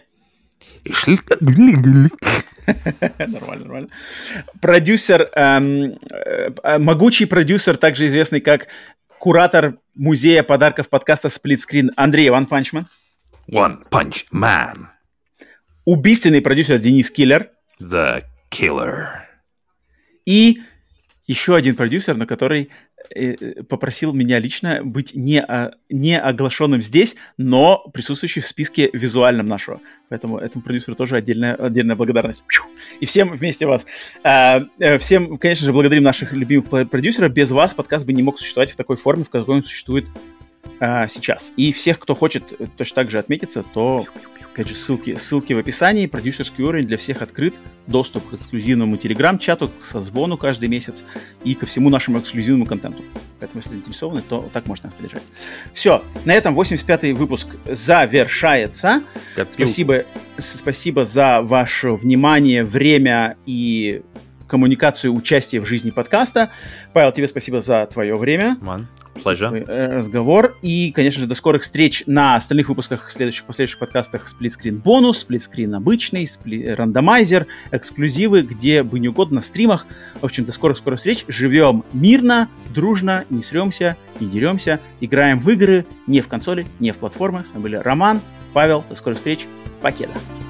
Нормально. Продюсер, могучий продюсер, также известный как куратор музея подарков подкаста Split Screen Андрей One Punch Man. Убийственный продюсер Денис Киллер. The Killer. И еще один продюсер, на который попросил меня лично быть не оглашенным здесь, но присутствующий в списке визуальном нашего. Поэтому этому продюсеру тоже отдельная благодарность. И всем вместе вас. Всем, конечно же, благодарим наших любимых продюсеров. Без вас подкаст бы не мог существовать в такой форме, в какой он существует сейчас. И всех, кто хочет точно так же отметиться, то... Опять же, ссылки в описании. Продюсерский уровень для всех открыт. Доступ к эксклюзивному телеграм-чату, к созвону каждый месяц и ко всему нашему эксклюзивному контенту. Поэтому, если заинтересованы, то так можно нас поддержать. Все, на этом 85-й выпуск завершается. Спасибо за ваше внимание, время и коммуникацию, участие в жизни подкаста. Павел, тебе спасибо за твое время. Разговор. И, конечно же, до скорых встреч на остальных выпусках последующих подкастах Split Screen Bonus, Split Screen обычный, рандомайзер, эксклюзивы, где бы не угодно, на стримах. В общем, до скорых встреч. Живем мирно, дружно, не сремся, не деремся, играем в игры, не в консоли, не в платформы. С вами были Роман, Павел. До скорых встреч. Покеда.